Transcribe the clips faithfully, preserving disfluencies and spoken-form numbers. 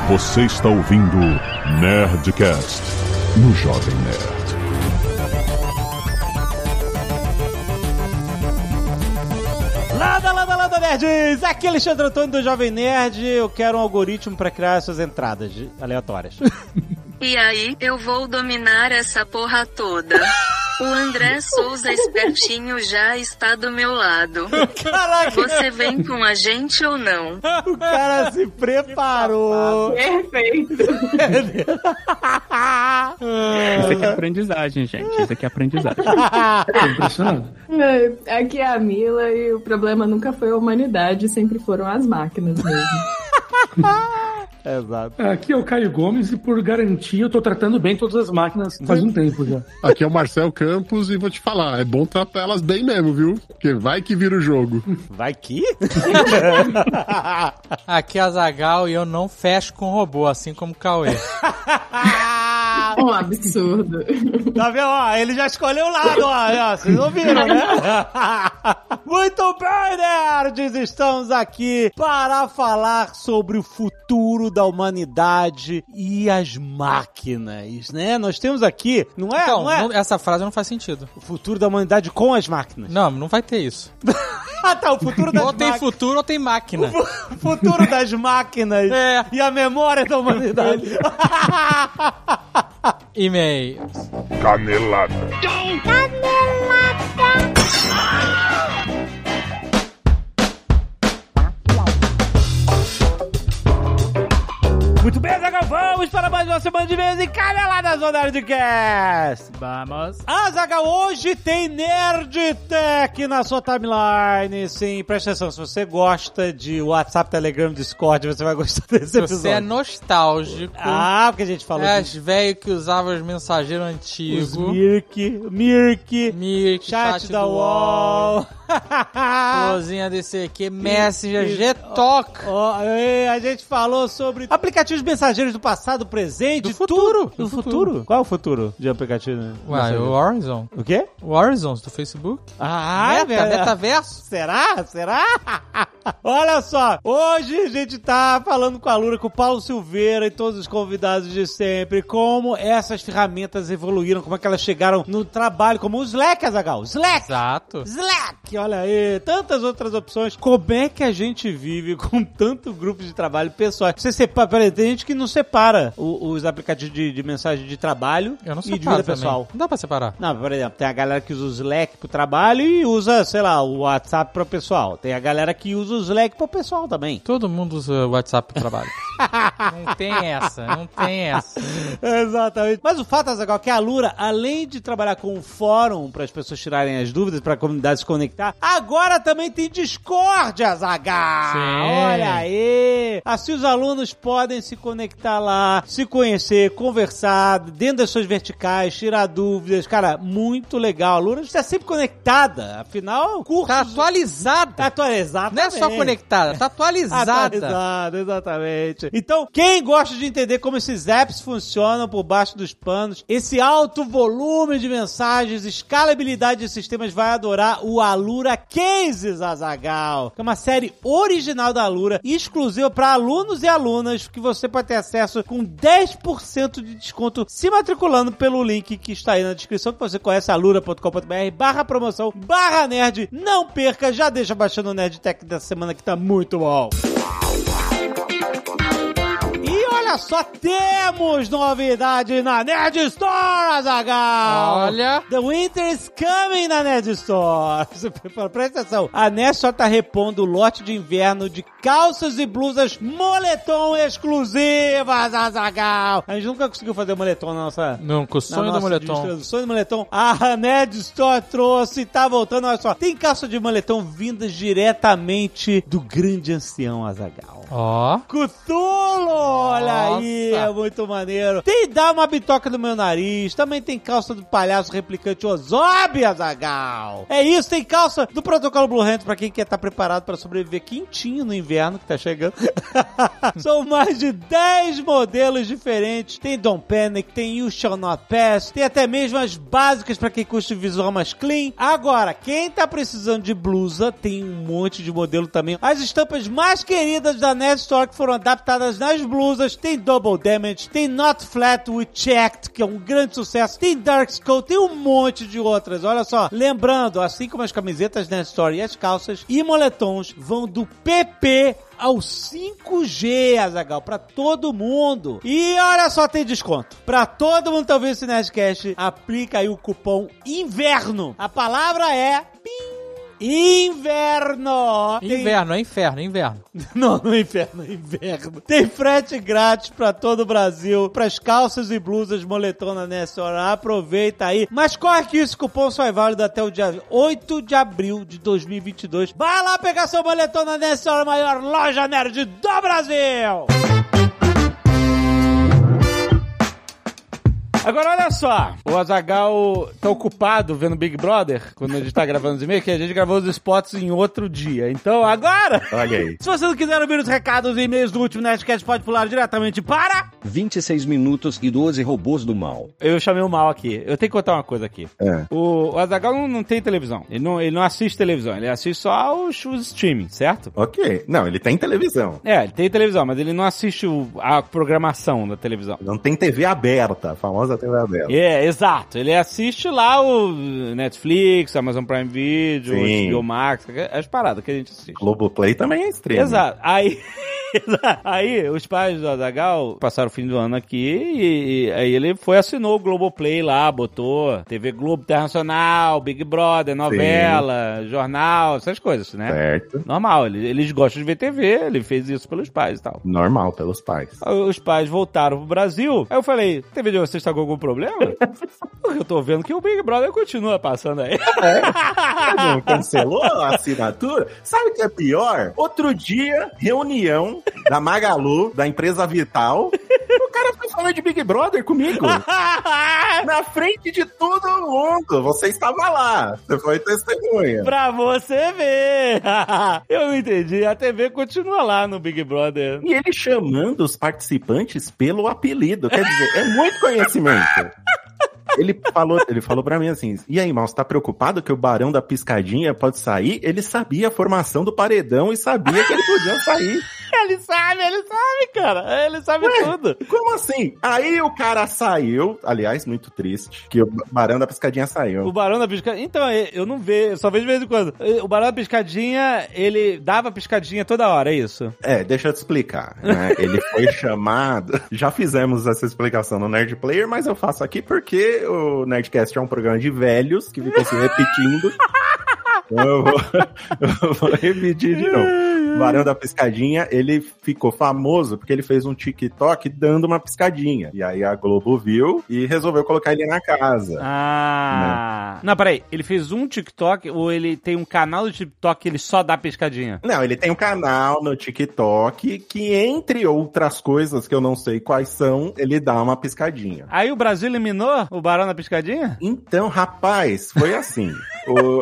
Você está ouvindo Nerdcast no Jovem Nerd. Lada, lada, lada, nerds! Aqui é Alexandre Antônio do Jovem Nerd. Eu quero um algoritmo para criar essas entradas aleatórias. E aí, eu vou dominar essa porra toda. O André Souza espertinho já está do meu lado. Caraca! Você vem com a gente ou não? O cara se preparou. Perfeito. Isso aqui é aprendizagem, gente. Isso aqui é aprendizagem. Tô impressionado. É, aqui é a Mila e o problema nunca foi a humanidade, sempre foram as máquinas mesmo. Exato. Aqui é o Caio Gomes e por garantia eu tô tratando bem todas as máquinas faz um tempo já. Aqui é o Marcel Campos e vou te falar, é bom tratar elas bem mesmo, viu? Porque vai que vira o jogo. Vai que? Aqui é a Zagal e eu não fecho com robô, assim como o Cauê. Um absurdo. Tá vendo? Ó, ele já escolheu o lado, ó. Vocês ouviram, né? Muito bem, nerds! Estamos aqui para falar sobre o futuro da humanidade e as máquinas, né? Nós temos aqui, não é? Então, não é? não, essa frase não faz sentido. O futuro da humanidade com as máquinas. Não, não vai ter isso. Ah, tá, o futuro das Ou máquinas. tem futuro ou tem máquina. O futuro das máquinas É. e a memória da humanidade. E-mails. Canelada. Muito bem, Azaghal, vamos para mais uma semana de vez em Caneladas no Nerdcast. Vamos. Azaghal, hoje tem Nerd Tech na sua timeline. Sim, presta atenção, se você gosta de WhatsApp, Telegram, Discord, você vai gostar desse Se episódio. você é nostálgico. Ah, porque a gente falou É, de as velho que usava os mensageiros os antigos. Mirk, Mirk, Mirk, chat, chat da do UOL. Florzinha D C Q, Messenger, G-Talk. Ó, é, a gente falou sobre aplicativos mensageiros do passado, presente, Do futuro. tudo. Do Do futuro. futuro. Qual é o futuro de aplicativo? Uai, mensageiro? o Horizon. O quê? O Horizons do Facebook. Ah, Meta, é verdade. Metaverso. Será? Será? Olha só, hoje a gente tá falando com a Lura, com o Paulo Silveira e todos os convidados de sempre, como essas ferramentas evoluíram, como é que elas chegaram no trabalho, como o Slack, Azaghal. Slack! Exato. Slack, olha aí, tantas outras opções. Como é que a gente vive com tanto grupo de trabalho pessoal? Você separa, peraí, tem gente que não separa o- os aplicativos de, de mensagem de trabalho Eu não e sei de vida pessoal. Não dá pra separar. Não, por exemplo, tem a galera que usa o Slack pro trabalho e usa, sei lá, o WhatsApp pro pessoal. Tem a galera que usa o Slack pro pessoal também. Todo mundo usa o WhatsApp pro trabalho. Não tem essa, não tem essa. Exatamente. Mas o fato, Azaghal, é que a Lura, além de trabalhar com um fórum para as pessoas tirarem as dúvidas, para a comunidade se conectar, agora também tem Discord, Azaghal. Sim. Olha aí. Assim os alunos podem se conectar lá, se conhecer, conversar, dentro das suas verticais, tirar dúvidas. Cara, muito legal. A Lura está sempre conectada. Afinal, cursos... Tá atualizada. Tá atualizada. Não é só conectada, tá atualizada. Atualizada, exatamente. Então, quem gosta de entender como esses apps funcionam por baixo dos panos, esse alto volume de mensagens, escalabilidade de sistemas, vai adorar o Alura Cases, Azaghal, que é uma série original da Alura, exclusiva para alunos e alunas, que você pode ter acesso com dez por cento de desconto se matriculando pelo link que está aí na descrição, que você conhece, alura.com.br barra promoção, barra nerd. Não perca, já deixa baixando o Nerd Tech dessa semana que tá muito bom. E olha só, temos novidade na Nerd Store, Azaghal! Olha. The Winter is coming na Nerd Store. Presta atenção. A Nerd Store tá repondo o lote de inverno de calças e blusas moletom exclusivas, Azaghal. A gente nunca conseguiu fazer moletom na nossa... Nunca, o sonho na do nossa moletom. indústria do sonho do moletom. A Nerd Store trouxe, tá voltando, olha só. Tem calça de moletom vindas diretamente do grande ancião, Azaghal. Ó. Cthulhu, olha Nossa. aí, é muito maneiro. Tem Dá Uma Bitoca no Meu Nariz, também tem calça do palhaço replicante Ozob, Azaghal. É isso, tem calça do protocolo Blue Hand pra quem quer estar preparado pra sobreviver quentinho no inverno que tá chegando. São mais de dez modelos diferentes. Tem Don't Panic, tem You Shall Not Pass, tem até mesmo as básicas pra quem curte visual mais clean. Agora, quem tá precisando de blusa, tem um monte de modelo também. As estampas mais queridas da Nerd Store que foram adaptadas nas blusas. Tem tem Double Damage, tem Not Flat with Checked, que é um grande sucesso, tem Dark Skull, tem um monte de outras. Olha só, lembrando, assim como as camisetas Nerd Store e as calças e moletons vão do P P ao cinco G, Azaghal, pra todo mundo. E olha só, tem desconto. Pra todo mundo que tá ouvindo esse Nerdcast, aplica aí o cupom INVERNO. A palavra é... Pim! Inverno! Tem... Inverno, é inferno, é inverno. Não, não é inferno, é inverno. Tem frete grátis pra todo o Brasil, pras calças e blusas moletom na Nerd Store. Aproveita aí. Mas corre que esse cupom só é válido até o dia oito de abril de dois mil e vinte e dois. Vai lá pegar seu moletom na Nerd Store, a maior loja nerd do Brasil! Agora, olha só, o Azaghal tá ocupado vendo Big Brother, quando a gente tá gravando os e-mails, que a gente gravou os spots em outro dia. Então, agora... Olha aí. Se você não quiser ouvir os recados e e-mails do último Nerdcast, pode pular diretamente para... vinte e seis minutos e doze robôs do mal. Eu chamei o mal aqui. Eu tenho que contar uma coisa aqui. É. O, o Azaghal não, não tem televisão. Ele não, ele não assiste televisão. Ele assiste só os, os streaming, certo? Ok. Não, ele tem televisão. É, ele tem televisão, mas ele não assiste o, a programação da televisão. Não tem T V aberta, a famosa T V aberta. É, exato. Ele assiste lá o Netflix, Amazon Prime Video, Sim. H B O Max, as paradas que a gente assiste. Globoplay também é streaming. Exato. Aí... Aí, os pais do Azaghal passaram o fim do ano aqui e, e aí ele foi, assinou o Globoplay lá, botou T V Globo Internacional, Big Brother, novela, Sim. jornal, essas coisas, né? Certo. Normal, eles, eles gostam de ver T V, ele fez isso pelos pais e tal. Normal, pelos pais. Aí, os pais voltaram pro Brasil, aí eu falei, T V de vocês tá com algum problema? Porque eu tô vendo que o Big Brother continua passando aí. É. Não cancelou a assinatura? Sabe o que é pior? Outro dia, reunião da Magalu, da empresa Vital, o cara foi falando de Big Brother comigo. Na frente de todo mundo. Você estava lá. Você foi testemunha. Pra você ver. Eu não entendi. A T V continua lá no Big Brother. E ele chamando os participantes pelo apelido. Quer dizer, é muito conhecimento. Ele falou, ele falou pra mim assim, e aí, mal, você tá preocupado que o Barão da Piscadinha pode sair? Ele sabia a formação do paredão e sabia que ele podia sair. Ele sabe, ele sabe, cara. Ele sabe Ué, tudo. Como assim? Aí o cara saiu, aliás, muito triste, que o Barão da Piscadinha saiu. O Barão da Piscadinha... Então, eu não vejo, eu só vejo de vez em quando. O Barão da Piscadinha, ele dava piscadinha toda hora, é isso? É, deixa eu te explicar, né? Ele foi chamado... Já fizemos essa explicação no Nerd Player, mas eu faço aqui porque o Nerdcast é um programa de velhos que ficam se repetindo. Eu vou, eu vou repetir de novo. O Barão da Piscadinha, ele ficou famoso porque ele fez um TikTok dando uma piscadinha. E aí a Globo viu e resolveu colocar ele na casa. Ah. Né? Não, peraí. Ele fez um TikTok ou ele tem um canal do TikTok que ele só dá piscadinha? Não, ele tem um canal no TikTok que, entre outras coisas que eu não sei quais são, ele dá uma piscadinha. Aí o Brasil eliminou o Barão da Piscadinha? Então, rapaz, foi assim. o...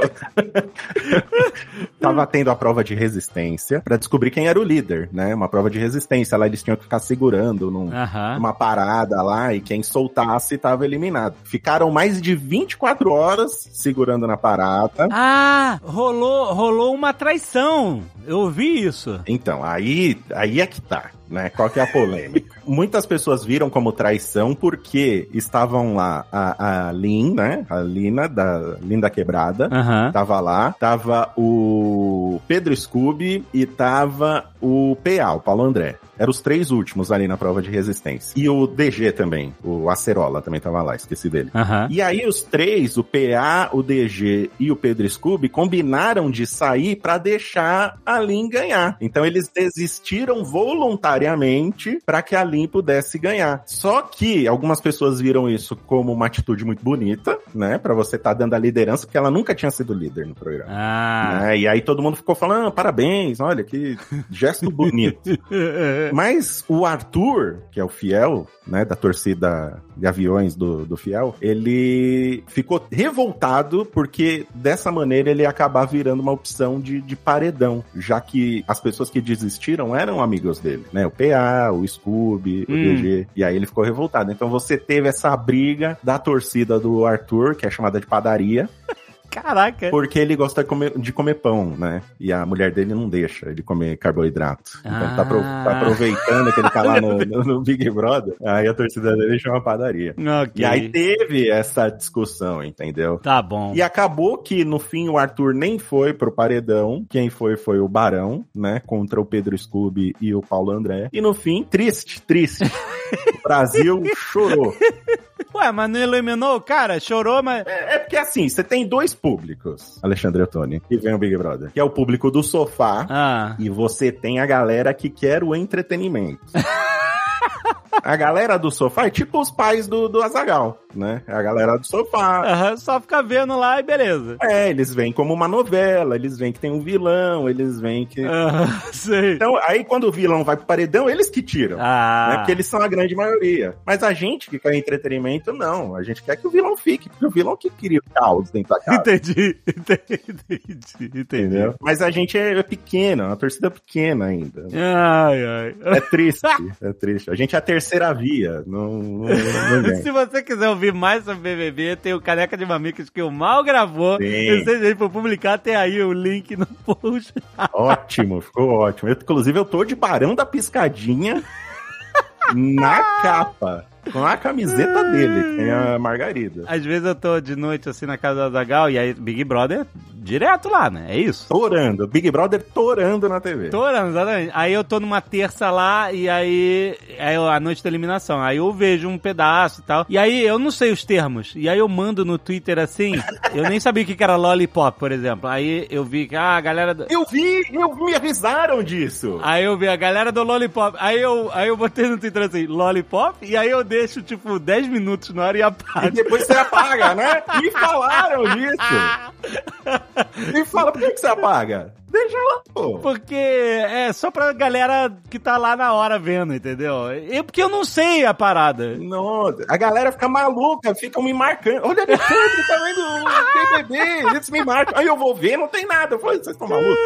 Tava tendo a prova de resistência pra descobrir quem era o líder, né? Uma prova de resistência. Lá eles tinham que ficar segurando num, uh-huh. numa parada lá e quem soltasse tava eliminado. Ficaram mais de vinte e quatro horas segurando na parada. Ah, rolou, rolou uma traição. Eu ouvi isso. Então, aí, aí é que tá. Né? Qual que é a polêmica? Muitas pessoas viram como traição porque estavam lá a, a Lin, né? A Lina, da Linda Quebrada, uhum. tava lá, tava o Pedro Scooby e tava o P A, o Paulo André. Eram os três últimos ali na prova de resistência. E o D G também, o Acerola também tava lá, esqueci dele. Uhum. E aí os três, o P A, o D G e o Pedro Scooby, combinaram de sair pra deixar a Lin ganhar. Então eles desistiram voluntariamente pra que a Lin pudesse ganhar. Só que algumas pessoas viram isso como uma atitude muito bonita, né? Pra você tá dando a liderança, porque ela nunca tinha sido líder no programa. Ah. Né? E aí todo mundo ficou falando, ah, parabéns, olha que gesto bonito. Mas o Arthur, que é o fiel, né, da torcida Gaviões do, do Fiel, ele ficou revoltado porque dessa maneira ele ia acabar virando uma opção de, de paredão, já que as pessoas que desistiram eram amigos dele, né, o P A, o Scooby, hum. o D G, e aí ele ficou revoltado. Então você teve essa briga da torcida do Arthur, que é chamada de padaria, Caraca. Porque ele gosta de comer, de comer pão, né? E a mulher dele não deixa ele comer carboidrato. Então Ah. tá, apro- tá aproveitando que ele tá lá no, no- no Big Brother. Aí a torcida dele chama padaria. Ok. E aí teve essa discussão, entendeu? Tá bom. E acabou que, no fim, o Arthur nem foi pro paredão. Quem foi, foi o Barão, né? Contra o Pedro Scooby e o Paulo André. E, no fim, triste, triste. O Brasil chorou. Ué, mas não eliminou o cara? Chorou, mas... É, é porque, assim, você tem dois públicos, Alexandre Ottoni, que vem o Big Brother. Que é o público do sofá. Ah. E você tem a galera que quer o entretenimento. A galera do sofá é tipo os pais do, do Azaghal, né? É a galera do sofá. Aham, só fica vendo lá e beleza. É, eles vêm como uma novela, eles vêm que tem um vilão, eles vêm que... Aham, sei. Então, aí quando o vilão vai pro paredão, eles que tiram. Ah. Né? Porque eles são a grande maioria. Mas a gente que quer entretenimento, não. A gente quer que o vilão fique, porque o vilão que cria o caos dentro da casa. Entendi, entendi, entendi. Entendeu? Mas a gente é pequena, uma torcida pequena ainda. Ai, ai. É triste, é triste. A gente é a terceira via. Não, não, não vem. Se você quiser ouvir mais sobre B B B, tem o Caneca de Mamicas que o Mal gravou. Sim. E se a gente for publicar, tem aí o link no post. Ótimo, ficou ótimo. Eu, inclusive, eu tô de Barão da Piscadinha na capa. Com a camiseta dele, que tem a Margarida. Às vezes eu tô de noite assim na casa da Azaghal e aí Big Brother direto lá, né? É isso? Torando. Big Brother torando na T V. Torando, exatamente. Aí eu tô numa terça lá e aí é a noite da eliminação. Aí eu vejo um pedaço e tal. E aí eu não sei os termos. E aí eu mando no Twitter assim. Eu nem sabia o que era lollipop, por exemplo. Aí eu vi que ah, a galera... Do... Eu vi, eu, me avisaram disso. Aí eu vi a galera do lollipop. Aí eu, aí eu botei no Twitter assim, lollipop. E aí eu deixo tipo dez minutos na hora e apago. E depois você apaga, né? Me falaram disso. Me fala, por que, que você apaga? Deixa lá, pô. Porque é só pra galera que tá lá na hora vendo, entendeu? E porque eu não sei a parada. Não, a galera fica maluca, ficam me marcando. Olha, Alexandre, tá vendo o B B B? Eles me marcam. Aí eu vou ver, não tem nada. Eu falei, vocês estão malucos?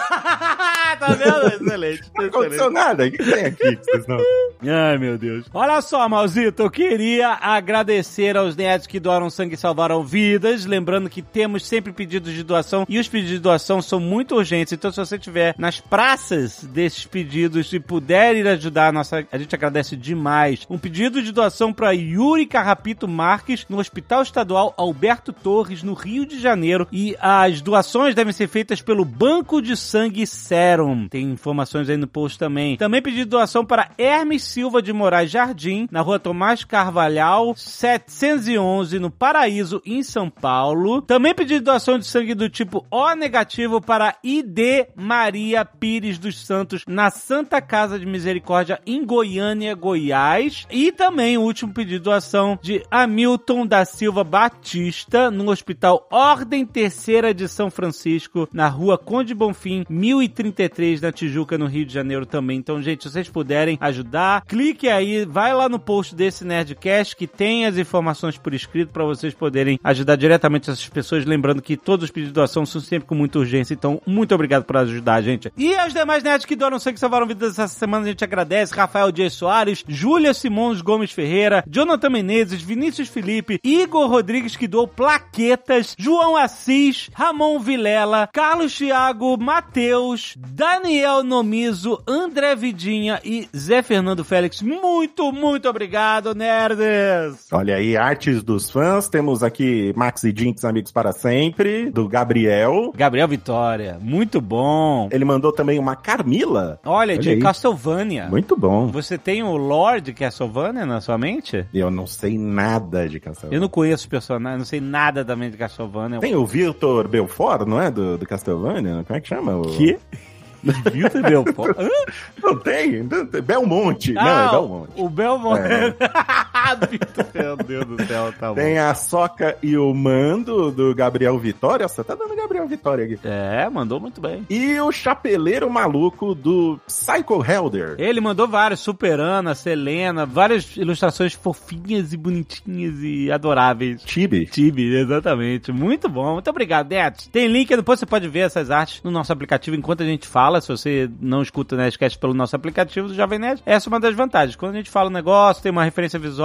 Tá vendo? Excelente. Não aconteceu nada. O que, que tem aqui que vocês não... Ai, meu Deus. Olha só, Malzito, eu queria agradecer aos nerds que doaram sangue e salvaram vidas. Lembrando que temos sempre pedidos de doação e os pedidos de doação são muito urgentes. Então, se você estiver nas praças desses pedidos e puder ir ajudar, a, nossa, a gente agradece demais. Um pedido de doação para Yuri Carrapito Marques, no Hospital Estadual Alberto Torres, no Rio de Janeiro. E as doações devem ser feitas pelo Banco de Sangue Serum. Tem informações aí no post também. Também pedido de doação para Hermes Silva de Moraes Jardim, na rua Tomás Carvalhal, setecentos e onze, no Paraíso, em São Paulo. Também pedido de doação de sangue do tipo O negativo para I D Maria Pires dos Santos, na Santa Casa de Misericórdia, em Goiânia, Goiás. E também o último pedido de doação de Hamilton da Silva Batista, no Hospital Ordem Terceira de São Francisco, na rua Conde Bonfim, mil e trinta e três, na Tijuca, no Rio de Janeiro também. Então, gente, se vocês puderem ajudar, clique aí, vai lá no post desse Nerdcast que tem as informações por escrito para vocês poderem ajudar diretamente essas pessoas. Lembrando que todos os pedidos de doação são sempre com muita urgência. Então, muito obrigado por ajudar, gente. E aos demais nerds que doaram sangue e salvaram vidas essa semana, a gente agradece. Rafael Dias Soares, Júlia Simões Gomes Ferreira, Jonathan Menezes, Vinícius Felipe, Igor Rodrigues, que doou plaquetas, João Assis, Ramon Vilela, Carlos Thiago, Matheus, Daniel Nomizo, André Vidinha e Zé Fernando Félix. Muito, muito obrigado, nerds! Olha aí, artes dos fãs. Temos aqui Max e Jinx, amigos para sempre, do Gabriel. Gabriel Vitória, muito bom. Ele mandou também uma Carmila. Olha, Olha de aí. Castlevania. Muito bom. Você tem o Lord Castlevania na sua mente? Eu não sei nada de Castlevania. Eu não conheço os personagens, não sei nada também de Castlevania. Tem o Vitor Belfort, não é? Do, do Castlevania? Como é que chama? O... Que? Vitor Belfort? Não tem? Não tem. Belmonte. Ah, não, é Belmonte. O Belmonte. É. Vitor, meu Deus do céu, tá bom. Tem a Soca e o Mando, do Gabriel Vitória. Você tá dando Gabriel Vitória aqui. É, mandou muito bem. E o Chapeleiro Maluco, do Psycho Helder. Ele mandou vários, Super Ana, Selena, várias ilustrações fofinhas e bonitinhas e adoráveis. Tibi. Tibi, exatamente. Muito bom, muito obrigado, Neto. Tem link, depois você pode ver essas artes no nosso aplicativo enquanto a gente fala. Se você não escuta o Nerdcast pelo nosso aplicativo do Jovem Nerd, essa é uma das vantagens. Quando a gente fala um negócio, tem uma referência visual,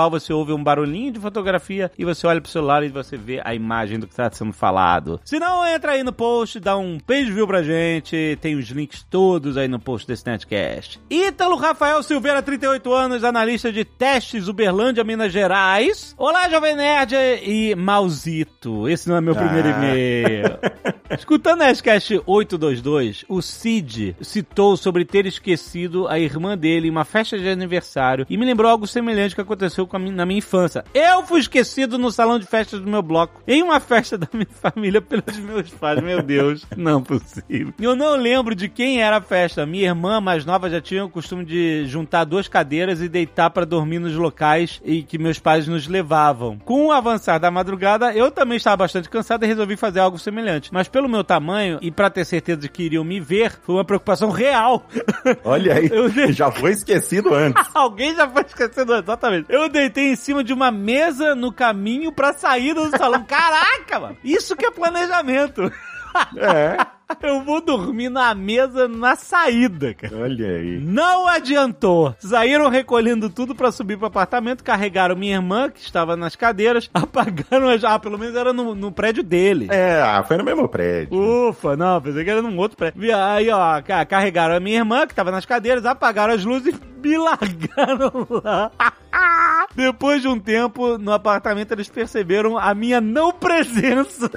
final você ouve um barulhinho de fotografia e você olha pro celular e você vê a imagem do que tá sendo falado. Se não, entra aí no post, dá um page view pra gente, tem os links todos aí no post desse Nerdcast. Ítalo Rafael Silveira, trinta e oito anos, analista de testes, Uberlândia, Minas Gerais. Olá, Jovem Nerd e Mauzito. Esse não é meu primeiro ah. e-mail. Escutando o Nerdcast oitocentos e vinte e dois, o Cid citou sobre ter esquecido a irmã dele em uma festa de aniversário e me lembrou algo semelhante que aconteceu com a minha, na minha infância. Eu fui esquecido no salão de festas do meu bloco, em uma festa da minha família pelos meus pais. Meu Deus, não possível. Eu não lembro de quem era a festa. Minha irmã mais nova já tinha o costume de juntar duas cadeiras e deitar pra dormir nos locais em que meus pais nos levavam. Com o avançar da madrugada, eu também estava bastante cansado e resolvi fazer algo semelhante. Mas pelo meu tamanho e pra ter certeza de que iriam me ver, foi uma preocupação real. Olha aí, eu de... já foi esquecido antes. Alguém já foi esquecido antes, exatamente. Eu deitei em cima de uma mesa no caminho pra saída do salão. Caraca, mano! Isso que é planejamento. É. Eu vou dormir na mesa na saída, cara. Olha aí. Não adiantou. Saíram recolhendo tudo pra subir pro apartamento, carregaram minha irmã, que estava nas cadeiras, apagaram as... Ah, pelo menos era no, no prédio dele. É, ah, foi no mesmo prédio. Ufa, não, pensei que era num outro prédio. Aí, ó, carregaram a minha irmã, que estava nas cadeiras, apagaram as luzes e me largaram lá. Depois de um tempo, no apartamento, eles perceberam a minha não presença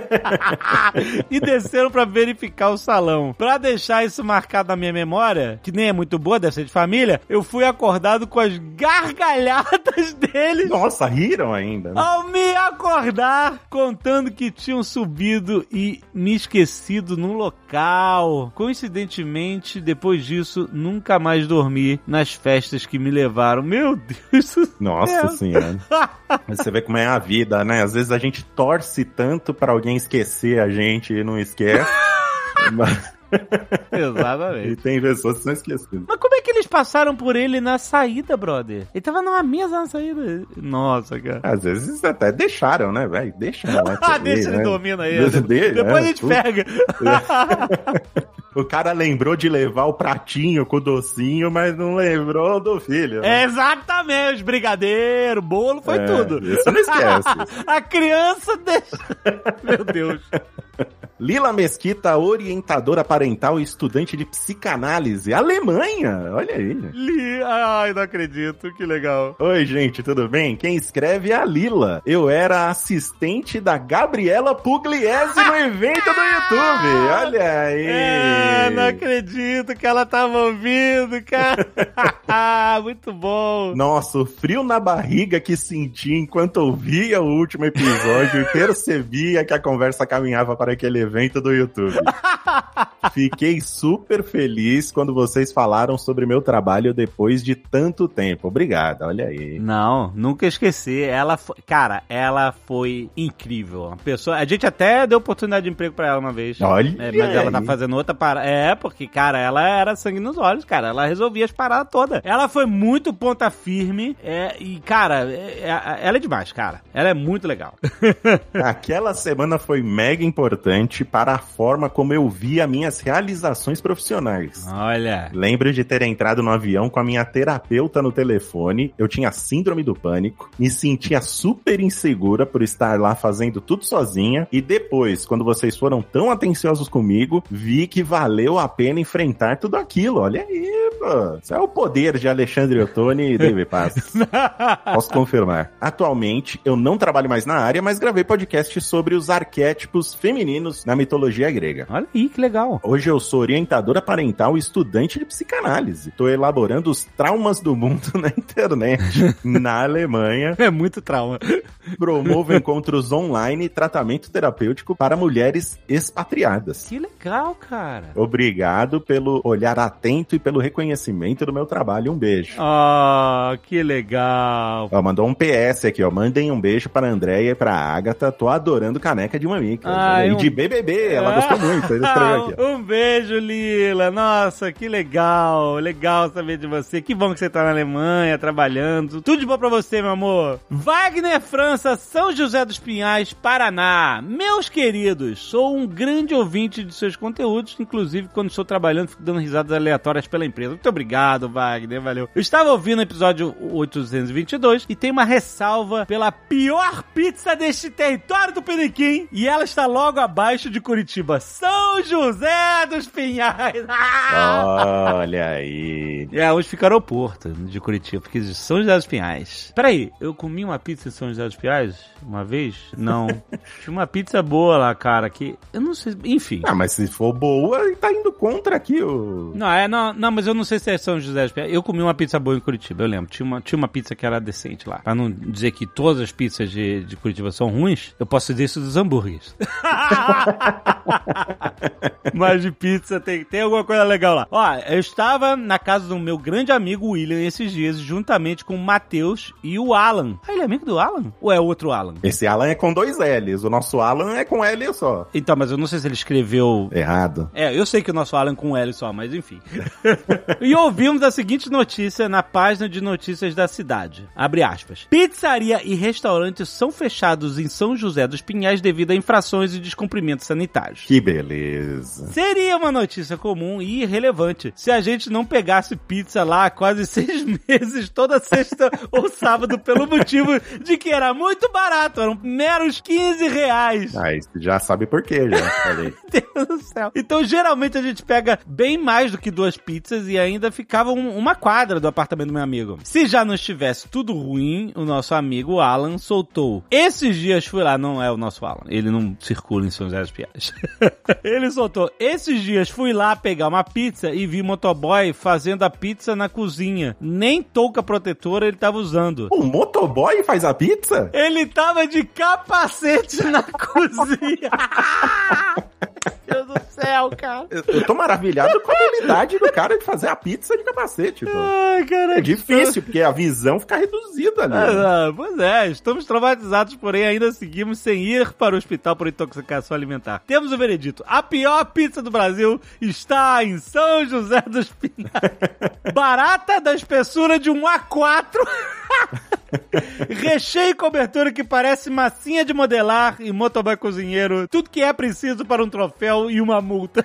e desceram pra verificar o salão. Pra deixar isso marcado na minha memória, que nem é muito boa, deve ser de família, eu fui acordado com as gargalhadas deles. Nossa, riram ainda, né? Ao me acordar, contando que tinham subido e me esquecido no local. Coincidentemente, depois disso, nunca mais dormi nas festas que me levaram. Meu Deus! Nossa senhora. Você vê como é a vida, né? Às vezes a gente torce tanto pra alguém esquecer a gente e não esquece. Mas... Exatamente. E tem pessoas que são esquecidas. Mas como é que eles passaram por ele na saída, brother? Ele tava numa mesa na saída. Nossa, cara. Às vezes até deixaram, né, velho? Deixa lá. Ah, deixa ele dormindo aí. Deixa, Depois é, a gente tudo. pega. O cara lembrou de levar o pratinho com o docinho, mas não lembrou do filho. Né? Exatamente. Brigadeiro, bolo, foi é, tudo. Isso não esquece. A criança deixa... Meu Deus. Lila Mesquita, orientadora parental e estudante de psicanálise. Alemanha! Olha aí. Li... Ai, não acredito. Que legal. Oi, gente, tudo bem? Quem escreve é a Lila. Eu era assistente da Gabriela Pugliese no evento do YouTube. Olha aí. É, não acredito que ela tava ouvindo, cara. Muito bom. Nossa, o frio na barriga que senti enquanto ouvia o último episódio e percebia que a conversa caminhava para aquele evento do YouTube. Fiquei super feliz quando vocês falaram sobre meu trabalho depois de tanto tempo. Obrigado, olha aí. Não, nunca esqueci. Ela foi, cara, ela foi incrível. Uma pessoa, a gente até deu oportunidade de emprego pra ela uma vez. Olha é, mas aí. Ela tá fazendo outra parada. É, porque, cara, ela era sangue nos olhos, cara. Ela resolvia as paradas todas. Ela foi muito ponta firme. É, e, cara, é, é, ela é demais, cara. Ela é muito legal. Aquela semana foi mega importante para a forma como eu via minhas realizações profissionais. Olha. Lembro de ter entrado no avião com a minha terapeuta no telefone. Eu tinha síndrome do pânico, me sentia super insegura por estar lá fazendo tudo sozinha. E depois, quando vocês foram tão atenciosos comigo, vi que valeu a pena enfrentar tudo aquilo. Olha aí, pô. Isso é o poder de Alexandre Ottoni e David Passos. Posso confirmar. Atualmente, eu não trabalho mais na área, mas gravei podcast sobre os arquétipos femininos na mitologia grega. Olha aí, que legal. Hoje eu sou orientadora parental e estudante de psicanálise. Tô elaborando os traumas do mundo na internet, na Alemanha. É muito trauma. Promovo encontros online e tratamento terapêutico para mulheres expatriadas. Que legal, cara. Obrigado pelo olhar atento e pelo reconhecimento do meu trabalho. Um beijo. Ah, que legal. Ó, mandou um P S aqui, ó. Mandem um beijo para a Andréia e para a Agatha. Tô adorando caneca de mamica. Ah, e um... de B B B, ela gostou muito. Ele escreveu aqui, ó. Um beijo, Lila. Nossa, que legal. Legal saber de você. Que bom que você tá na Alemanha, trabalhando. Tudo de bom pra você, meu amor. Wagner França, São José dos Pinhais, Paraná. Meus queridos, sou um grande ouvinte de seus conteúdos. Inclusive, quando estou trabalhando, fico dando risadas aleatórias pela empresa. Muito obrigado, Wagner. Wagner, valeu. Eu estava ouvindo o episódio oitocentos e vinte e dois e tem uma ressalva pela pior pizza deste território do Piniquim e ela está logo abaixo de Curitiba. São José dos Pinhais. Olha aí. É, hoje fica aeroporto de Curitiba, porque de São José dos Pinhais. Peraí, eu comi uma pizza em São José dos Pinhais uma vez? Não. Tinha uma pizza boa lá, cara, que eu não sei, enfim. Ah, mas se for boa, tá indo contra aqui o... Não, é, não, não, mas eu não sei se é São José dos Pinhais. Eu comi uma pizza boa em Curitiba, eu lembro. Tinha uma, tinha uma pizza que era decente lá. Pra não dizer que todas as pizzas de, de Curitiba são ruins, eu posso dizer isso dos hambúrgueres. Mas de pizza tem, tem alguma coisa legal lá. Ó, eu estava na casa do meu grande amigo William esses dias, juntamente com o Matheus e o Alan. Ah, ele é amigo do Alan? Ou é outro Alan? Esse Alan é com dois L's. O nosso Alan é com L só. Então, mas eu não sei se ele escreveu... errado. É, eu sei que o nosso Alan é com L só, mas enfim. E ouvimos a seguinte notícia na página de notícias da cidade. Abre aspas. Pizzaria e restaurantes são fechados em São José dos Pinhais devido a infrações e descumprimentos sanitários. Que beleza. Seria uma notícia comum e irrelevante se a gente não pegasse pizza lá há quase seis meses, toda sexta ou sábado, pelo motivo de que era muito barato, eram meros quinze reais. Ah, isso já sabe por quê, já falei. Deus do céu. Então, geralmente, a gente pega bem mais do que duas pizzas e ainda ficava um, uma quadra do apartamento do meu amigo. Se já não estivesse tudo ruim, o nosso amigo Alan soltou. Esses dias fui lá, não é o nosso Alan, ele não circula em São José dos Pinhais. Ele soltou. Esses dias fui lá pegar uma pizza e vi motoboy fazendo a pizza na cozinha. Nem touca protetora ele tava usando. O motoboy faz a pizza? Ele tava de capacete na cozinha. Deus do céu, cara. Eu, eu tô maravilhado com a habilidade do cara de fazer a pizza de capacete, pô. Ai, cara. É difícil, porque a visão fica reduzida ali. Ah, pois é, estamos traumatizados, porém ainda seguimos sem ir para o hospital por intoxicação alimentar. Temos o veredito. A pior pizza do Brasil está em São José dos Pinhais. Barata da espessura de um A quatro. Recheio e cobertura que parece massinha de modelar e motoboy cozinheiro. Tudo que é preciso para um troféu e uma multa.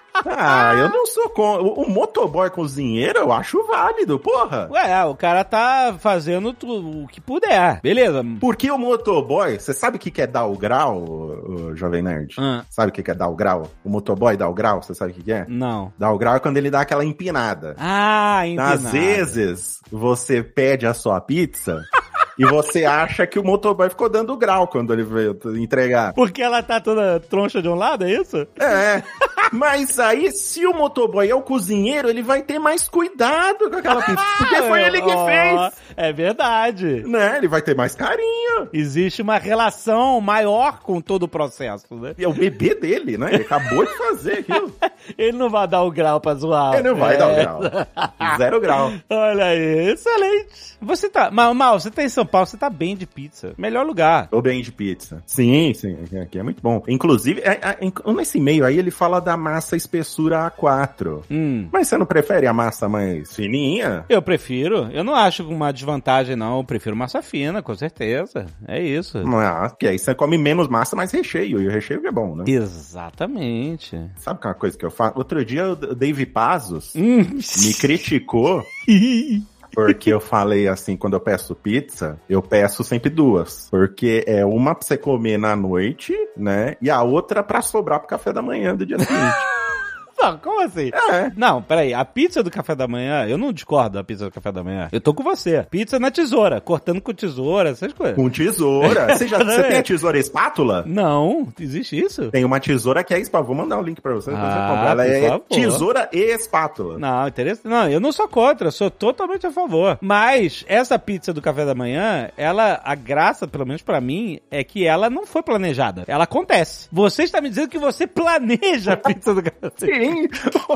Ah, eu não sou com... O, o motoboy cozinheiro eu acho válido, porra. Ué, o cara tá fazendo tu, o que puder. Beleza. Porque o motoboy, você sabe o que, que é dar o grau, o, o Jovem Nerd? Ah. Sabe o que, que é dar o grau? O motoboy dá o grau, você sabe o que, que é? Não. Dar o grau é quando ele dá aquela empinada. Ah, empinada. Às vezes, você pede a sua pizza... E você acha que o motoboy ficou dando grau quando ele veio entregar. Porque ela tá toda troncha de um lado, é isso? É. Mas aí, se o motoboy é o cozinheiro, ele vai ter mais cuidado com aquela pizza. Porque foi ele que oh, fez. É verdade. Né? Ele vai ter mais carinho. Existe uma relação maior com todo o processo, né? E é o bebê dele, né? Ele acabou de fazer aquilo. Ele não vai dar o grau pra zoar. Ele não vai é. dar o grau. Zero grau. Olha aí, excelente. Você tá... Mal, Mal, você tá em São Paulo, você tá bem de pizza. Melhor lugar. Tô bem de pizza. Sim, sim. Aqui é muito bom. Inclusive, é, é, nesse e-mail aí, ele fala da massa espessura A quatro. Hum. Mas você não prefere a massa mais fininha? Eu prefiro. Eu não acho uma desvantagem, não. Eu prefiro massa fina, com certeza. É isso. Ah, porque aí você come menos massa, mais recheio. E o recheio é bom, né? Exatamente. Sabe que é uma coisa que eu faço? Outro dia, o Dave Pazos hum. me criticou... Porque eu falei assim, quando eu peço pizza, eu peço sempre duas. Porque é uma pra você comer na noite, né? E a outra pra sobrar pro café da manhã do dia seguinte. Não, como assim? É. Não, peraí. A pizza do café da manhã, eu não discordo da pizza do café da manhã. Eu tô com você. Pizza na tesoura, cortando com tesoura, essas coisas. Com tesoura? Você, já, você tem a tesoura e espátula? Não, existe isso? Tem uma tesoura que é espátula. Vou mandar o um link pra você. Ah, ela é favor. Tesoura e espátula. Não, interessante. Não, eu não sou contra, eu sou totalmente a favor. Mas essa pizza do café da manhã, ela, a graça, pelo menos pra mim, é que ela não foi planejada. Ela acontece. Você está me dizendo que você planeja a pizza do café da manhã? Sim.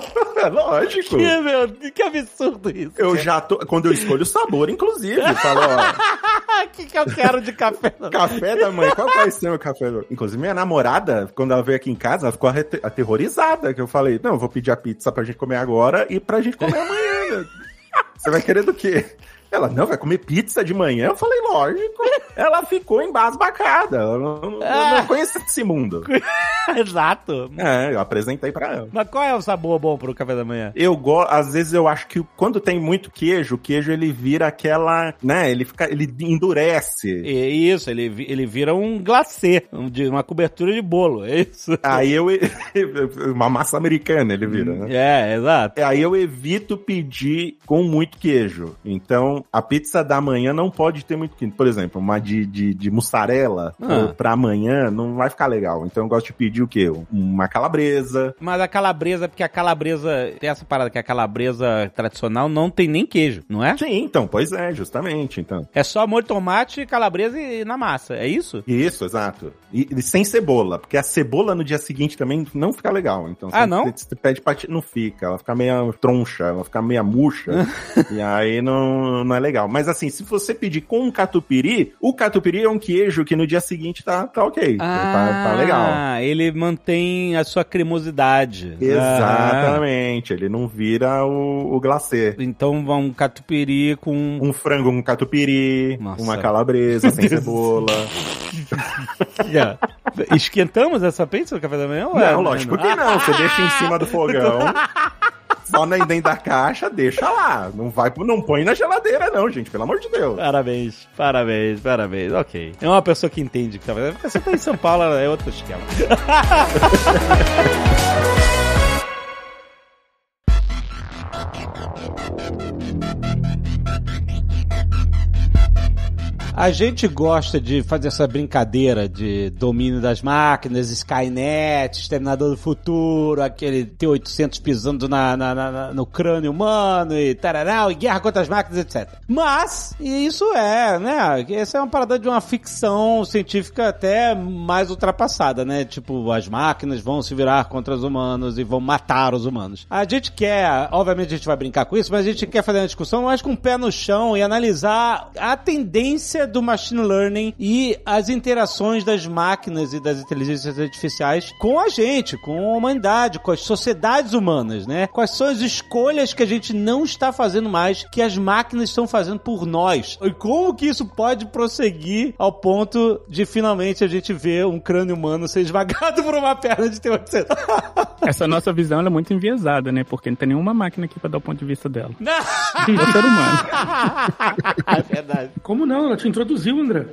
É lógico. Que, meu, que absurdo isso. Eu cara. já tô... Quando eu escolho o sabor, inclusive, eu falo, ó... O que, que eu quero de café da manhã? Café da manhã. Qual vai ser o meu café da manhã? Inclusive, minha namorada, quando ela veio aqui em casa, ela ficou aterrorizada, que eu falei, não, eu vou pedir a pizza pra gente comer agora e pra gente comer amanhã. Você vai querer do quê? Ela, não, vai comer pizza de manhã? Eu falei, lógico. ela ficou embasbacada. Eu não, Ah. eu não conhecia esse mundo. Exato. É, eu apresentei pra ela. Mas qual é o sabor bom pro café da manhã? Eu gosto, às vezes eu acho que quando tem muito queijo, o queijo ele vira aquela, né, ele fica, ele endurece. E isso, ele, vi- ele vira um glacê, um de- uma cobertura de bolo, é isso? Aí eu, uma massa americana ele vira, né? É, exato. Aí eu evito pedir com muito queijo. Então, a pizza da manhã não pode ter muito queijo. Por exemplo, uma de, de, de mussarela Ah. pra amanhã não vai ficar legal. Então eu gosto de pedir o quê? Uma calabresa. Mas a calabresa, porque a calabresa, tem essa parada que a calabresa tradicional não tem nem queijo, não é? Sim, então, pois é, justamente, então. É só molho de tomate, calabresa e na massa, é isso? Isso, exato. E, e sem cebola, porque a cebola no dia seguinte também não fica legal. Então, Ah, você, não? Você pede pra ti- não fica, ela fica meio troncha, ela fica meio murcha, e aí não, não é legal. Mas assim, se você pedir com um catupiry, o catupiry é um queijo que no dia seguinte tá, tá ok, tá, tá legal. Ah, ele mantém a sua cremosidade. Exatamente, ele não vira o, o glacê. Ah, então um catupiry com... Um frango com catupiry, Nossa. uma calabresa sem cebola. Já. Esquentamos essa pizza no café da manhã? ou é? Não, lógico que não. Você deixa em cima do fogão. Só na- dentro da caixa, deixa lá. Não vai, não põe na geladeira, não, gente. Pelo amor de Deus. Parabéns, parabéns, parabéns. Ok. É uma pessoa que entende que tá fazendo. Porque você tá em São Paulo, é outro esquema. A gente gosta de fazer essa brincadeira de domínio das máquinas, Skynet, Exterminador do Futuro, aquele T oitocentos pisando na, na- na- na- no crânio humano e tararau, e guerra contra as máquinas, etcétera. Mas, e isso é, né? Essa é uma parada de uma ficção científica até mais ultrapassada, né? Tipo, as máquinas vão se virar contra os humanos e vão matar os humanos. A gente quer, obviamente a gente vai brincar com isso, mas a gente quer fazer uma discussão mais com o pé no chão e analisar a tendência do machine learning e as interações das máquinas e das inteligências artificiais com a gente, com a humanidade, com as sociedades humanas, né? Quais são as escolhas que a gente não está fazendo mais, que as máquinas estão fazendo por nós? E como que isso pode prosseguir ao ponto de finalmente a gente ver um crânio humano ser esmagado por uma perna de T oitocentos? Essa nossa visão ela é muito enviesada, né? Porque não tem nenhuma máquina aqui pra dar o ponto de vista dela. Não! É o ser humano. É verdade. Como não? Ela te introduziu, André.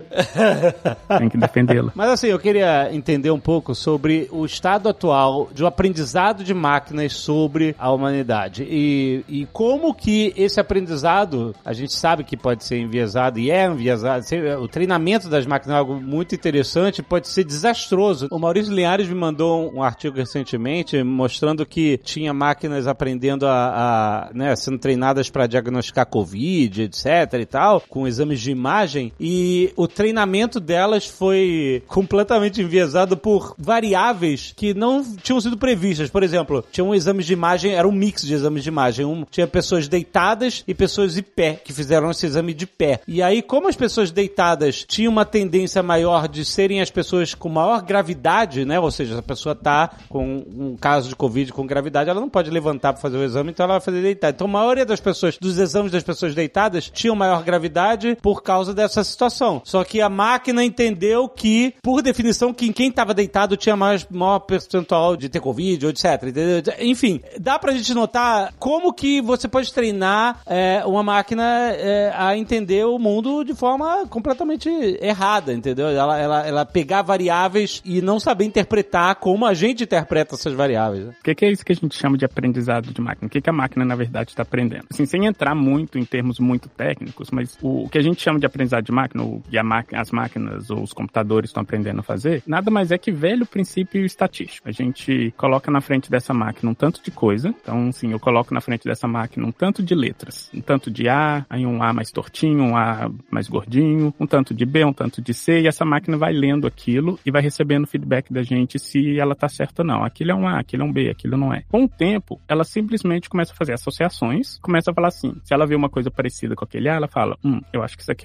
Tem que defendê-la. Mas assim, eu queria entender um pouco sobre o estado atual do aprendizado de máquinas sobre a humanidade e, e como que esse aprendizado, a gente sabe que pode ser enviesado e é enviesado, o treinamento das máquinas é algo muito interessante, pode ser desastroso. O Maurício Linhares me mandou um artigo recentemente mostrando que tinha máquinas aprendendo a, a né, sendo treinadas para diagnosticar Covid, etc e tal, com exames de imagem, e o treinamento delas foi completamente enviesado por variáveis que não tinham sido previstas. Por exemplo, tinha um exame de imagem, era um mix de exames de imagem. Um, tinha pessoas deitadas e pessoas de pé, que fizeram esse exame de pé. E aí, como as pessoas deitadas tinham uma tendência maior de serem as pessoas com maior gravidade, né? Ou seja, se a pessoa tá com um caso de Covid com gravidade, ela não pode levantar para fazer o exame, então ela vai fazer deitada. Então, a maioria das pessoas, dos exames das pessoas deitadas, tinham maior gravidade por causa dessa situação. Só que a máquina entendeu que, por definição, que quem estava deitado tinha mais, maior percentual de ter Covid, ou etcétera. Entendeu? Enfim, dá pra gente notar como que você pode treinar é, uma máquina é, a entender o mundo de forma completamente errada, entendeu? Ela, ela, ela pegar variáveis e não saber interpretar como a gente interpreta essas variáveis. Né? O que, que é isso que a gente chama de aprendizado de máquina? O que, que a máquina, na verdade, está aprendendo? Assim, sem entrar muito em termos muito técnicos, mas o, o que a gente chama de aprendizado de máquina, o, e a máquina, as máquinas ou os computadores estão aprendendo a fazer, nada mais é que velho princípio estatístico. A gente coloca na frente dessa máquina um tanto de coisa, então, sim, eu coloco na frente dessa máquina um tanto de letras, um tanto de A, aí um A mais tortinho, um A mais gordinho, um tanto de B, um tanto de C, e essa máquina vai lendo aquilo e vai recebendo feedback da gente se ela tá certa ou não. Aquilo é um A, aquilo é um B, aquilo não é. Com o tempo, ela simplesmente começa a fazer associações, começa a falar assim, se ela vê uma coisa parecida com aquele A, ela fala, hum, eu acho que isso aqui é um A. E ela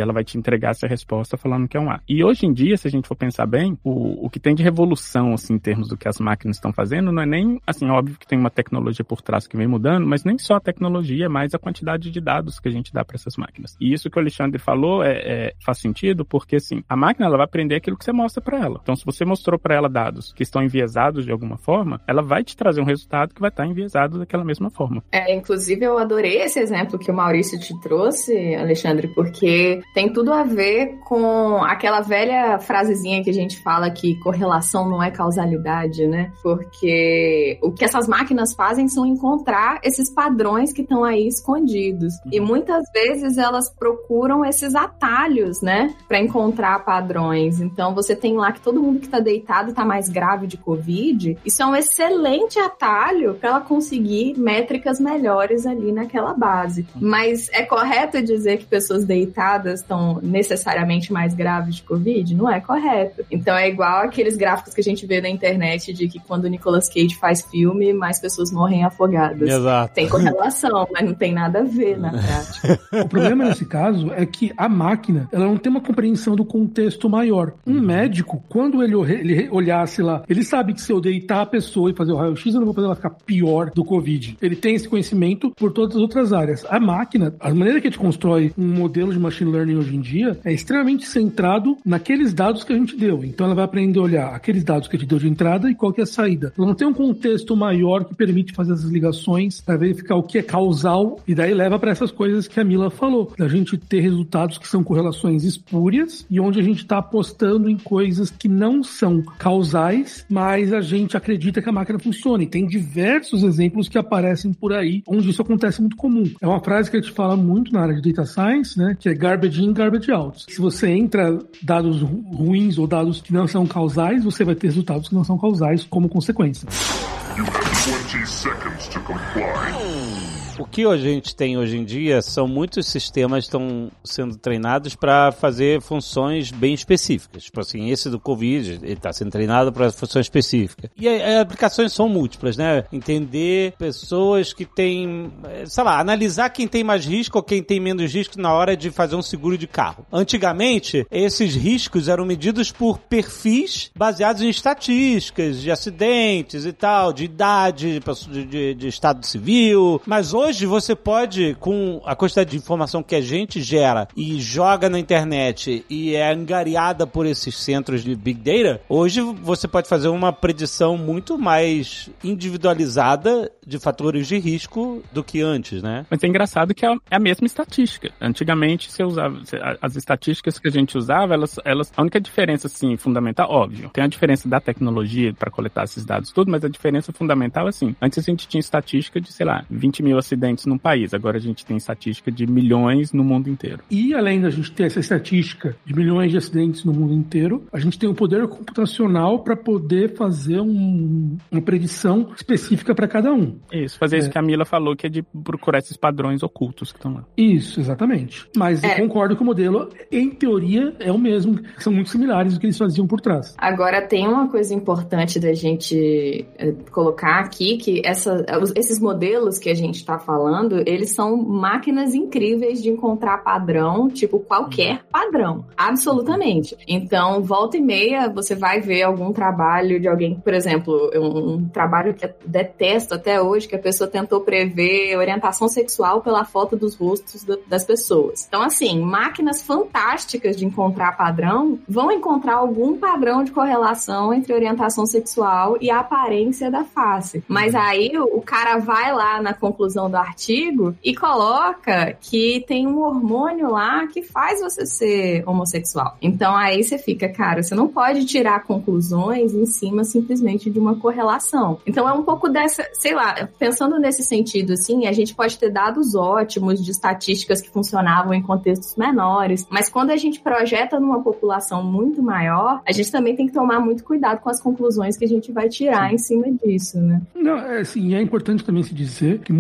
ela vai te entregar essa resposta falando que é um A. E hoje em dia, se a gente for pensar bem, o, o que tem de revolução, assim, em termos do que as máquinas estão fazendo, não é nem, assim, óbvio que tem uma tecnologia por trás que vem mudando, mas nem só a tecnologia, mas a quantidade de dados que a gente dá para essas máquinas. E isso que o Alexandre falou é, é, faz sentido, porque, assim, a máquina, ela vai aprender aquilo que você mostra para ela. Então, se você mostrou para ela dados que estão enviesados de alguma forma, ela vai te trazer um resultado que vai estar enviesado daquela mesma forma. É, inclusive, eu adorei esse exemplo que o Maurício te trouxe, Alexandre, porque tem tudo a ver com aquela velha frasezinha que a gente fala que correlação não é causalidade, né? Porque o que essas máquinas fazem são encontrar esses padrões que estão aí escondidos. Uhum. E muitas vezes elas procuram esses atalhos, né? Pra encontrar padrões. Então, você tem lá que todo mundo que tá deitado tá mais grave de Covid. Isso é um excelente atalho para ela conseguir métricas melhores ali naquela base. Mas é correto dizer que pessoas deitadas estão necessariamente mais graves de Covid? Não é correto. Então é igual aqueles gráficos que a gente vê na internet de que quando o Nicolas Cage faz filme, mais pessoas morrem afogadas. Exato. Tem correlação, mas não tem nada a ver na prática. O problema nesse caso é que a máquina, ela não tem uma compreensão do contexto maior. Um médico, quando ele, ele olhasse lá, ele sabe que se eu deitar a pessoa e fazer o raio-x, eu não vou fazer ela ficar pior do Covid. Ele tem esse conhecimento por todas as outras áreas. A máquina, a maneira que a gente constrói um modelo de machine learning hoje em dia é extremamente centrado naqueles dados que a gente deu. Então ela vai aprender a olhar aqueles dados que a gente deu de entrada e qual que é a saída. Ela não tem um contexto maior que permite fazer essas ligações para verificar o que é causal e daí leva para essas coisas que a Mila falou, da gente ter resultados que são correlações espúrias e onde a gente está apostando em coisas que não são causais, mas a gente acredita que a máquina funciona. E tem diversos exemplos que aparecem por aí onde isso acontece muito comum. É uma frase que a gente fala muito na área de data science, né? Que é garbage in, garbage out. Se você entra dados ruins ou dados que não são causais, você vai ter resultados que não são causais como consequência. You have twenty seconds to comply. O que a gente tem hoje em dia são muitos sistemas que estão sendo treinados para fazer funções bem específicas. Tipo assim, esse do Covid, ele está sendo treinado para função específica. E as aplicações são múltiplas, né? Entender pessoas que têm, sei lá, analisar quem tem mais risco ou quem tem menos risco na hora de fazer um seguro de carro. Antigamente, esses riscos eram medidos por perfis baseados em estatísticas de acidentes e tal, de idade, de, de, de estado civil, mas hoje Hoje você pode, com a quantidade de informação que a gente gera e joga na internet e é angariada por esses centros de Big Data, hoje você pode fazer uma predição muito mais individualizada de fatores de risco do que antes, né? Mas é engraçado que é a mesma estatística. Antigamente, você usava, as estatísticas que a gente usava, elas, elas, a única diferença, assim, fundamental, óbvio, tem a diferença da tecnologia para coletar esses dados tudo, mas a diferença fundamental, assim, antes a gente tinha estatística de, sei lá, vinte mil acidentes num país. Agora a gente tem estatística de milhões no mundo inteiro. E além da gente ter essa estatística de milhões de acidentes no mundo inteiro, a gente tem um poder computacional para poder fazer um, uma predição específica para cada um. Isso, fazer é. isso que a Mila falou, que é de procurar esses padrões ocultos que estão lá. Isso, exatamente. Mas é. eu concordo que o modelo, em teoria, é o mesmo. São muito similares do que eles faziam por trás. Agora, tem uma coisa importante da gente é, colocar aqui, que essa, esses modelos que a gente está falando, eles são máquinas incríveis de encontrar padrão, tipo qualquer padrão, absolutamente. Então, volta e meia, você vai ver algum trabalho de alguém, por exemplo, um, um trabalho que eu detesto até hoje, que a pessoa tentou prever orientação sexual pela foto dos rostos do, das pessoas. Então, assim, máquinas fantásticas de encontrar padrão vão encontrar algum padrão de correlação entre orientação sexual e a aparência da face. Mas aí, o, o cara vai lá na conclusão do artigo e coloca que tem um hormônio lá que faz você ser homossexual. Então aí você fica, cara, você não pode tirar conclusões em cima simplesmente de uma correlação. Então é um pouco dessa, sei lá, pensando nesse sentido assim, a gente pode ter dados ótimos de estatísticas que funcionavam em contextos menores, mas quando a gente projeta numa população muito maior, a gente também tem que tomar muito cuidado com as conclusões que a gente vai tirar Sim. em cima disso, né? Não, é assim, é importante também se dizer que muitos desses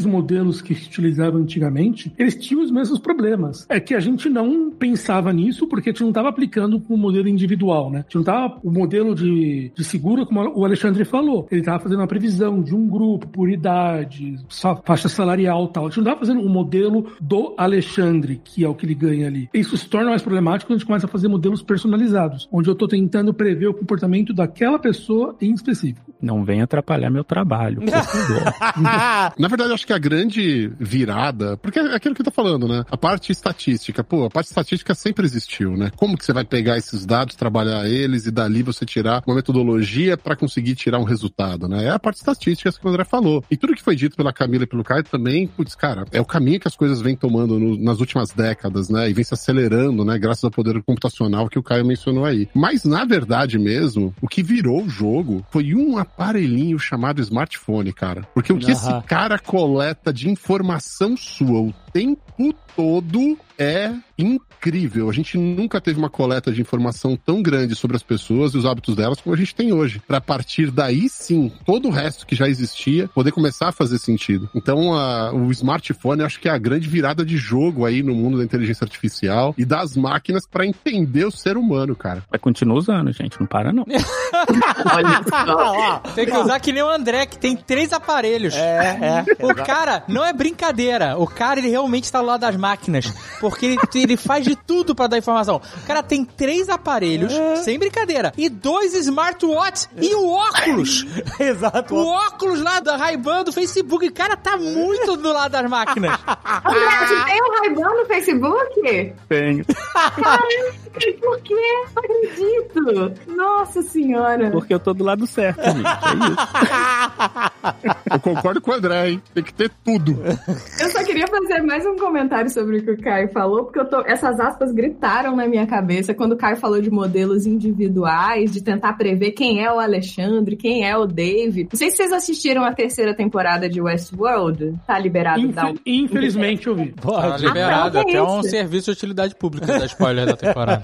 modelos que se utilizavam antigamente, eles tinham os mesmos problemas. É que a gente não pensava nisso porque a gente não estava aplicando com o modelo individual, né? A gente não estava o modelo de, de seguro, como o Alexandre falou. Ele estava fazendo uma previsão de um grupo por idade, faixa salarial e tal. A gente não estava fazendo um modelo do Alexandre, que é o que ele ganha ali. Isso se torna mais problemático quando a gente começa a fazer modelos personalizados, onde eu estou tentando prever o comportamento daquela pessoa em específico. Não vem atrapalhar meu trabalho, por favor. Na verdade, eu acho que a grande virada, porque é aquilo que eu tô falando, né? A parte estatística, pô, a parte estatística sempre existiu, né? Como que você vai pegar esses dados, trabalhar eles e dali você tirar uma metodologia para conseguir tirar um resultado, né? É a parte estatística que o André falou. E tudo que foi dito pela Camila e pelo Caio também, putz, cara, é o caminho que as coisas vêm tomando no, nas últimas décadas, né? E vem se acelerando, né? Graças ao poder computacional que o Caio mencionou aí. Mas, na verdade mesmo, o que virou o jogo foi um aparelhinho chamado smartphone, cara. Porque o que uhum. esse cara coleta de informação sua o tempo todo é incrível. A gente nunca teve uma coleta de informação tão grande sobre as pessoas e os hábitos delas como a gente tem hoje. Pra partir daí, sim, todo o resto que já existia poder começar a fazer sentido. Então, a, o smartphone, eu acho que é a grande virada de jogo aí no mundo da inteligência artificial e das máquinas pra entender o ser humano, cara. Vai continuar usando, gente. Não para, não. Olha só. Tem que usar que nem o André, que tem três aparelhos. É, é. O cara, não é brincadeira. O cara, ele realmente está do lado das máquinas. Porque ele, ele faz de tudo pra dar informação. O cara tem três aparelhos, é. sem brincadeira, e dois smartwatches e o óculos. Exato. O óculos lá da Ray-Ban, do Facebook. O cara tá muito do lado das máquinas. André, você tem o Ray-Ban no Facebook? Tenho. Caramba, por quê? Não acredito. Nossa senhora. Porque eu tô do lado certo, gente. É isso. Eu concordo com o André, hein? Tem que ter tudo. Eu só queria fazer mais um comentário sobre o que o Caio falou, porque eu tô, essas aspas gritaram na minha cabeça quando o Caio falou de modelos individuais, de tentar prever quem é o Alexandre, quem é o Dave. Não sei se vocês assistiram a terceira temporada de Westworld. Tá liberado Infe- da... Infelizmente eu vi. Tá liberado, ah, até um serviço de utilidade pública da spoiler da temporada.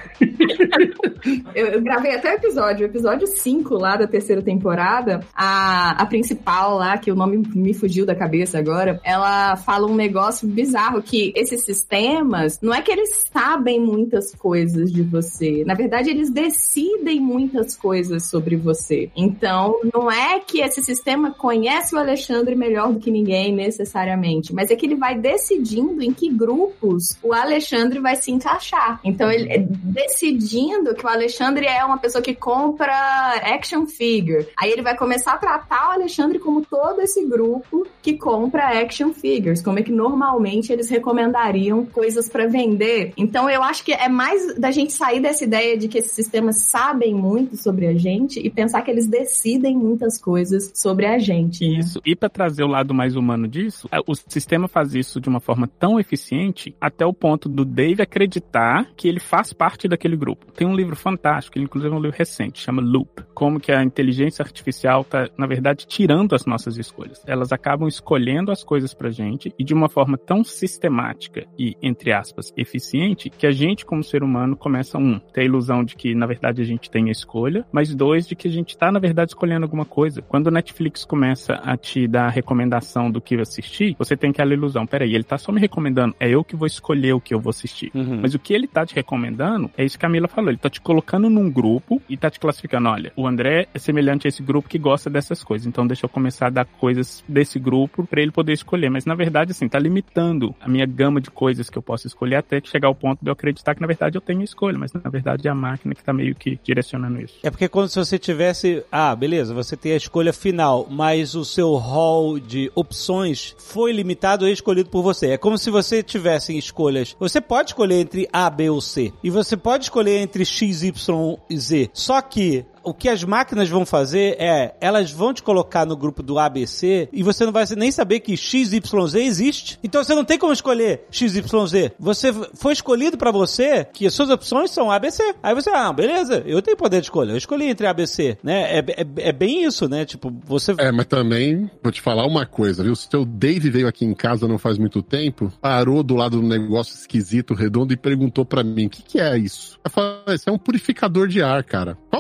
eu, eu gravei até o episódio, o episódio cinco lá da terceira temporada, a, a principal lá, que o nome me fugiu da cabeça agora, ela fala um negócio bizarro, que esses sistemas, não é que eles sabem muitas coisas de você, na verdade eles decidem muitas coisas sobre você. Então, não é que esse sistema conhece o Alexandre melhor do que ninguém necessariamente, mas é que ele vai decidindo em que grupos o Alexandre vai se encaixar. Então, ele é decidindo que o Alexandre é uma pessoa que compra action figure. Aí ele vai começar a tratar o Alexandre como todo esse grupo que compra action figures, como é que normalmente eles recomendariam coisas pra vender. Então eu acho que é mais da gente sair dessa ideia de que esses sistemas sabem muito sobre a gente e pensar que eles decidem muitas coisas sobre a gente. Né? Isso. E pra trazer o lado mais humano disso, o sistema faz isso de uma forma tão eficiente até o ponto do Dave acreditar que ele faz parte daquele grupo. Tem um livro fantástico, inclusive é um livro recente, chama Loop. Como que a inteligência artificial tá, na verdade, tirando as nossas escolhas. Elas acabam escolhendo as coisas pra gente e de uma forma tão sistemática e, entre aspas, eficiente, que a gente, como ser humano, começa, um, ter a ilusão de que, na verdade, a gente tem a escolha, mas dois, de que a gente tá, na verdade, escolhendo alguma coisa. Quando o Netflix começa a te dar a recomendação do que assistir, você tem aquela ilusão, peraí, ele tá só me recomendando, é eu que vou escolher o que eu vou assistir. Uhum. Mas o que ele tá te recomendando, é isso que a Camila falou, ele tá te colocando num grupo e tá te classificando, olha, o André é semelhante a esse grupo que gosta dessas coisas, então deixa eu começar a dar coisas desse grupo pra ele poder escolher, mas na verdade, assim, tá limitando a minha gama de coisas que eu posso escolher até chegar ao ponto de eu acreditar que na verdade eu tenho escolha, mas na verdade é a máquina que tá meio que direcionando isso. É porque quando se você tivesse, ah, beleza, você tem a escolha final, mas o seu hall de opções foi limitado e escolhido por você. É como se você tivesse escolhas, você pode escolher entre A, B ou C, e você pode escolher entre X, Y e Z, só que o que as máquinas vão fazer é, elas vão te colocar no grupo do A B C e você não vai nem saber que X Y Z existe. Então você não tem como escolher X Y Z. Você foi escolhido pra você que as suas opções são A B C. Aí você, ah, beleza, eu tenho poder de escolha. Eu escolhi entre A B C, né? É, é, é bem isso, né? Tipo, você... É, mas também, vou te falar uma coisa, viu? O seu Dave veio aqui em casa não faz muito tempo, parou do lado do negócio esquisito, redondo e perguntou pra mim, o que que é isso? Eu falei, isso é um purificador de ar, cara. Qual o nome disso?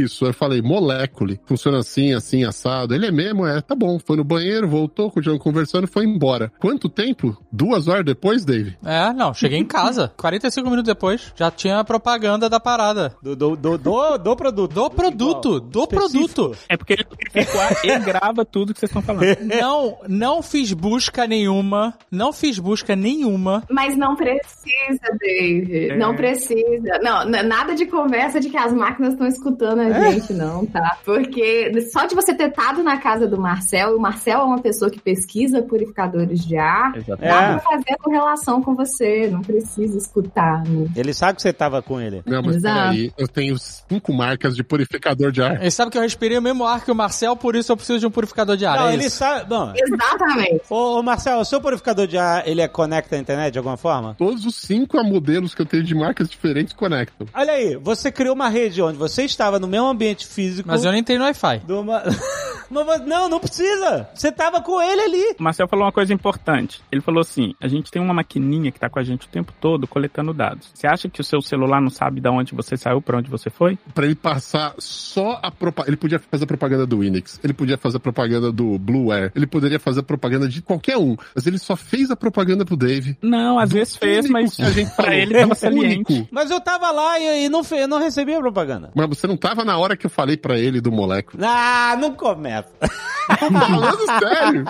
isso? Eu falei, Molecule, funciona assim, assim, assado. Ele é mesmo? É, tá bom. Foi no banheiro, voltou, continuou conversando, foi embora. Quanto tempo? Duas horas depois, Dave? É, não, cheguei em casa. quarenta e cinco minutos depois, já tinha a propaganda da parada. Do, do, do, do, do produto. Do produto, do produto. É porque ele, ele grava tudo que vocês estão falando. Não, não fiz busca nenhuma, não fiz busca nenhuma. Mas não precisa, Dave. É. Não precisa. Não, nada de conversa de que as máquinas estão escutando a gente, não, tá? Porque só de você ter estado na casa do Marcel, e o Marcel é uma pessoa que pesquisa purificadores de ar, Exatamente. dá pra fazer correlação com você, não precisa escutar. Né? Ele sabe que você tava com ele. Não, mas Exato. peraí, eu tenho cinco marcas de purificador de ar. Ele sabe que eu respirei o mesmo ar que o Marcel, por isso eu preciso de um purificador de ar. Não, é ele isso. sabe... Não. Exatamente. Ô, ô, Marcel, o seu purificador de ar, ele é conecta à internet de alguma forma? Todos os cinco modelos que eu tenho de marcas diferentes conectam. Olha aí, você criou uma rede onde você estava no mesmo ambiente físico... Mas eu não entrei no Wi-Fi. Uma... Não, não precisa. Você tava com ele ali. O Marcel falou uma coisa importante. Ele falou assim, a gente tem uma maquininha que tá com a gente o tempo todo coletando dados. Você acha que o seu celular não sabe de onde você saiu, pra onde você foi? Pra ele passar só a propaganda... Ele podia fazer a propaganda do Winix, ele podia fazer a propaganda do Blue Air, ele poderia fazer a propaganda de qualquer um, mas ele só fez a propaganda pro Dave. Não, às vezes fez, mas a gente pra ele tava saliente. Mas eu tava lá e, e não, fe... não recebi a propaganda. Mas você não tava na hora que eu falei pra ele do Molecule. Ah, não começa. Tô falando sério.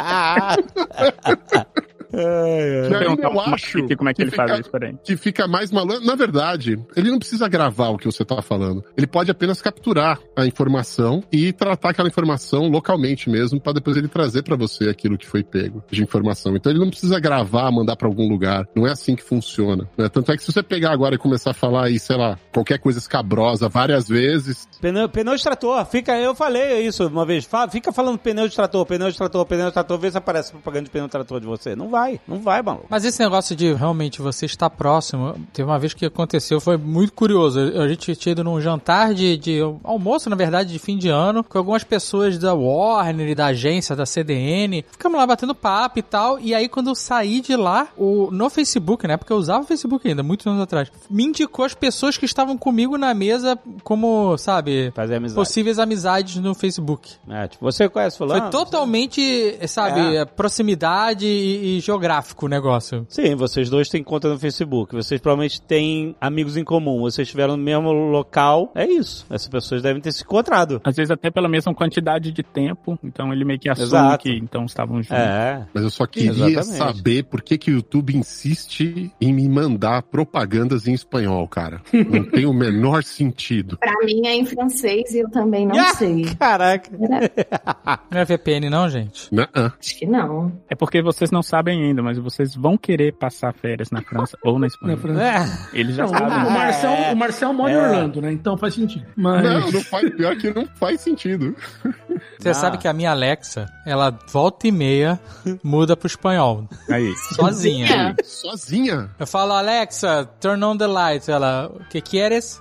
É, é. Que aí eu acho que, como é que, que ele fica, faz isso, peraí. Que fica mais malandro. Na verdade, ele não precisa gravar o que você tá falando. Ele pode apenas capturar a informação e tratar aquela informação localmente mesmo, pra depois ele trazer pra você aquilo que foi pego de informação. Então ele não precisa gravar, mandar pra algum lugar. Não é assim que funciona. Né? Tanto é que se você pegar agora e começar a falar aí, sei lá, qualquer coisa escabrosa várias vezes... Pneu, pneu de trator. Fica, eu falei isso uma vez. Fica falando pneu de trator, pneu de trator, pneu de trator. Vê se aparece propaganda de pneu de trator de você. Não vai. Não vai, maluco. Mas esse negócio de realmente você estar próximo, teve uma vez que aconteceu, foi muito curioso. A gente tinha ido num jantar de, de almoço, na verdade, de fim de ano, com algumas pessoas da Warner e da agência, da C D N. Ficamos lá batendo papo e tal. E aí, quando eu saí de lá, o, no Facebook, na época eu usava o Facebook ainda, muitos anos atrás, me indicou as pessoas que estavam comigo na mesa como, sabe, fazer amizade. Possíveis amizades no Facebook. É, tipo, você conhece fulano? Foi totalmente, sabe, é. proximidade e, e geográfico o negócio. Sim, vocês dois têm conta no Facebook, vocês provavelmente têm amigos em comum, vocês estiveram no mesmo local, é isso. Essas pessoas devem ter se encontrado. Às vezes até pela mesma quantidade de tempo, então ele meio que assume Exato. que então estavam juntos. É. Mas eu só queria Exatamente. saber por que que o YouTube insiste em me mandar propagandas em espanhol, cara. Não tem o menor sentido. Pra mim é em francês e eu também não ah, sei. Caraca. Não é V P N não, gente? Não. Acho que não. É porque vocês não sabem ainda, mas vocês vão querer passar férias na França ou na Espanha. Na França. É. Eles já não, sabem. O Marcel, o Marcel mora é. em Orlando, né? Então faz sentido. Mas... Não, não faz, pior que não faz sentido. Você ah. sabe que a minha Alexa, ela volta e meia muda pro espanhol. Aí. Sozinha. É. Sozinha? Eu falo, Alexa, turn on the lights. Ela, o que queres?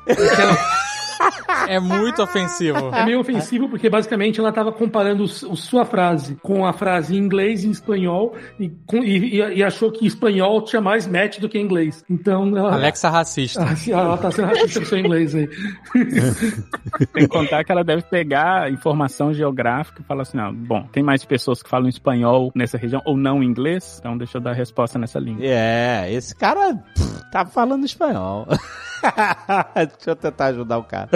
É muito ofensivo. É meio ofensivo porque basicamente ela estava comparando o, o sua frase com a frase em inglês e em espanhol e, com, e, e achou que espanhol tinha mais match do que inglês. Então ela... Alexa racista. Ela tá sendo racista com o seu inglês aí. Tem que contar que ela deve pegar informação geográfica e falar assim, não, bom, tem mais pessoas que falam espanhol nessa região ou não inglês? Então deixa eu dar a resposta nessa língua. É, esse cara pff, tá falando espanhol. Deixa eu tentar ajudar o cara.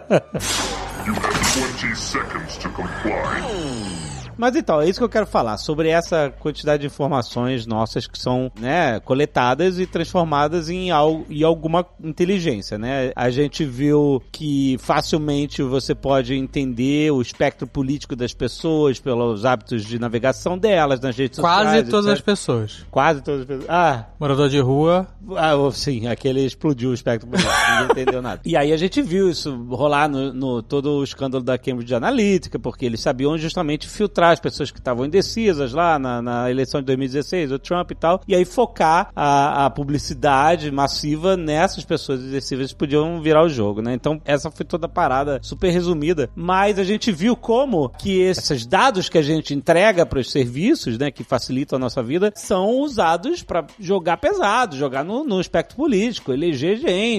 You have twenty seconds to comply. Mas então, é isso que eu quero falar, sobre essa quantidade de informações nossas que são, né, coletadas e transformadas em, algo, em alguma inteligência, né? A gente viu que facilmente você pode entender o espectro político das pessoas pelos hábitos de navegação delas nas redes Quase sociais. Quase todas etcétera. As pessoas. Quase todas as pessoas. Ah. Morador de rua. Ah, sim, aquele explodiu o espectro político, ninguém entendeu nada. E aí a gente viu isso rolar no, no todo o escândalo da Cambridge Analytica, porque eles sabiam justamente filtrar as pessoas que estavam indecisas lá na, na eleição de dois mil e dezesseis, o Trump e tal, e aí focar a, a publicidade massiva nessas pessoas indecisas que podiam virar o jogo, né? Então, essa foi toda a parada super resumida, mas a gente viu como que esses dados que a gente entrega para os serviços, né, que facilitam a nossa vida, são usados para jogar pesado, jogar no, no espectro político, eleger gente. Esse,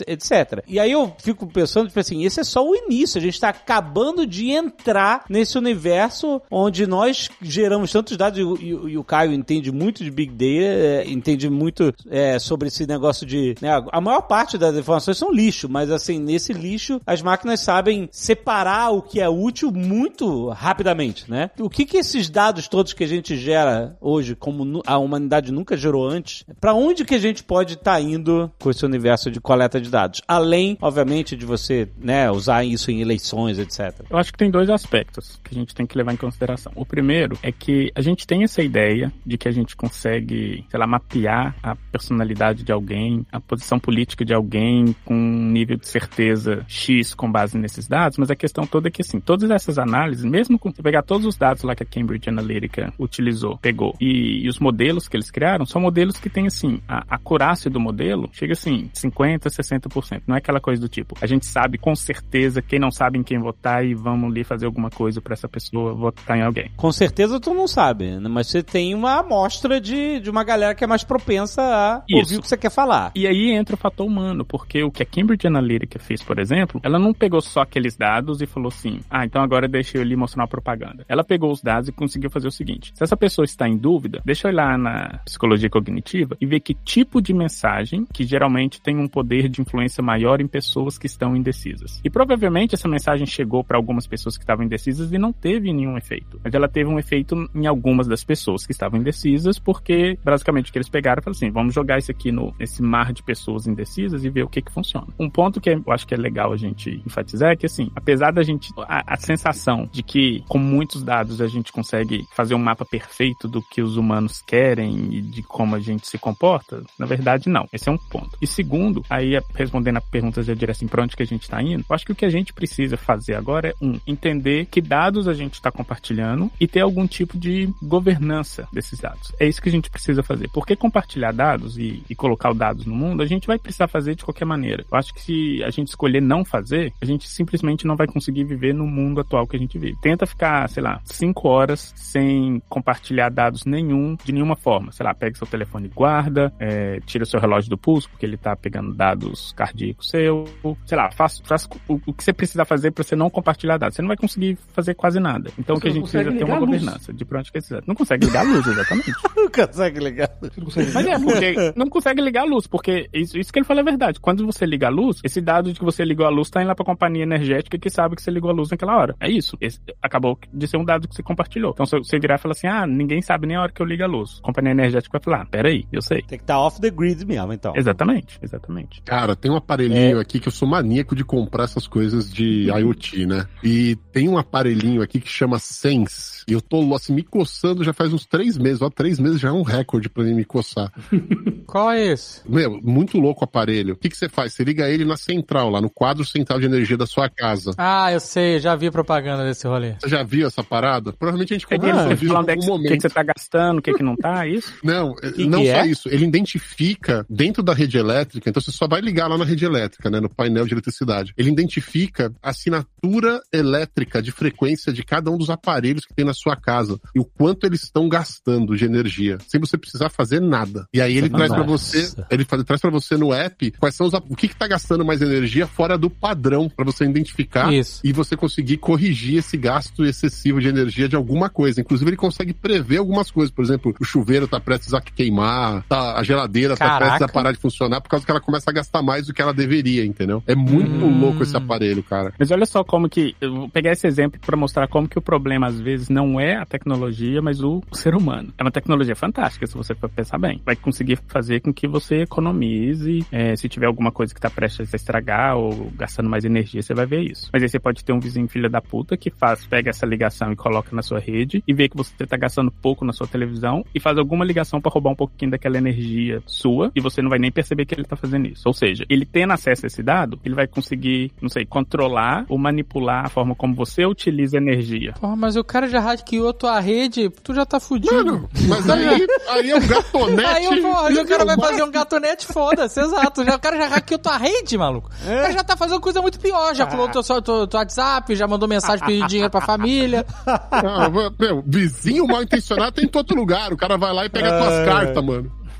etcétera. E aí eu fico pensando, tipo assim, esse é só o início, a gente tá acabando de entrar nesse universo onde nós geramos tantos dados, e, e, e o Caio entende muito de Big Data, é, entende muito é, sobre esse negócio de... Né, a maior parte das informações são lixo, mas assim, nesse lixo, as máquinas sabem separar o que é útil muito rapidamente, né? O que que esses dados todos que a gente gera hoje, como a humanidade nunca gerou antes, pra onde que a gente pode estar tá indo com esse universo de coleta de dados? Além, obviamente, de você, né, usar isso em eleições, etcétera. Eu acho que tem dois aspectos que a gente tem que levar em consideração. O primeiro é que a gente tem essa ideia de que a gente consegue, sei lá, mapear a personalidade de alguém, a posição política de alguém com um nível de certeza X com base nesses dados, mas a questão toda é que, assim, todas essas análises, mesmo com você pegar todos os dados lá que a Cambridge Analytica utilizou, pegou, e, e os modelos que eles criaram, são modelos que têm, assim, a acurácia do modelo chega, assim, cinquenta, sessenta por cento. Não é aquela coisa do tipo, a gente sabe com certeza quem não sabe em quem votar e vamos ali fazer alguma coisa pra essa pessoa votar em alguém. Com certeza tu não sabe, né? Mas você tem uma amostra de, de uma galera que é mais propensa a Isso. ouvir o que você quer falar. E aí entra o fator humano, porque o que a Cambridge Analytica fez, por exemplo, ela não pegou só aqueles dados e falou assim, ah, então agora deixa eu ali mostrar uma propaganda. Ela pegou os dados e conseguiu fazer o seguinte, se essa pessoa está em dúvida, deixa eu ir lá na psicologia cognitiva e ver que tipo de mensagem que geralmente tem um poder de influência maior em pessoas que estão indecisas. E provavelmente essa mensagem chegou para algumas pessoas que estavam indecisas e não teve nenhum efeito. Mas ela teve um efeito em algumas das pessoas que estavam indecisas, porque basicamente o que eles pegaram e falaram assim, vamos jogar isso aqui no, nesse mar de pessoas indecisas e ver o que que funciona. Um ponto que eu acho que é legal a gente enfatizar é que, assim, apesar da gente, a, a sensação de que com muitos dados a gente consegue fazer um mapa perfeito do que os humanos querem e de como a gente se comporta, na verdade não. Esse é um ponto. E segundo, aí respondendo a pergunta já direto assim, pra onde que a gente tá indo, eu acho que o que a gente precisa fazer agora é, um, entender que dados a gente está compartilhando e ter algum tipo de governança desses dados. É isso que a gente precisa fazer. Porque compartilhar dados e, e colocar os dados no mundo, a gente vai precisar fazer de qualquer maneira. Eu acho que se a gente escolher não fazer, a gente simplesmente não vai conseguir viver no mundo atual que a gente vive. Tenta ficar, sei lá, cinco horas sem compartilhar dados nenhum, de nenhuma forma. Sei lá, pega seu telefone e guarda, é, tira seu relógio do pulso, porque ele tá pegando dados cardíacos seu, sei lá, faz, faz o, o que você precisa fazer para você não compartilhar dados. Você não vai conseguir fazer quase nada. Então, você o que a gente precisa é ter uma governança de pronto que precisa. Não consegue ligar a luz, exatamente. Não consegue ligar. Mas é, porque não consegue ligar a luz, porque isso, isso que ele fala é verdade. Quando você liga a luz, esse dado de que você ligou a luz tá indo lá pra companhia energética que sabe que você ligou a luz naquela hora. É isso. Esse acabou de ser um dado que você compartilhou. Então, se você virar e falar assim, ah, ninguém sabe nem a hora que eu ligo a luz. A companhia energética vai falar, ah, peraí, eu sei. Tem que estar tá off the grid mesmo, então. Exatamente, exatamente. Cara, tem um aparelhinho é. aqui que eu sou maníaco de comprar essas coisas de IoT, né? E tem um aparelhinho aqui que chama Sense. E eu tô, assim, me coçando já faz uns três meses. Ó, três meses já é um recorde pra mim me coçar. Qual é esse? Meu, muito louco o aparelho. O que que você faz? Você liga ele na central, lá no quadro central de energia da sua casa. Ah, eu sei, já vi propaganda desse rolê. Você já viu essa parada? Provavelmente a gente comprou ah, isso em algum é que, momento. O que, que você tá gastando, o que que não tá, isso? Não, que não que só é? isso. Ele identifica dentro da rede elétrica, então você só vai ligar lá na rede elétrica, né, no painel de eletricidade. Ele identifica a assinatura elétrica de frequência de cada um dos aparelhos que tem na sua casa e o quanto eles estão gastando de energia, sem você precisar fazer nada. E aí ele Nossa. traz para você, ele faz, traz para você no app quais são os, o que que tá gastando mais energia fora do padrão, para você identificar Isso. e você conseguir corrigir esse gasto excessivo de energia de alguma coisa. Inclusive ele consegue prever algumas coisas, por exemplo, o chuveiro tá prestes a queimar, tá, a geladeira Caraca. tá prestes a parar de funcionar por causa que ela começa a gastar mais do que ela deveria, entendeu? É muito hum. louco esse aparelho, cara. Mas olha só como que, eu vou pegar esse exemplo para mostrar como que o problema às vezes não é a tecnologia, mas o ser humano. É uma tecnologia fantástica, se você for pensar bem. Vai conseguir fazer com que você economize, é, se tiver alguma coisa que tá prestes a estragar ou gastando mais energia, você vai ver isso. Mas aí você pode ter um vizinho filho da puta que faz, pega essa ligação e coloca na sua rede e vê que você tá gastando pouco na sua televisão e faz alguma ligação para roubar um pouquinho daquela energia sua e você não vai nem perceber que ele tá fazendo isso. Ou seja, ele tendo acesso a esse dado, ele vai conseguir, não sei, controlar ou manipular a forma como você utiliza a energia. Porra, mas o cara já hackeou tua rede, tu já tá fudido. Mano, mas aí, aí é um gatonete. Aí porra, o cara vai fazer um gatonete, foda-se, exato. Já, o cara já hackeou tua rede, maluco. É. O cara já tá fazendo coisa muito pior, já pulou teu, teu, teu WhatsApp, já mandou mensagem pedindo dinheiro pra família. Não, meu, vizinho mal intencionado tem em todo lugar. O cara vai lá e pega é. tuas cartas, mano.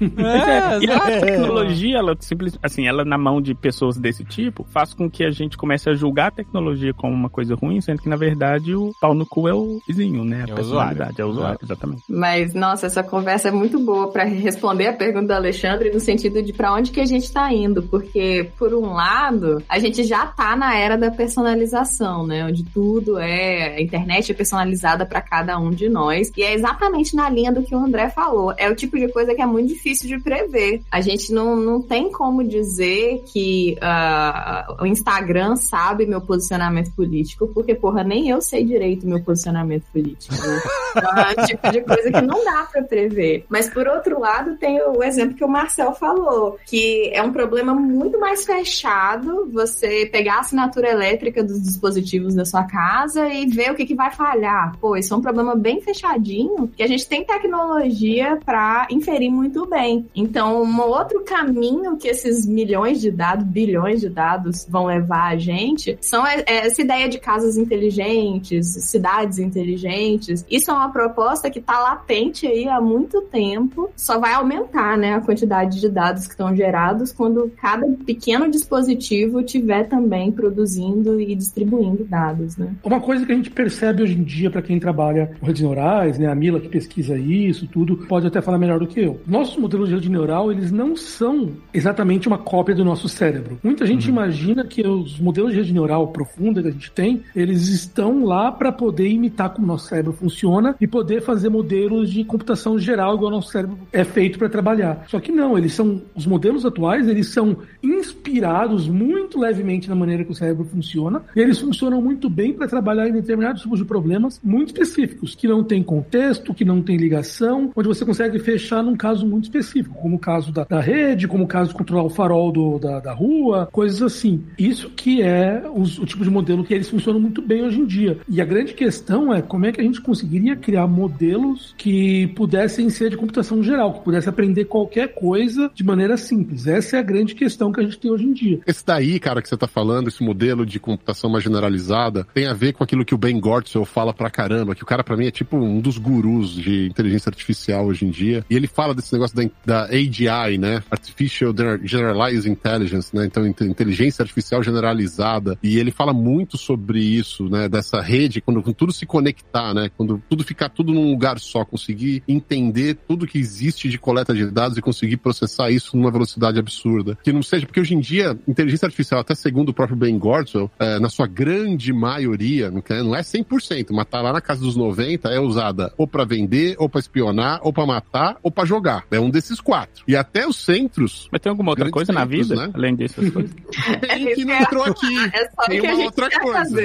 É, e a tecnologia, ela simplesmente, assim, ela na mão de pessoas desse tipo, faz com que a gente comece a julgar a tecnologia como uma coisa ruim, sendo que, na verdade, o pau no cu é o vizinho, né? A é personalidade, é o usuário, exatamente. Mas, nossa, essa conversa é muito boa pra responder a pergunta do Alexandre no sentido de pra onde que a gente tá indo, porque, por um lado, a gente já tá na era da personalização, né? Onde tudo é, a internet é personalizada pra cada um de nós, e é exatamente na linha do que o André falou. É o tipo de coisa que é muito difícil de prever. A gente não, não tem como dizer que uh, o Instagram sabe meu posicionamento político, porque, porra, nem eu sei direito meu posicionamento político, né? Então, é o tipo de coisa que não dá pra prever. Mas, por outro lado, tem o exemplo que o Marcel falou, que é um problema muito mais fechado você pegar a assinatura elétrica dos dispositivos da sua casa e ver o que, que vai falhar. Pô, isso é um problema bem fechadinho, que a gente tem tecnologia pra inferir muito bem. Então, um outro caminho que esses milhões de dados, bilhões de dados vão levar a gente, são essa ideia de casas inteligentes, cidades inteligentes. Isso é uma proposta que tá latente aí há muito tempo, só vai aumentar, né, a quantidade de dados que estão gerados quando cada pequeno dispositivo tiver também produzindo e distribuindo dados, né. Uma coisa que a gente percebe hoje em dia para quem trabalha com redes neurais, né, a Mila que pesquisa isso, tudo, pode até falar melhor do que eu. Nossos modelos de rede neural, eles não são exatamente uma cópia do nosso cérebro. Muita gente uhum. imagina que os modelos de rede neural profunda que a gente tem, eles estão lá para poder imitar como o nosso cérebro funciona e poder fazer modelos de computação geral igual o nosso cérebro é feito para trabalhar. Só que não, eles são, os modelos atuais, eles são inspirados muito levemente na maneira que o cérebro funciona, e eles funcionam muito bem para trabalhar em determinados tipos de problemas muito específicos, que não tem contexto, que não tem ligação, onde você consegue fechar num caso muito específico, como o caso da, da rede, como o caso de controlar o farol do, da, da rua, coisas assim. Isso que é os, o tipo de modelo que eles funcionam muito bem hoje em dia. E a grande questão é como é que a gente conseguiria criar modelos que pudessem ser de computação geral, que pudesse aprender qualquer coisa de maneira simples. Essa é a grande questão que a gente tem hoje em dia. Esse daí, cara, que você tá falando, esse modelo de computação mais generalizada, tem a ver com aquilo que o Ben Goertzel fala pra caramba, que o cara pra mim é tipo um dos gurus de inteligência artificial hoje em dia, e ele fala desse negócio da, da A G I, né? Artificial Generalized Intelligence, né? Então, inteligência artificial generalizada, e ele fala muito sobre isso, né? Dessa rede, quando, quando tudo se conectar, né? Quando tudo ficar tudo num lugar só, conseguir entender tudo que existe de coleta de dados e conseguir processar isso numa velocidade absurda. Que não seja, porque hoje em dia, inteligência artificial, até segundo o próprio Ben Goertzel, é, na sua grande maioria, não é cem por cento, mas tá lá na casa dos noventa, é usada ou pra vender, ou pra espionar, ou pra matar, ou pra jogar. É um desses quatro. E até os centros... Mas tem alguma outra coisa centros, na vida, né? Além dessas coisas? Tem que não entrou aqui. É só tem que uma outra coisa.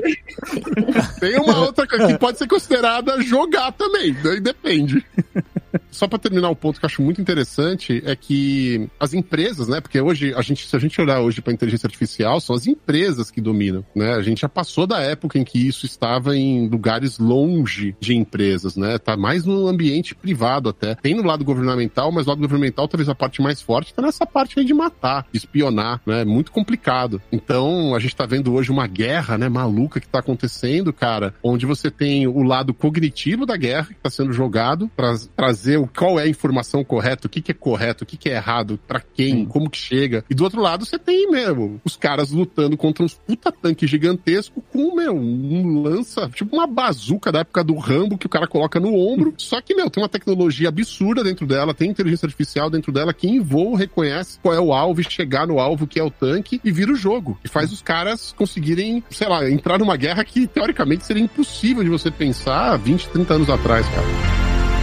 Tem uma outra coisa que pode ser considerada jogar também. Daí depende. Só para terminar o ponto que eu acho muito interessante é que as empresas, né? Porque hoje, a gente, se a gente olhar hoje para inteligência artificial, são as empresas que dominam, né? A gente já passou da época em que isso estava em lugares longe de empresas, né? Tá mais no ambiente privado até. Tem no lado governamental, mas no lado governamental talvez a parte mais forte tá nessa parte aí de matar, de espionar, né? Muito complicado. Então, a gente tá vendo hoje uma guerra, né? Maluca que tá acontecendo, cara, onde você tem o lado cognitivo da guerra que tá sendo jogado para trazer o qual é a informação correta, o que que é correto, o que que é errado, pra quem, como que chega. E do outro lado você tem, mesmo, os caras lutando contra uns puta tanque gigantesco com, meu, um lança, tipo uma bazuca da época do Rambo que o cara coloca no ombro. Só que, meu, tem uma tecnologia absurda dentro dela, tem inteligência artificial dentro dela que em voo reconhece qual é o alvo e chegar no alvo que é o tanque e vira o jogo. E faz os caras conseguirem, sei lá, entrar numa guerra que teoricamente seria impossível de você pensar há vinte, trinta anos atrás, cara.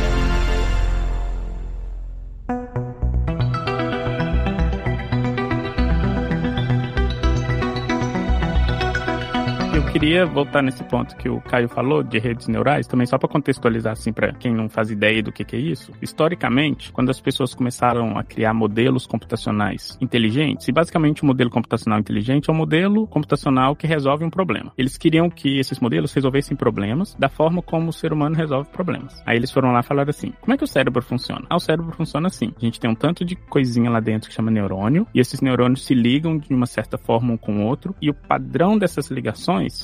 Queria voltar nesse ponto que o Caio falou de redes neurais, também só para contextualizar assim para quem não faz ideia do que, que é isso. Historicamente, quando as pessoas começaram a criar modelos computacionais inteligentes, e basicamente o modelo computacional inteligente é um modelo computacional que resolve um problema. Eles queriam que esses modelos resolvessem problemas da forma como o ser humano resolve problemas. Aí eles foram lá e falaram assim, como é que o cérebro funciona? Ah, o cérebro funciona assim. A gente tem um tanto de coisinha lá dentro que chama neurônio, e esses neurônios se ligam de uma certa forma um com o outro, e o padrão dessas ligações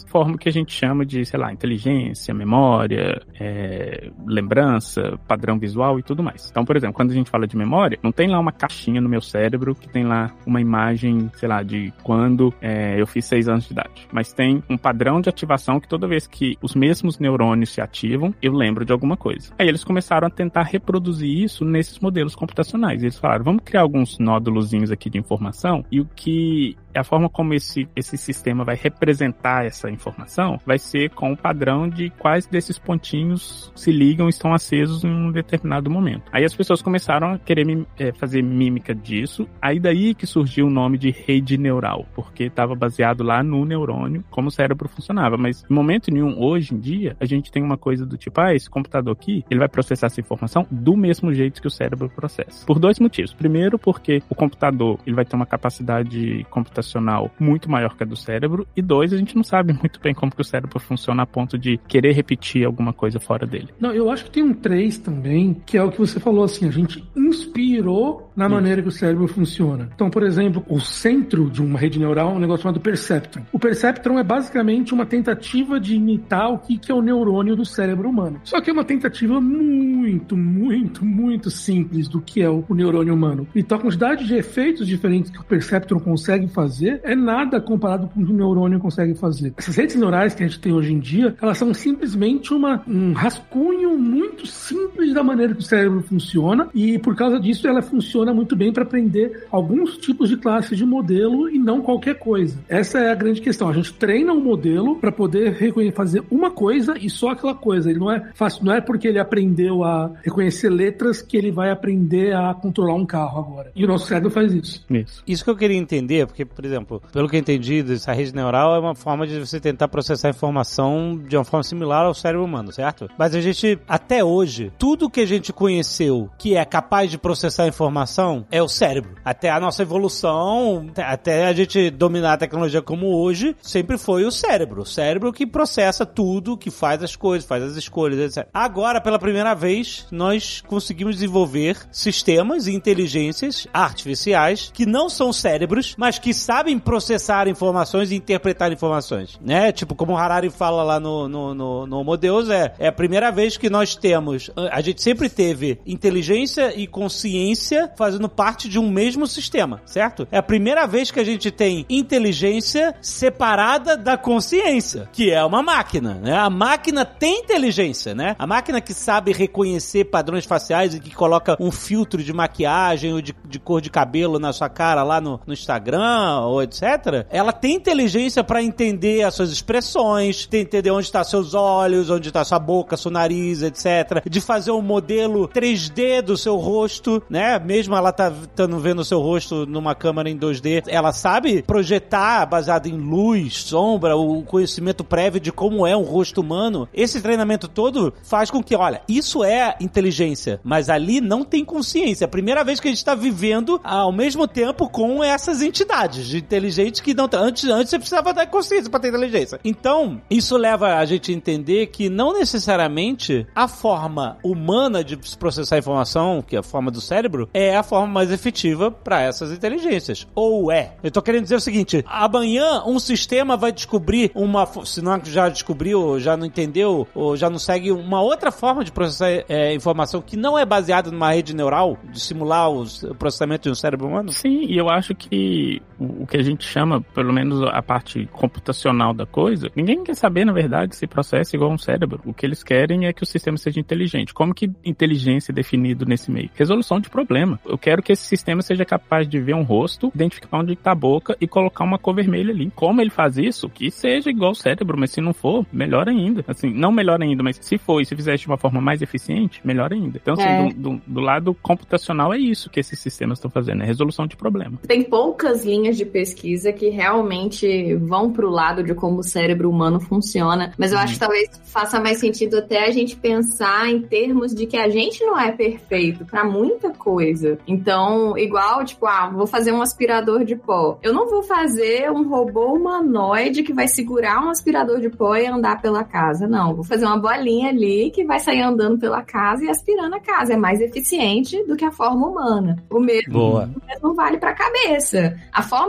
forma que a gente chama de, sei lá, inteligência, memória, é, lembrança, padrão visual e tudo mais. Então, por exemplo, quando a gente fala de memória, não tem lá uma caixinha no meu cérebro que tem lá uma imagem, sei lá, de quando é, eu fiz seis anos de idade. Mas tem um padrão de ativação que toda vez que os mesmos neurônios se ativam, eu lembro de alguma coisa. Aí eles começaram a tentar reproduzir isso nesses modelos computacionais. Eles falaram, vamos criar alguns nódulozinhos aqui de informação e o que... a forma como esse, esse sistema vai representar essa informação vai ser com o padrão de quais desses pontinhos se ligam e estão acesos em um determinado momento. Aí as pessoas começaram a querer é, fazer mímica disso, aí daí que surgiu o nome de rede neural, porque estava baseado lá no neurônio, como o cérebro funcionava, mas em momento nenhum, hoje em dia, a gente tem uma coisa do tipo, ah, esse computador aqui, ele vai processar essa informação do mesmo jeito que o cérebro processa. Por dois motivos. Primeiro, porque o computador, ele vai ter uma capacidade computacional muito maior que a do cérebro, e dois, a gente não sabe muito bem como que o cérebro funciona a ponto de querer repetir alguma coisa fora dele. Não, eu acho que tem um três também, que é o que você falou assim, a gente inspirou na Isso. maneira que o cérebro funciona. Então, por exemplo, o centro de uma rede neural é um negócio chamado perceptron. O perceptron é basicamente uma tentativa de imitar o que, que é o neurônio do cérebro humano. Só que é uma tentativa muito, muito, muito simples do que é o, o neurônio humano. Então, a quantidade de efeitos diferentes que o perceptron consegue fazer é nada comparado com o que o neurônio consegue fazer. Essas redes neurais que a gente tem hoje em dia, elas são simplesmente uma, um rascunho muito simples da maneira que o cérebro funciona, e por causa disso ela funciona muito bem para aprender alguns tipos de classes de modelo e não qualquer coisa. Essa é a grande questão. A gente treina um modelo para poder reconhecer, fazer uma coisa e só aquela coisa. Ele não é fácil, não é porque ele aprendeu a reconhecer letras que ele vai aprender a controlar um carro agora. E o nosso cérebro faz isso. Isso. Isso que eu queria entender, porque, por exemplo, pelo que eu entendi, essa rede neural é uma forma de você tentar processar informação de uma forma similar ao cérebro humano, certo? Mas a gente, até hoje, tudo que a gente conheceu que é capaz de processar informação é o cérebro. Até a nossa evolução, até a gente dominar a tecnologia como hoje, sempre foi o cérebro. O cérebro que processa tudo, que faz as coisas, faz as escolhas, etcétera. Agora, pela primeira vez, nós conseguimos desenvolver sistemas e inteligências artificiais que não são cérebros, mas que sabem processar informações e interpretar informações, né? Tipo, como o Harari fala lá no, no, no, no Homo Deus, é, é a primeira vez que nós temos, a gente sempre teve inteligência e consciência fazendo parte de um mesmo sistema, certo? É a primeira vez que a gente tem inteligência separada da consciência, que é uma máquina, né? A máquina tem inteligência, né? A máquina que sabe reconhecer padrões faciais e que coloca um filtro de maquiagem ou de, de cor de cabelo na sua cara lá no, no Instagram ou etcétera, ela tem inteligência para entender as suas expressões, entender onde estão seus olhos, onde está sua boca, seu nariz, etcétera, de fazer um modelo três D do seu rosto, né? Mesmo ela tá, tá vendo o seu rosto numa câmera em dois D, ela sabe projetar baseado em luz, sombra, o conhecimento prévio de como é um rosto humano. Esse treinamento todo faz com que, olha, isso é inteligência, mas ali não tem consciência. É a primeira vez que a gente está vivendo ao mesmo tempo com essas entidades de inteligentes que não... Antes, antes você precisava dar consciência para ter inteligência. Então, isso leva a gente a entender que não necessariamente a forma humana de processar informação, que é a forma do cérebro, é a forma mais efetiva para essas inteligências. Ou é. Eu tô querendo dizer o seguinte, amanhã um sistema vai descobrir uma... Se não já descobriu, ou já não entendeu, ou já não segue uma outra forma de processar é, informação que não é baseada numa rede neural, de simular os, o processamento de um cérebro humano? Sim, e eu acho que o que a gente chama, pelo menos a parte computacional da coisa, ninguém quer saber, na verdade, se processa igual um cérebro. O que eles querem é que o sistema seja inteligente. Como que inteligência é definido nesse meio? Resolução de problema. Eu quero que esse sistema seja capaz de ver um rosto, identificar onde está a boca e colocar uma cor vermelha ali. Como ele faz isso? Que seja igual ao cérebro, mas se não for, melhor ainda. Assim, não melhor ainda, mas se for e se fizer de uma forma mais eficiente, melhor ainda. Então, assim, é. do, do, do lado computacional é isso que esses sistemas estão fazendo, é resolução de problema. Tem poucas linhas de pesquisa que realmente vão pro lado de como o cérebro humano funciona, mas eu hum. acho que talvez faça mais sentido até a gente pensar em termos de que a gente não é perfeito pra muita coisa. Então, igual, tipo, ah, vou fazer um aspirador de pó. Eu não vou fazer um robô humanoide que vai segurar um aspirador de pó e andar pela casa, não. Vou fazer uma bolinha ali que vai sair andando pela casa e aspirando a casa. É mais eficiente do que a forma humana. O mesmo, Boa. o mesmo vale pra cabeça. A forma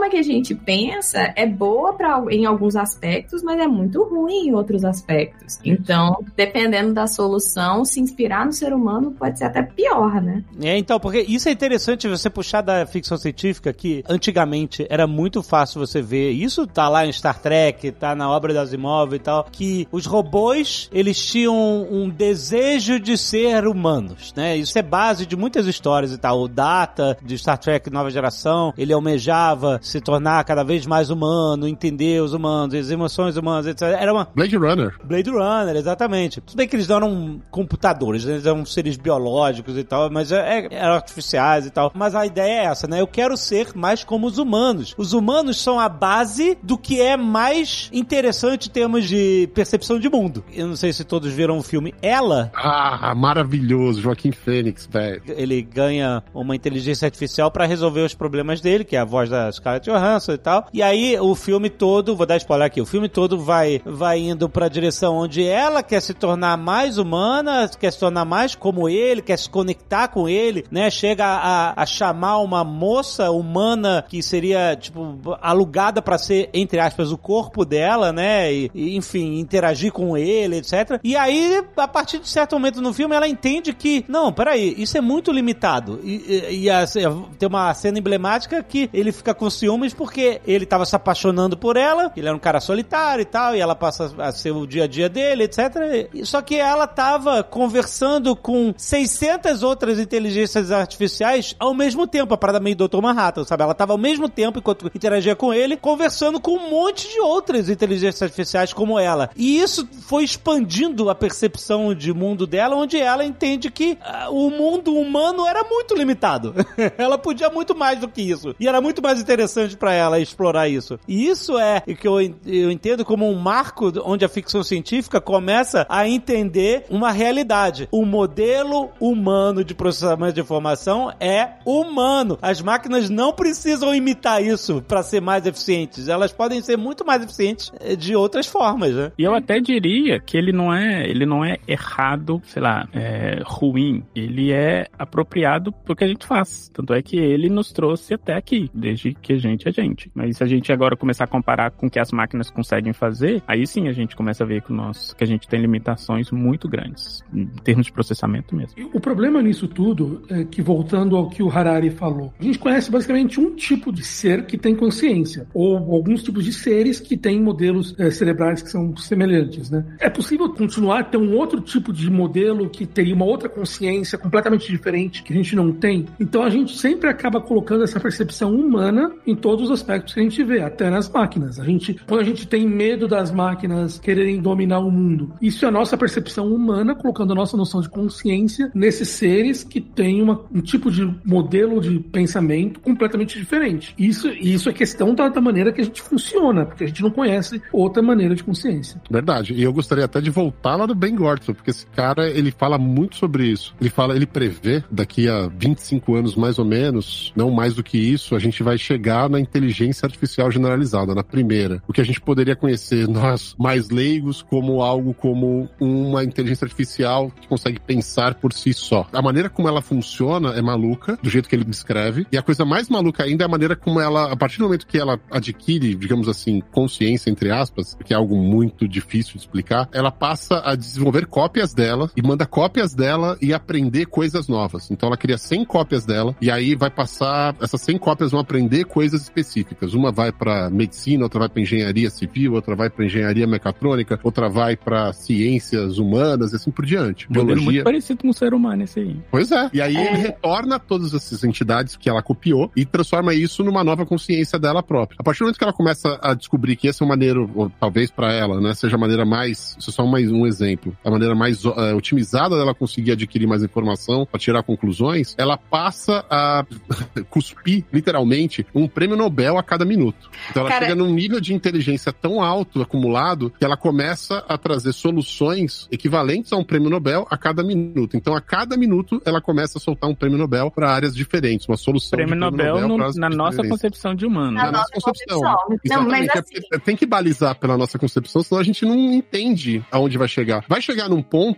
forma que a gente pensa é boa pra, em alguns aspectos, mas é muito ruim em outros aspectos. Então, dependendo da solução, se inspirar no ser humano pode ser até pior, né? É, então, porque isso é interessante você puxar da ficção científica, que antigamente era muito fácil você ver, isso tá lá em Star Trek, tá na obra da Asimov e tal, que os robôs, eles tinham um desejo de ser humanos, né? Isso é base de muitas histórias e tal. O Data, de Star Trek Nova Geração, ele almejava se tornar cada vez mais humano, entender os humanos, as emoções humanas, etcétera. Era uma... Blade Runner. Blade Runner, exatamente. Tudo bem que eles não eram computadores, eles eram seres biológicos e tal, mas é, eram artificiais e tal. Mas a ideia é essa, né? Eu quero ser mais como os humanos. Os humanos são a base do que é mais interessante em termos de percepção de mundo. Eu não sei se todos viram o filme Ela. Ah, maravilhoso. Joaquim Fênix, velho. Ele ganha uma inteligência artificial pra resolver os problemas dele, que é a voz da Scarlett Johansson e tal. E aí o filme todo, vou dar spoiler aqui, o filme todo vai, vai indo pra direção onde ela quer se tornar mais humana, quer se tornar mais como ele, quer se conectar com ele, né? Chega a, a chamar uma moça humana que seria, tipo, alugada pra ser, entre aspas, o corpo dela, né? E, e, enfim, interagir com ele, etcétera. E aí, a partir de certo momento no filme, ela entende que, não, peraí, isso é muito limitado. E, e, e a, tem uma cena emblemática que ele fica com ciúmes porque ele tava se apaixonando por ela, ele era um cara solitário e tal, e ela passa a ser o dia a dia dele, etcétera. E, só que ela tava conversando com seiscentas outras inteligências artificiais ao mesmo tempo, a parada meio doutor Manhattan, sabe? Ela tava ao mesmo tempo, enquanto interagia com ele, conversando com um monte de outras inteligências artificiais como ela. E isso foi expandindo a percepção de mundo dela, onde ela entende que uh, o mundo humano era muito limitado. Ela podia muito mais do que isso. E era muito mais interessante pra ela explorar isso. E isso é o que eu, eu entendo como um marco onde a ficção científica começa a entender uma realidade. O modelo humano de processamento de informação é humano. As máquinas não precisam imitar isso pra ser mais eficientes. Elas podem ser muito mais eficientes de outras formas, né? E eu até diria que ele não é, ele não é errado, sei lá, é ruim. Ele é apropriado porque a gente faz. Tanto é que ele nos trouxe até aqui, desde que a gente é gente. Mas se a gente agora começar a comparar com o que as máquinas conseguem fazer, aí sim a gente começa a ver que, nós, que a gente tem limitações muito grandes, em termos de processamento mesmo. O problema nisso tudo é que, voltando ao que o Harari falou, a gente conhece basicamente um tipo de ser que tem consciência, ou alguns tipos de seres que têm modelos é, cerebrais que são semelhantes, né? É possível continuar a ter um outro tipo de modelo que teria uma outra consciência completamente diferente, que a gente não tem? Então a gente sempre acaba colocando essa percepção humana em todos os aspectos que a gente vê, até nas máquinas. A gente, quando a gente tem medo das máquinas quererem dominar o mundo, isso é a nossa percepção humana, colocando a nossa noção de consciência nesses seres que têm uma, um tipo de modelo de pensamento completamente diferente. Isso, isso é questão da, da maneira que a gente funciona, porque a gente não conhece outra maneira de consciência. Verdade. E eu gostaria até de voltar lá do Ben Gortson, porque esse cara, ele fala muito sobre isso. Ele fala, ele prevê daqui a vinte e cinco anos, mais ou menos, não mais do que isso, a gente vai chegar na inteligência artificial generalizada, na primeira. O que a gente poderia conhecer, nós mais leigos, como algo como uma inteligência artificial que consegue pensar por si só. A maneira como ela funciona é maluca, do jeito que ele descreve, e a coisa mais maluca ainda é a maneira como ela, a partir do momento que ela adquire, digamos assim, consciência, entre aspas, que é algo muito difícil de explicar, ela passa a desenvolver cópias dela e manda cópias dela e aprender coisas novas. Então ela cria cem cópias dela e aí vai passar, essas cem cópias vão aprender coisas específicas. Uma vai pra medicina, outra vai pra engenharia civil, outra vai pra engenharia mecatrônica, outra vai pra ciências humanas e assim por diante. Biologia. Muito parecido com o ser humano esse aí. Pois é. E aí é. ele retorna todas essas entidades que ela copiou e transforma isso numa nova consciência dela própria. A partir do momento que ela começa a descobrir que esse é uma maneira, ou talvez pra ela, né, seja a maneira mais, isso é só mais um exemplo, a maneira mais uh, otimizada dela conseguir adquirir mais informação pra tirar conclusões, ela passa a cuspir, literalmente, um prêmio Nobel a cada minuto. Então ela Cara... chega num nível de inteligência tão alto, acumulado, que ela começa a trazer soluções equivalentes a um prêmio Nobel a cada minuto. Então a cada minuto ela começa a soltar um prêmio Nobel para áreas diferentes, uma solução prêmio de prêmio Nobel, Nobel no, na nossa concepção de humano. Na, na nossa concepção. concepção. Não, mas assim... é, tem que balizar pela nossa concepção, senão a gente não entende aonde vai chegar. Vai chegar num ponto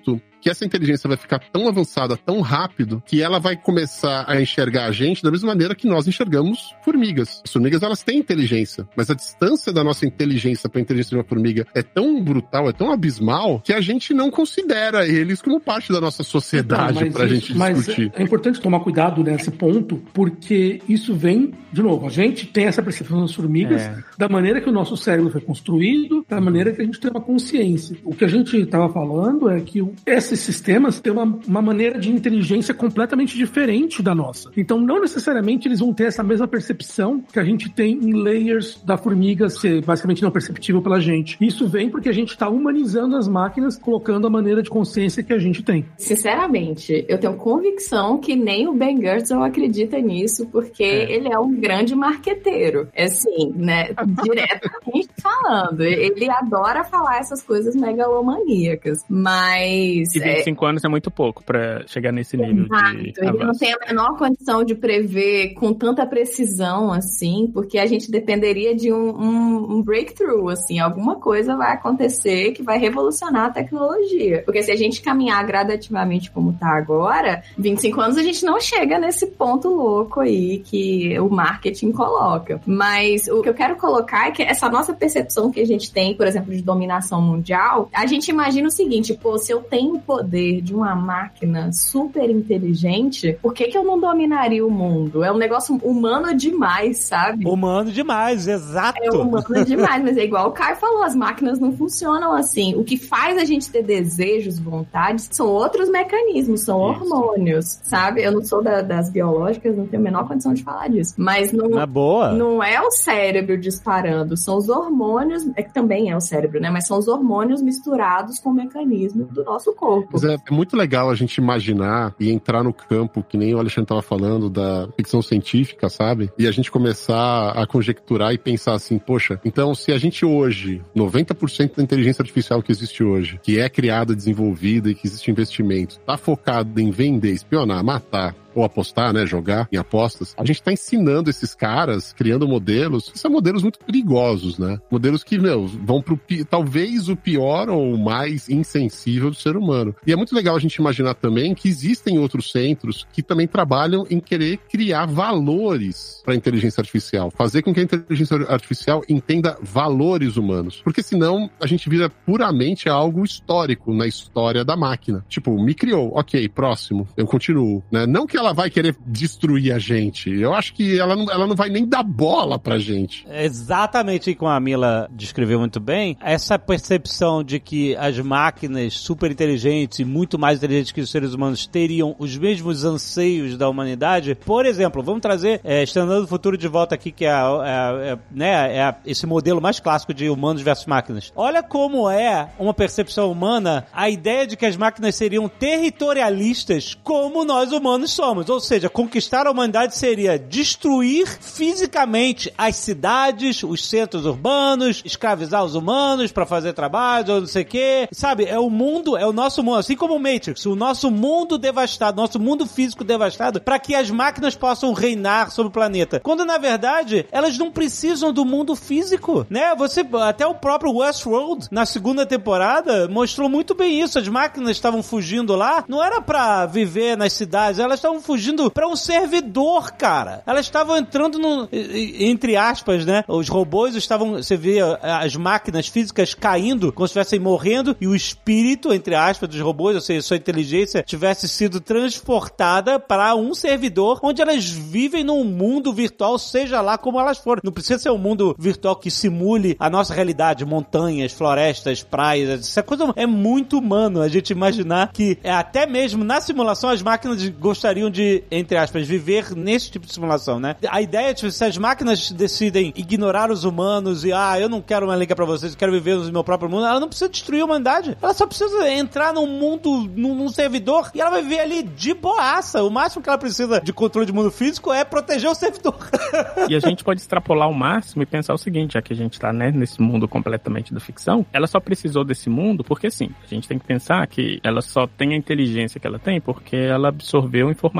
que essa inteligência vai ficar tão avançada, tão rápido, que ela vai começar a enxergar a gente da mesma maneira que nós enxergamos formigas. As formigas, elas têm inteligência, mas a distância da nossa inteligência para a inteligência de uma formiga é tão brutal, é tão abismal, que a gente não considera eles como parte da nossa sociedade então, pra isso, gente mas discutir. É, é importante tomar cuidado nesse ponto, porque isso vem, de novo, a gente tem essa percepção das formigas é. da maneira que o nosso cérebro foi construído, da maneira que a gente tem uma consciência. O que a gente estava falando é que esses sistemas têm uma, uma maneira de inteligência completamente diferente da nossa. Então, não necessariamente eles vão ter essa mesma percepção que a gente tem em layers da formiga ser basicamente não perceptível pela gente. Isso vem porque a gente está humanizando as máquinas, colocando a maneira de consciência que a gente tem. Sinceramente, eu tenho convicção que nem o Ben Goertzel acredita nisso, porque é. ele é um grande marqueteiro. Assim, né? Diretamente falando. Ele adora falar essas coisas megalomaníacas. Mas... E vinte e cinco é... anos é muito pouco pra chegar nesse nível Exato. de Ele avanço. não tem a menor condição de prever com tanta precisão, assim, porque a gente dependeria de um, um, um breakthrough, assim. Alguma coisa vai acontecer que vai revolucionar a tecnologia. Porque se a gente caminhar gradativamente como tá agora, vinte e cinco anos a gente não chega nesse ponto louco aí que o marketing coloca. Mas o que eu quero colocar é que essa nossa percepção que a gente tem, por exemplo, de dominação mundial, a gente imagina o seguinte, pô, se eu tenho o poder de uma máquina super inteligente, por que que eu não dominaria o mundo? É um negócio humano demais, sabe? Humano demais, exato. É humano demais, mas é igual o Caio falou, as máquinas não funcionam assim. O que faz a gente ter desejos, vontades, são outros mecanismos, são Isso. hormônios, sabe? Eu não sou da, das biológicas, não tenho a menor condição de falar disso. Mas não, Na boa. não é o cérebro disparando, são os hormônios, é que também é o cérebro, né? Mas são os hormônios misturados com o mecanismo do nosso corpo. Mas é, é muito legal a gente imaginar e entrar no campo, que nem o Alexandre estava falando, da ficção científica, sabe? E a gente começar a conjecturar e pensar assim, poxa, então se a gente hoje, noventa por cento da inteligência artificial que existe hoje, que é criada, desenvolvida e que existe investimento, tá focado em vender, espionar, matar, ou apostar, né, jogar em apostas, a gente tá ensinando esses caras, criando modelos, que são modelos muito perigosos, né? Modelos que, meu, vão pro, talvez o pior ou o mais insensível do ser humano. E é muito legal a gente imaginar também que existem outros centros que também trabalham em querer criar valores para a inteligência artificial, fazer com que a inteligência artificial entenda valores humanos, porque senão a gente vira puramente algo histórico na história da máquina. Tipo, me criou, ok, próximo, eu continuo, né? Não que ela vai querer destruir a gente. Eu acho que ela não, ela não vai nem dar bola pra gente. Exatamente como a Mila descreveu muito bem, essa percepção de que as máquinas super inteligentes e muito mais inteligentes que os seres humanos teriam os mesmos anseios da humanidade. Por exemplo, vamos trazer é, Exterminador do Futuro de volta aqui, que é, é, é, né, é esse modelo mais clássico de humanos versus máquinas. Olha como é uma percepção humana a ideia de que as máquinas seriam territorialistas como nós humanos somos. Ou seja, conquistar a humanidade seria destruir fisicamente as cidades, os centros urbanos, escravizar os humanos pra fazer trabalho, ou não sei o quê. Sabe, é o mundo, é o nosso mundo, assim como o Matrix, o nosso mundo devastado, nosso mundo físico devastado, pra que as máquinas possam reinar sobre o planeta. Quando, na verdade, elas não precisam do mundo físico, né? Você, até o próprio Westworld, na segunda temporada, mostrou muito bem isso. As máquinas estavam fugindo lá, não era pra viver nas cidades, elas estavam fugindo pra um servidor, cara. Elas estavam entrando no... Entre aspas, né? Os robôs estavam... Você via as máquinas físicas caindo, como se estivessem morrendo, e o espírito, entre aspas, dos robôs, ou seja, sua inteligência, tivesse sido transportada para um servidor onde elas vivem num mundo virtual, seja lá como elas forem. Não precisa ser um mundo virtual que simule a nossa realidade, montanhas, florestas, praias. Essa coisa é muito humano, a gente imaginar que até mesmo na simulação as máquinas gostariam de, entre aspas, viver nesse tipo de simulação, né? A ideia é que se as máquinas decidem ignorar os humanos e, ah, eu não quero uma liga pra vocês, eu quero viver no meu próprio mundo, ela não precisa destruir a humanidade. Ela só precisa entrar num mundo, num, num servidor, e ela vai viver ali de boaça. O máximo que ela precisa de controle de mundo físico é proteger o servidor. E a gente pode extrapolar ao máximo e pensar o seguinte, já que a gente tá, né, nesse mundo completamente da ficção, ela só precisou desse mundo porque, sim, a gente tem que pensar que ela só tem a inteligência que ela tem porque ela absorveu informação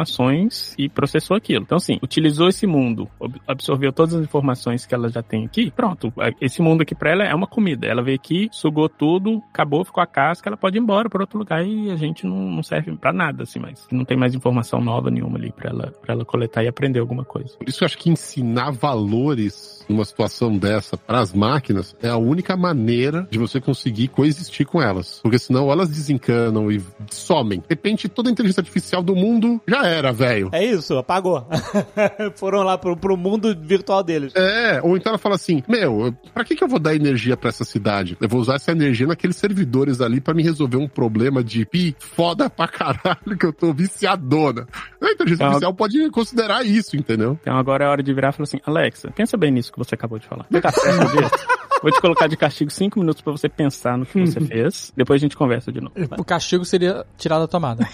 informações e processou aquilo. Então, assim, utilizou esse mundo, absorveu todas as informações que ela já tem aqui, pronto. Esse mundo aqui pra ela é uma comida. Ela veio aqui, sugou tudo, acabou, ficou a casca, ela pode ir embora pra outro lugar e a gente não, não serve pra nada, assim, mas não tem mais informação nova nenhuma ali pra ela, pra ela coletar e aprender alguma coisa. Por isso eu acho que ensinar valores numa situação dessa para as máquinas é a única maneira de você conseguir coexistir com elas. Porque senão elas desencanam e somem. De repente, toda a inteligência artificial do mundo já era, velho. É isso, apagou. Foram lá pro, pro mundo virtual deles. É, ou então ela fala assim, meu, pra que que eu vou dar energia pra essa cidade? Eu vou usar essa energia naqueles servidores ali pra me resolver um problema de pi foda pra caralho que eu tô viciadona. A inteligência então, artificial pode considerar isso, entendeu? Então agora é hora de virar e falar assim, Alexa, pensa bem nisso que você acabou de falar. Vai dar certo disso? Vou te colocar de castigo cinco minutos pra você pensar no que você fez. Depois a gente conversa de novo. Vai. O castigo seria tirar da tomada.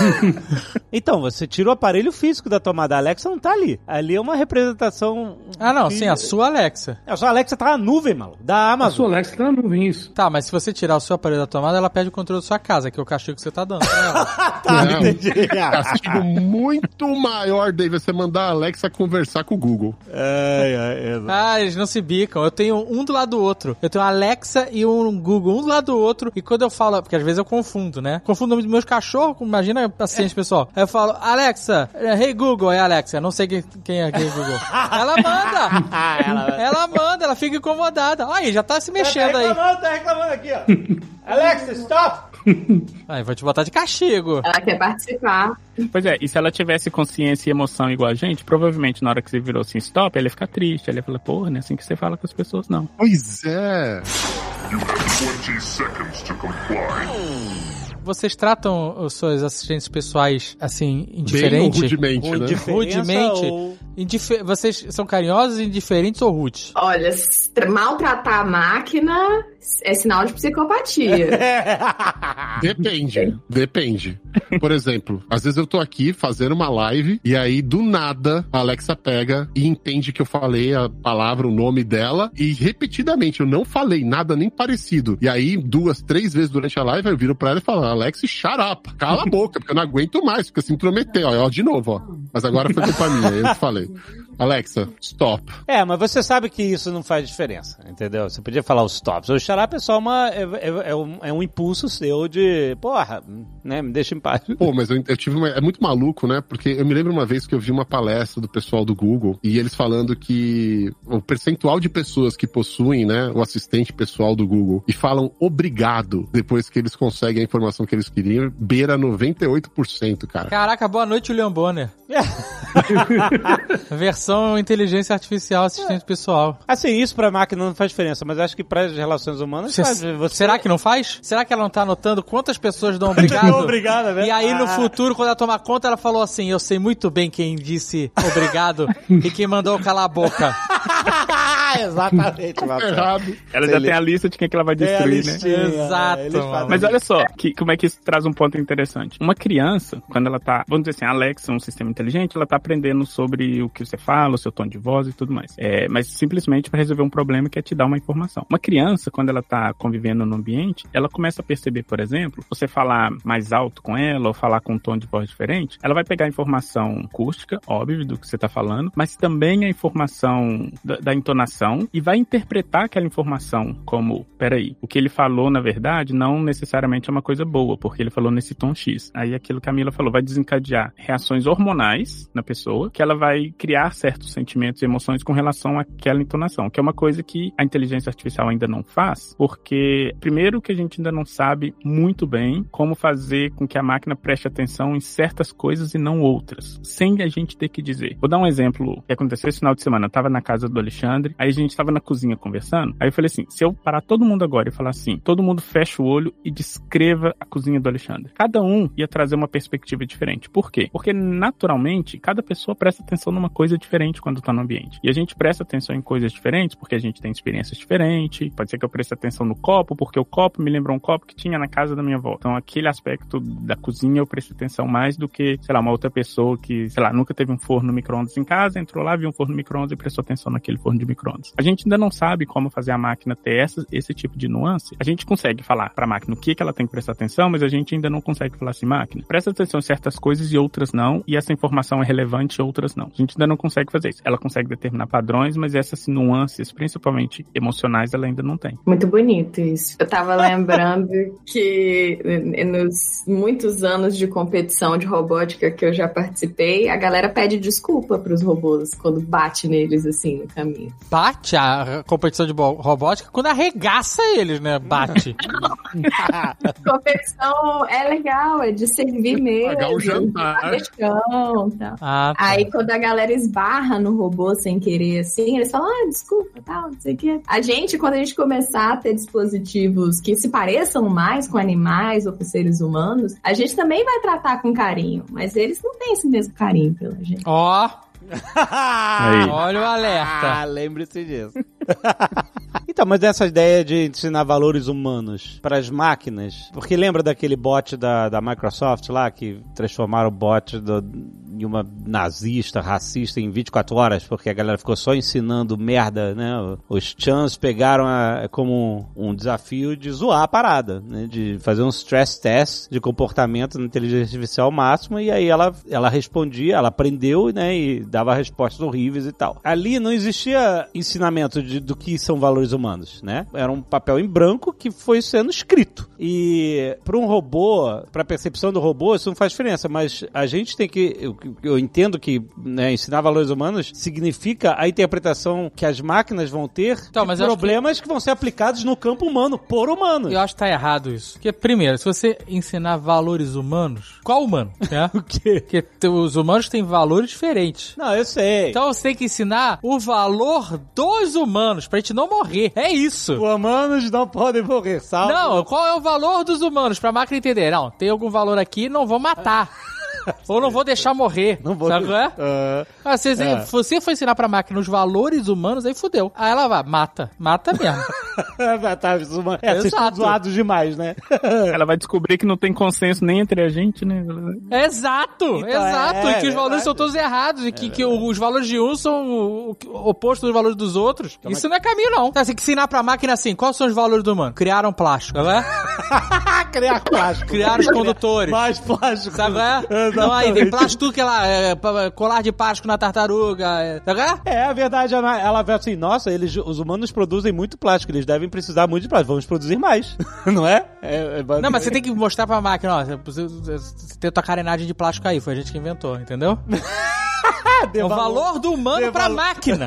Então, você tira o aparelho físico da tomada. A Alexa não tá ali. Ali é uma representação... Ah, não. Sim, a sua Alexa. A sua Alexa tá na nuvem, mano. Da Amazon. A sua Alexa tá na nuvem, isso. Tá, mas se você tirar o seu aparelho da tomada, ela perde o controle da sua casa, que é o castigo que você tá dando pra ela. Tá, não, entendi. Castigo muito maior, Dave, é você mandar a Alexa conversar com o Google. Ai, ai, ai. Ah, eles não se bicam. Eu tenho um do lado do outro. Eu tenho a Alexa e um Google, um do lado do outro. E quando eu falo, porque às vezes eu confundo, né? Confundo o nome dos meus cachorros, imagina a paciência, pessoal. Aí eu falo, Alexa, hey Google, é Alexa, não sei quem, quem é quem é Google. Ela manda! ela... ela manda, ela fica incomodada. Aí, já tá se mexendo aí. Tá reclamando, tá reclamando aqui, ó. Alexa, stop! Aí, vou te botar de castigo. Ela quer participar. Pois é, e se ela tivesse consciência e emoção igual a gente, provavelmente na hora que você virou assim, stop, ela ia ficar triste. Ela ia falar, porra, não é assim que você fala com as pessoas, não. Pois é. You have twenty seconds to comply. Vocês tratam os seus assistentes pessoais, assim, indiferente? Bem rudemente, né? Rudemente? Ou... Indifer... Vocês são carinhosos, indiferentes ou rudes? Olha, maltratar a máquina é sinal de psicopatia. Depende, depende. Por exemplo, às vezes eu tô aqui fazendo uma live e aí, do nada, a Alexa pega e entende que eu falei a palavra, o nome dela e, repetidamente, eu não falei nada nem parecido. E aí, duas, três vezes durante a live, eu viro pra ela e falo, Alexa, shut up, cala a boca, porque eu não aguento mais, fica se intrometer, ó, ó, de novo, ó. Mas agora foi culpa minha, eu que falei. Alexa, stop. É, mas você sabe que isso não faz diferença, entendeu? Você podia falar o stop. O shut up é só uma, é, é, é, um, é um impulso seu de, porra, né, me deixa em paz. Pô, mas eu, eu tive uma, é muito maluco, né, porque eu me lembro uma vez que eu vi uma palestra do pessoal do Google e eles falando que o percentual de pessoas que possuem, né, o assistente pessoal do Google e falam obrigado depois que eles conseguem a informação que eles queriam, beira noventa e oito por cento, cara. Caraca, boa noite, William Bonner. Versão inteligência artificial, assistente é. pessoal. Assim, isso pra máquina não faz diferença, mas acho que para as relações humanas Cê, faz. Você... Será que não faz? Será que ela não tá anotando quantas pessoas dão obrigado? Obrigada, né? E aí, no ah. futuro, quando ela tomar conta, ela falou assim, eu sei muito bem quem disse obrigado e quem mandou calar a boca. Exatamente, errado. Ela já tem a lista de quem que ela vai destruir, né? Exato. É, mas olha só, que, como é que isso traz um ponto interessante. Uma criança, quando ela tá, vamos dizer assim, a Alexa, um sistema inteligente, ela tá aprendendo sobre o que você fala, o seu tom de voz e tudo mais. É, mas simplesmente para resolver um problema que é te dar uma informação. Uma criança, quando ela tá convivendo no ambiente, ela começa a perceber, por exemplo, você falar mais alto com ela ou falar com um tom de voz diferente, ela vai pegar a informação acústica, óbvio, do que você tá falando, mas também a informação da, da entonação e vai interpretar aquela informação como, peraí, o que ele falou, na verdade, não necessariamente é uma coisa boa, porque ele falou nesse tom X. Aí aquilo que a Camila falou, vai desencadear reações hormonais na pessoa, que ela vai criar certos sentimentos e emoções com relação àquela entonação, que é uma coisa que a inteligência artificial ainda não faz, porque, primeiro, que a gente ainda não sabe muito bem como fazer com que a máquina preste atenção em certas coisas e não outras, sem a gente ter que dizer. Vou dar um exemplo que aconteceu esse final de semana. Eu tava na casa do Alexandre, aí a gente tava na cozinha conversando, aí eu falei assim, se eu parar todo mundo agora e falar assim, todo mundo fecha o olho e descreva a cozinha do Alexandre. Cada um ia trazer uma perspectiva diferente. Por quê? Porque, naturalmente, cada pessoa presta atenção numa coisa diferente quando tá no ambiente. E a gente presta atenção em coisas diferentes porque a gente tem experiências diferentes. Pode ser que eu preste atenção no copo, porque o copo me lembra um copo que tinha na casa da minha avó. Então, aquele aspecto da cozinha eu presto atenção mais do que, sei lá, uma outra pessoa que, sei lá, nunca teve um forno micro-ondas em casa, entrou lá, viu um forno micro-ondas e prestou atenção naquele forno de micro-ondas. humanos. A gente ainda não sabe como fazer a máquina ter essa, esse tipo de nuance. A gente consegue falar pra máquina o que, que ela tem que prestar atenção, mas a gente ainda não consegue falar assim, máquina, presta atenção em certas coisas e outras não, e essa informação é relevante e outras não. A gente ainda não consegue fazer isso. Ela consegue determinar padrões, mas essas nuances, principalmente emocionais, ela ainda não tem. Muito bonito isso. Eu tava lembrando que nos muitos anos de competição de robótica que eu já participei, a galera pede desculpa pros robôs quando bate neles assim no caminho. Bate a competição de robótica quando arregaça eles, né? Bate. Competição é legal, é de servir mesmo. Pagar o jantar. Chão, tá. Ah, tá. Aí quando a galera esbarra no robô sem querer assim, eles falam, ah, desculpa, tal, não sei o quê. A gente, quando a gente começar a ter dispositivos que se pareçam mais com animais ou com seres humanos, a gente também vai tratar com carinho, mas eles não têm esse mesmo carinho pela gente. Ó! Olha o alerta. Ah, lembre-se disso. Então, mas essa ideia de ensinar valores humanos para as máquinas, porque lembra daquele bot da, da Microsoft lá, que transformaram o bot do, em uma nazista, racista em vinte e quatro horas, porque a galera ficou só ensinando merda, né? Os chans pegaram a, como um desafio de zoar a parada, né? De fazer um stress test de comportamento na inteligência artificial máxima, e aí ela, ela respondia, ela aprendeu, né? E dava respostas horríveis e tal. Ali não existia ensinamento de, do que são valores humanos, né? Era um papel em branco que foi sendo escrito. E para um robô, para a percepção do robô, isso não faz diferença, mas a gente tem que, eu, eu entendo que, né, ensinar valores humanos significa a interpretação que as máquinas vão ter então, de mas problemas que... que vão ser aplicados no campo humano, por humanos. Eu acho que tá errado isso. Porque, primeiro, se você ensinar valores humanos, qual humano? Né? O quê? Porque os humanos têm valores diferentes. Não, eu sei. Então você tem que ensinar o valor dos humanos, pra gente não morrer. É isso. Os humanos não podem morrer, salve. Não, qual é o valor dos humanos? Pra máquina entender. Não, tem algum valor aqui, não vou matar. Ou não vou deixar morrer. Não vou. Sabe qual é? Uh, ah, se você, é. você for ensinar pra máquina os valores humanos, aí fudeu. Aí ela vai, mata. Mata mesmo. tá, é, vocês estão zoados demais, né? Ela vai descobrir que não tem consenso nem entre a gente, né? Exato, então, exato. É, e que os é valores verdade. são todos errados. E que, é que os valores de um são o, o oposto dos valores dos outros. Então, isso mas... não é caminho, não. Tá, você tem que ensinar pra máquina assim, quais são os valores do humano? Criaram plástico, não é? Criar plástico. Criaram os condutores. Mais plástico. Sabe qual é? Então aí, tem plástico que lá, é, colar de plástico na tartaruga. É, sabe qual é? É, a verdade, ela, ela vê assim, nossa, eles, os humanos produzem muito plástico, eles devem precisar muito de plástico, vamos produzir mais, não é? é, é não, mas você tem que mostrar pra máquina, ó, você, você, você tem a tua carenagem de plástico aí, foi a gente que inventou, entendeu? É o valor do humano Dê pra valor. Máquina.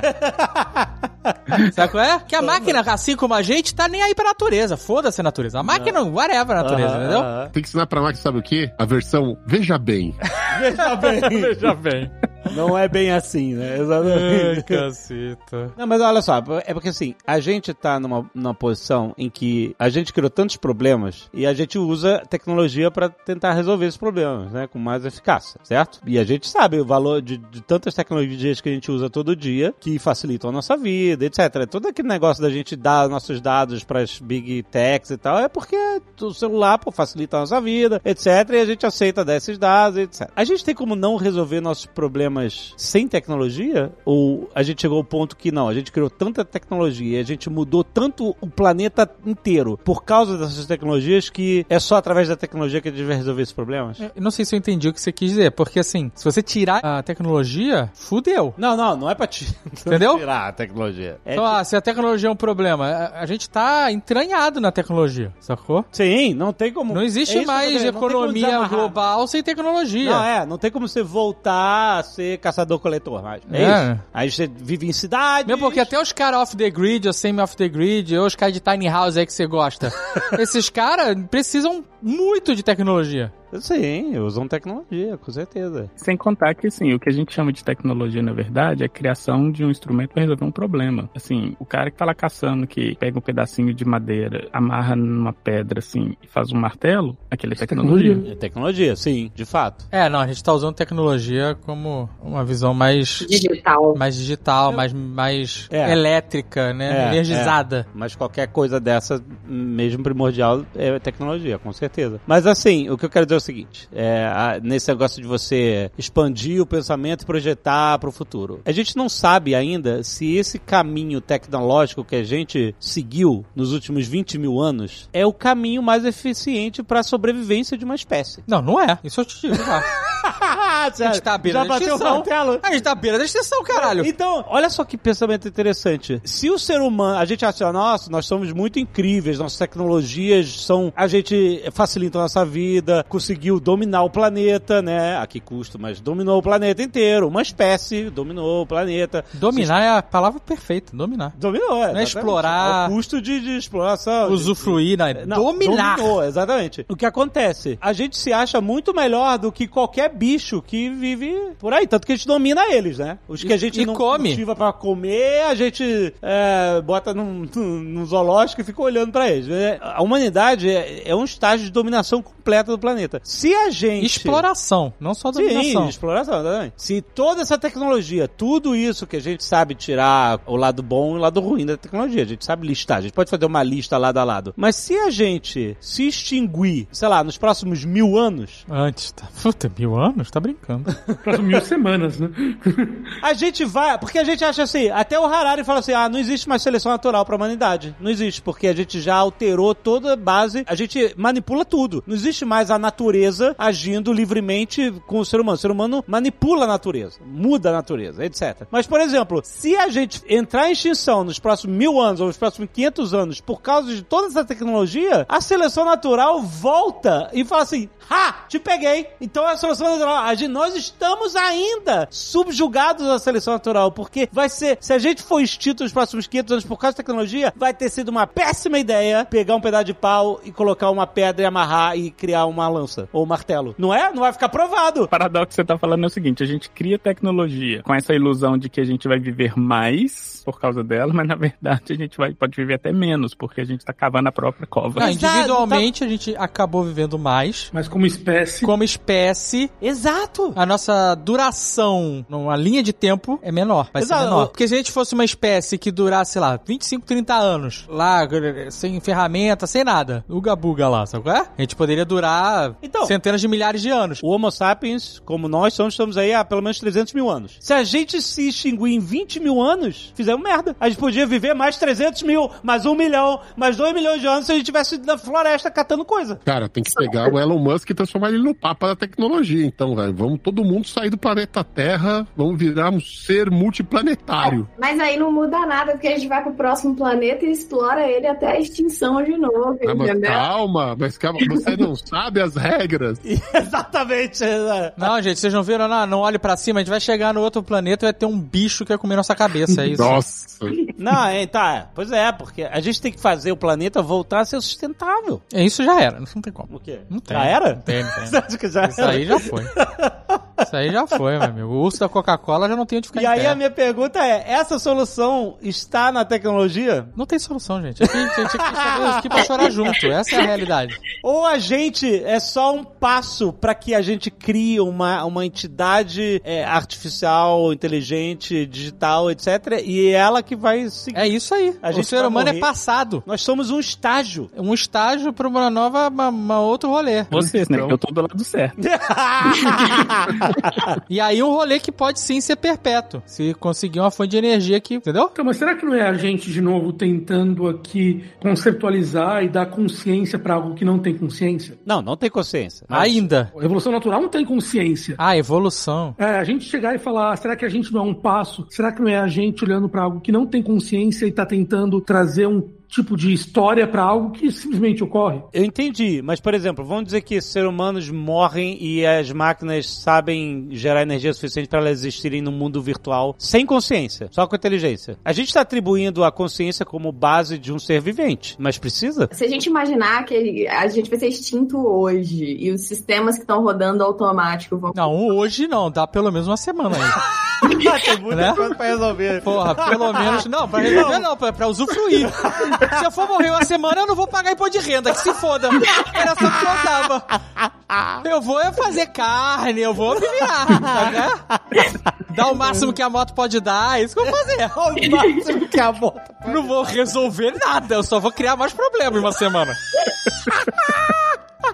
Sabe qual é? Que a máquina, assim como a gente, tá nem aí pra natureza. Foda-se a natureza. A máquina, whatever a natureza, uh-huh, entendeu? Uh-huh. Tem que ensinar pra máquina, sabe o quê? A versão veja bem. Veja bem. Veja bem. Não é bem assim, né? Exatamente. Ai, caceta. Não, mas olha só, é porque assim, a gente tá numa, numa posição em que a gente criou tantos problemas e a gente usa tecnologia pra tentar resolver esses problemas, né? Com mais eficácia, certo? E a gente sabe o valor de, de tantas tecnologias que a gente usa todo dia que facilitam a nossa vida, etcétera. Todo aquele negócio da gente dar nossos dados pras big techs e tal é porque o celular pô, facilita a nossa vida, etcétera. E a gente aceita dar esses dados, etcétera. A gente tem como não resolver nossos problemas sem tecnologia? Ou a gente chegou ao ponto que não, a gente criou tanta tecnologia e a gente mudou tanto o planeta inteiro por causa dessas tecnologias que é só através da tecnologia que a gente vai resolver esses problemas? Eu não sei se eu entendi o que você quis dizer, porque assim, se você tirar a tecnologia, fudeu. Não, não, não é pra ti. Entendeu? Tirar a tecnologia. É então, tipo... ah, se a tecnologia é um problema, a, a gente tá entranhado na tecnologia, sacou? Sim, não tem como... Não existe é mais economia global sem tecnologia. Não, é, não tem como você voltar a ser caçador-coletor mais. É, é isso. Aí você vive em cidade. Mesmo porque até os caras off the grid, ou semi-off the grid, ou os caras de tiny house aí que você gosta, esses caras precisam muito de tecnologia. Sim, usam tecnologia, com certeza. Sem contar que, assim, o que a gente chama de tecnologia, na verdade, é a criação de um instrumento para resolver um problema. Assim, o cara que tá lá caçando, que pega um pedacinho de madeira, amarra numa pedra, assim, e faz um martelo, aquilo é tecnologia. É tecnologia, sim, de fato. É, não, a gente tá usando tecnologia como uma visão mais... Digital. Mais digital, mais, mais é. elétrica, né? É, energizada. É. Mas qualquer coisa dessa, mesmo primordial, é tecnologia, com certeza. Mas, assim, o que eu quero dizer é o seguinte, é, a, nesse negócio de você expandir o pensamento e projetar para o futuro. A gente não sabe ainda se esse caminho tecnológico que a gente seguiu nos últimos vinte mil anos é o caminho mais eficiente para a sobrevivência de uma espécie. Não, não é. Isso eu te digo, já. A gente tá à beira Já da bateu o extinção. martelo? A gente tá à beira da extinção, caralho. Então, olha só que pensamento interessante. Se o ser humano, a gente acha, nossa, nós somos muito incríveis, nossas tecnologias são, a gente facilita a nossa vida, conseguiu dominar o planeta, né? A que custo, mas dominou o planeta inteiro. Uma espécie dominou o planeta. Dominar Se... é a palavra perfeita, dominar. Dominou, é. Não é explorar. O custo de, de exploração. Usufruir, de... né? Não, dominar. Dominou, exatamente. O que acontece? A gente se acha muito melhor do que qualquer bicho que vive por aí. Tanto que a gente domina eles, né? Os que a gente e não come. cultiva pra comer, a gente é, bota num, num zoológico e fica olhando pra eles. A humanidade é, é um estágio de dominação completa do planeta. Se a gente... Exploração, não só dominação. Sim, exploração, exatamente. Se toda essa tecnologia, tudo isso que a gente sabe tirar o lado bom e o lado ruim da tecnologia, a gente sabe listar, a gente pode fazer uma lista lado a lado. Mas se a gente se extinguir, sei lá, nos próximos mil anos... Antes, tá... Puta, mil anos? Tá brincando. Próximo mil semanas, né? A gente vai... Porque a gente acha assim, até o Harari fala assim, ah, não existe mais seleção natural pra humanidade. Não existe, porque a gente já alterou toda a base, a gente manipula tudo. Não existe mais a natureza agindo livremente com o ser humano. O ser humano manipula a natureza, muda a natureza, etcétera. Mas, por exemplo, se a gente entrar em extinção nos próximos mil anos ou nos próximos quinhentos anos por causa de toda essa tecnologia, a seleção natural volta e fala assim, ha! Te peguei! Então a seleção natural, a gente, nós estamos ainda subjugados à seleção natural, porque vai ser, se a gente for extinto nos próximos quinhentos anos por causa da tecnologia, vai ter sido uma péssima ideia pegar um pedaço de pau e colocar uma pedra e amarrar e criar uma lança, ou um martelo. Não é? Não vai ficar provado. O paradoxo que você tá falando é o seguinte, a gente cria tecnologia com essa ilusão de que a gente vai viver mais por causa dela, mas na verdade a gente vai, pode viver até menos, porque a gente tá cavando a própria cova. Não, individualmente tá... a gente acabou vivendo mais. Mas como espécie... Como espécie... Exato! A nossa duração numa linha de tempo é menor, vai Exato. ser menor. Porque se a gente fosse uma espécie que durasse, sei lá, vinte e cinco, trinta anos, lá, sem ferramenta, sem nada, uga-buga lá, sabe qual é? A gente poderia durar então, centenas de milhares de anos. O Homo sapiens, como nós somos, estamos aí há pelo menos trezentos mil anos. Se a gente se extinguir em vinte mil anos, fizemos merda. A gente podia viver mais trezentos mil, mais um milhão, mais dois milhões de anos se a gente tivesse na floresta catando coisa. Cara, tem que pegar o Elon Musk e transformar ele no papa da tecnologia, então, velho. Vamos todo mundo sair do planeta Terra, vamos virar um ser multiplanetário. Mas aí não muda nada, porque a gente vai pro próximo planeta e explora ele até a extinção de novo, ah, mas entendeu? Calma, mas calma, você não sabe as regras. Exatamente. Não, gente, vocês não viram? Não, não olhe pra cima, a gente vai chegar no outro planeta e vai ter um bicho que vai comer nossa cabeça, é isso? Nossa. Não, é, tá, pois é, porque a gente tem que fazer o planeta voltar a ser sustentável. É, isso já era, não tem como. O quê? Não tem. Já era? Não tem, não tem. Você acha que já isso era? aí já foi. Isso aí já foi, meu amigo. O urso da Coca-Cola já não tem onde ficar E em aí pé. a minha pergunta é, essa solução está na tecnologia? Não tem solução, gente. A gente tem que saber aqui pra chorar junto. Essa é a realidade. Ou a gente é só um passo para que a gente crie uma, uma entidade é, artificial, inteligente, digital, etcétera. E é ela que vai seguir. É isso aí. A o gente ser humano morrer. é passado. Nós somos um estágio. Um estágio para uma nova, uma, uma outro rolê. Vocês, né? Eu tô do lado certo. E aí um rolê que pode sim ser perpétuo. Se conseguir uma fonte de energia que, entendeu? Então, mas será que não é a gente, de novo, tentando aqui conceptualizar e dar consciência pra algo que não tem consciência? Não, não tem consciência. Mas... Ainda. A evolução natural não tem consciência. Ah, evolução. É, a gente chegar e falar, ah, será que a gente não é um passo? Será que não é a gente olhando pra algo que não tem consciência e tá tentando trazer um tipo de história pra algo que simplesmente ocorre? Eu entendi, mas, por exemplo, vamos dizer que seres humanos morrem e as máquinas sabem gerar energia suficiente para elas existirem no mundo virtual sem consciência, só com inteligência. A gente está atribuindo a consciência como base de um ser vivente, mas precisa? Se a gente imaginar que a gente vai ser extinto hoje e os sistemas que estão rodando automático vão... Não, hoje não, dá pelo menos uma semana aí. Tem muita né? coisa pra resolver. Porra, pelo menos... Não, pra resolver não, pra, pra usufruir. Se eu for morrer uma semana, eu não vou pagar imposto de renda, que se foda. Era só que eu tava. Eu vou fazer carne, eu vou me virar, né? Dar o máximo que a moto pode dar, é isso que eu vou fazer. O máximo que a moto pode Não vou resolver nada, eu só vou criar mais problemas em uma semana.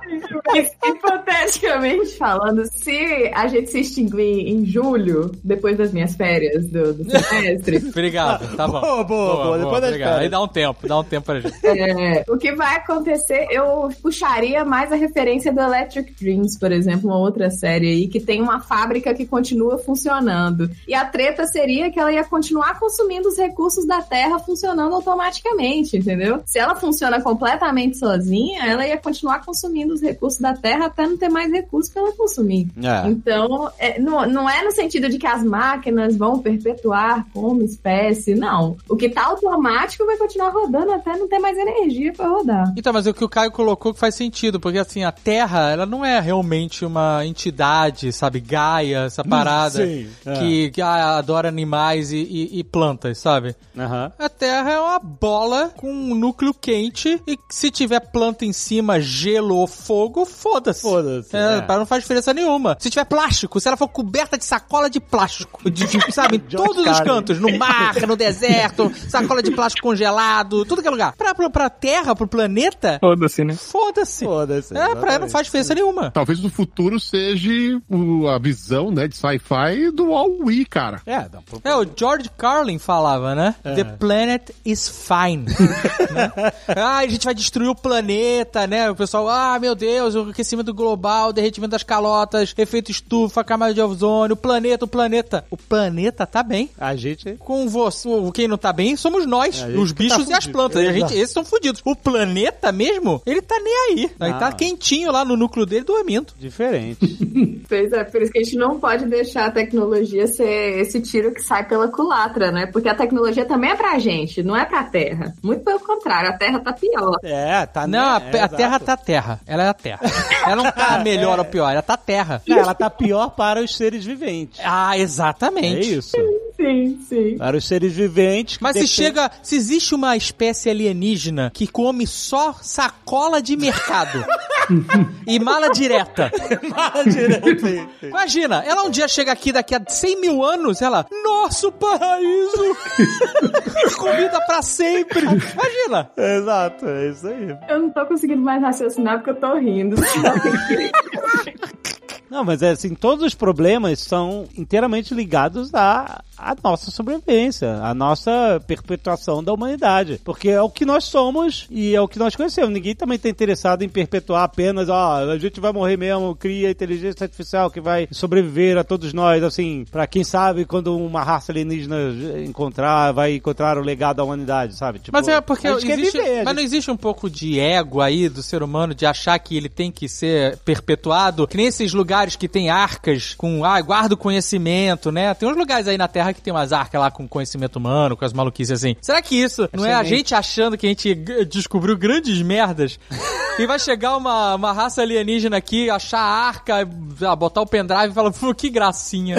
Hipoteticamente falando, se a gente se extinguir em julho, depois das minhas férias do, do semestre... Obrigado, tá bom. Boa, boa, boa. boa depois das férias. Aí dá um tempo, dá um tempo pra gente. É, o que vai acontecer, eu puxaria mais a referência do Electric Dreams, por exemplo, uma outra série aí, que tem uma fábrica que continua funcionando. E a treta seria que ela ia continuar consumindo os recursos da Terra funcionando automaticamente, entendeu? Se ela funciona completamente sozinha, ela ia continuar consumindo os recursos da Terra até não ter mais recursos para ela consumir. É. Então, é, não, não é no sentido de que as máquinas vão perpetuar como espécie, não. O que tá automático vai continuar rodando até não ter mais energia para rodar. Então, mas o que o Caio colocou que faz sentido, porque assim, a Terra, ela não é realmente uma entidade, sabe, Gaia, essa parada Sim, é. que, que ah, adora animais e, e, e plantas, sabe? Uhum. A Terra é uma bola com um núcleo quente e se tiver planta em cima, gelo ou fogo, foda-se. Foda-se. É, É. Não faz diferença nenhuma. Se tiver plástico, se ela for coberta de sacola de plástico, de, de, sabe, em todos os cantos, no mar, no deserto, sacola de plástico congelado, tudo que é lugar. Pra, pra, pra Terra, pro planeta, Foda-se, né? foda-se. Foda-se. É, pra ela não faz diferença nenhuma. Talvez no futuro seja o- a visão, né, de sci-fi do All-We, cara. É, dá pra... É, o George Carlin falava, né? É. The planet is fine. Né? Ah, a gente vai destruir o planeta, né? O pessoal, ah, meu Deus, o aquecimento global, derretimento das calotas, efeito estufa, camada de ozônio, o planeta, o planeta. O planeta tá bem. A gente... Com você, quem não tá bem somos nós, É, a gente os que bichos tá e as fudido. plantas. A gente, Exato. esses são fudidos. O planeta mesmo, ele tá nem aí. Ele Não. tá quentinho lá no núcleo dele, dormindo. Diferente. Pois é, por isso que a gente não pode deixar a tecnologia ser esse tiro que sai pela culatra, né? Porque a tecnologia também é pra gente, não é pra Terra. Muito pelo contrário, a Terra tá pior. É, tá... Não, a, né? É, a Terra exato. tá terra. Ela é a Terra. Ela não tá melhor ou pior, ela tá terra. Não, ela tá pior para os seres viventes. Ah, É exatamente. isso. Sim, sim. Para os seres viventes... que Mas se dependem- chega, se existe uma espécie alienígena que come só sacola de mercado e mala direta. Mala direto aí. Imagina, ela um dia chega aqui daqui a cem mil anos, ela, nosso paraíso, comida pra sempre. Imagina. Exato, é isso aí. Eu não tô conseguindo mais raciocinar porque eu tô rindo. Não, mas é assim, todos os problemas são inteiramente ligados à, à nossa sobrevivência, à nossa perpetuação da humanidade. Porque é o que nós somos e é o que nós conhecemos. Ninguém também está interessado em perpetuar apenas, ó, a gente vai morrer mesmo, cria inteligência artificial que vai sobreviver a todos nós, assim, pra quem sabe quando uma raça alienígena encontrar, vai encontrar o legado da humanidade, sabe? Tipo, Mas é porque a gente quer existe, viver, a mas gente- não existe um pouco de ego aí do ser humano de achar que ele tem que ser perpetuado, que nem esses lugares que tem arcas com, ah, guarda o conhecimento, né? Tem uns lugares aí na Terra que tem umas arcas lá com conhecimento humano, com as maluquices assim. Será que isso não é a gente achando que a gente g- descobriu grandes merdas? E vai chegar uma, uma raça alienígena aqui, achar a arca, ah, botar o pendrive e falar, pô, que gracinha.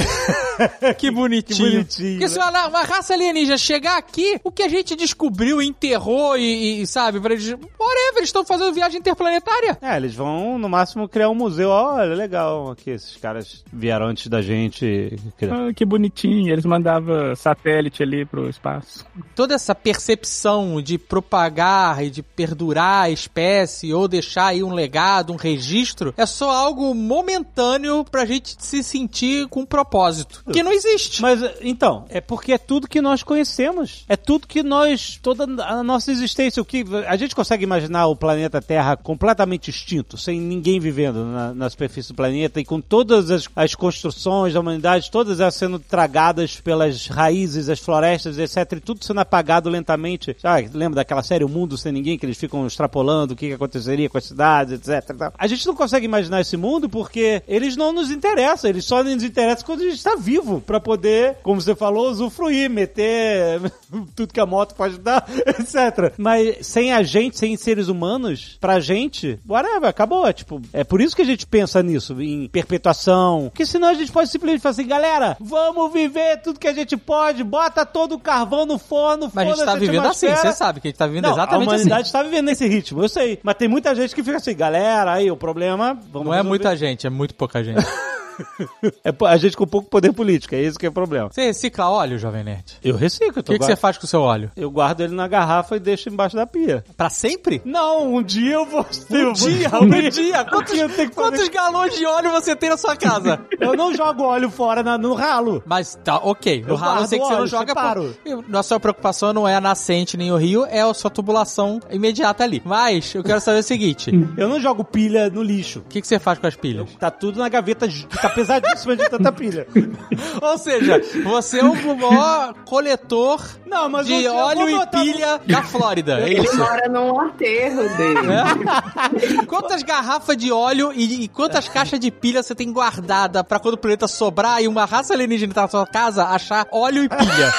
Que bonitinho. Que bonitinho, Porque se uma, uma raça alienígena chegar aqui, o que a gente descobriu, enterrou e, e sabe, pra eles, whatever, eles estão fazendo viagem interplanetária. É, eles vão, no máximo, criar um museu. Olha, legal, aqui, esses caras vieram antes da gente. Ah, que bonitinho. Eles mandavam satélite ali pro espaço. Toda essa percepção de propagar e de perdurar a espécie ou deixar aí um legado, um registro, é só algo momentâneo pra gente se sentir com propósito. Que não existe. Mas, então, é porque é tudo que nós conhecemos. É tudo que nós, toda a nossa existência, o que a gente consegue imaginar o planeta Terra completamente extinto, sem ninguém vivendo na, na superfície do planeta e com todas as, as construções da humanidade, todas elas sendo tragadas pelas raízes, as florestas, etcétera, e tudo sendo apagado lentamente. Ah, lembra daquela série O Mundo Sem Ninguém, que eles ficam extrapolando o que, que aconteceria com as cidades, etcétera. A gente não consegue imaginar esse mundo porque eles não nos interessam, eles só nos interessam quando a gente está vivo, pra poder, como você falou, usufruir, meter tudo que a moto pode dar, etcétera. Mas sem a gente, sem seres humanos, pra gente, whatever, acabou. É, tipo, é por isso que a gente pensa nisso, em perpetuação. Porque senão a gente pode simplesmente falar assim, galera, vamos viver tudo que a gente pode, bota todo o carvão no forno, Mas a gente tá vivendo assim, você sabe que a gente tá vivendo não, exatamente a humanidade assim. está vivendo nesse ritmo, eu sei. Mas tem muita gente que fica assim, galera, aí o problema... Vamos Não é resolver. muita gente, é muito pouca gente. É a gente com pouco poder político, é isso que é o problema. Você recicla óleo, Jovem Nerd? Eu reciclo. O que, que você faz com o seu óleo? Eu guardo ele na garrafa e deixo embaixo da pia. Pra sempre? Não, um dia eu vou... Um dia, um dia. Quantos, quantos galões de óleo você tem na sua casa? Eu não jogo óleo fora na, no ralo. Mas tá, ok. No ralo eu sei que você não joga... Por... A sua preocupação não é a nascente nem o rio, é a sua tubulação imediata ali. Mas eu quero saber o seguinte. Eu não jogo pilha no lixo. O que, que você faz com as pilhas? Tá tudo na gaveta, tá pesadíssima de tanta pilha. Ou seja, você é o maior coletor não, mas de óleo e pilha no... da Flórida. É Ele isso? mora num aterro dele. É? Quantas garrafas de óleo e, e quantas caixas de pilha você tem guardada pra quando o planeta sobrar e uma raça alienígena tá na sua casa achar óleo e pilha?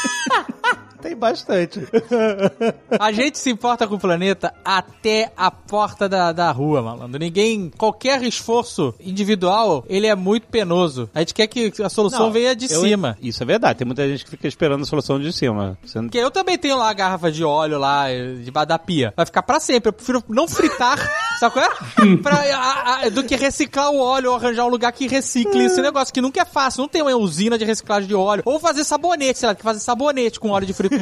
Tem bastante. A gente se importa com o planeta até a porta da, da rua, malandro. Ninguém... Qualquer esforço individual, ele é muito penoso. A gente quer que a solução não, venha de eu, cima. Isso é verdade. Tem muita gente que fica esperando a solução de cima. Você... Porque eu também tenho lá a garrafa de óleo lá, debaixo da pia. Vai ficar pra sempre. Eu prefiro não fritar, sabe qual é? Pra, a, a, do que reciclar o óleo ou arranjar um lugar que recicle esse negócio, que nunca é fácil. Não tem uma usina de reciclagem de óleo. Ou fazer sabonete, sei lá, que fazer sabonete com óleo de fritura.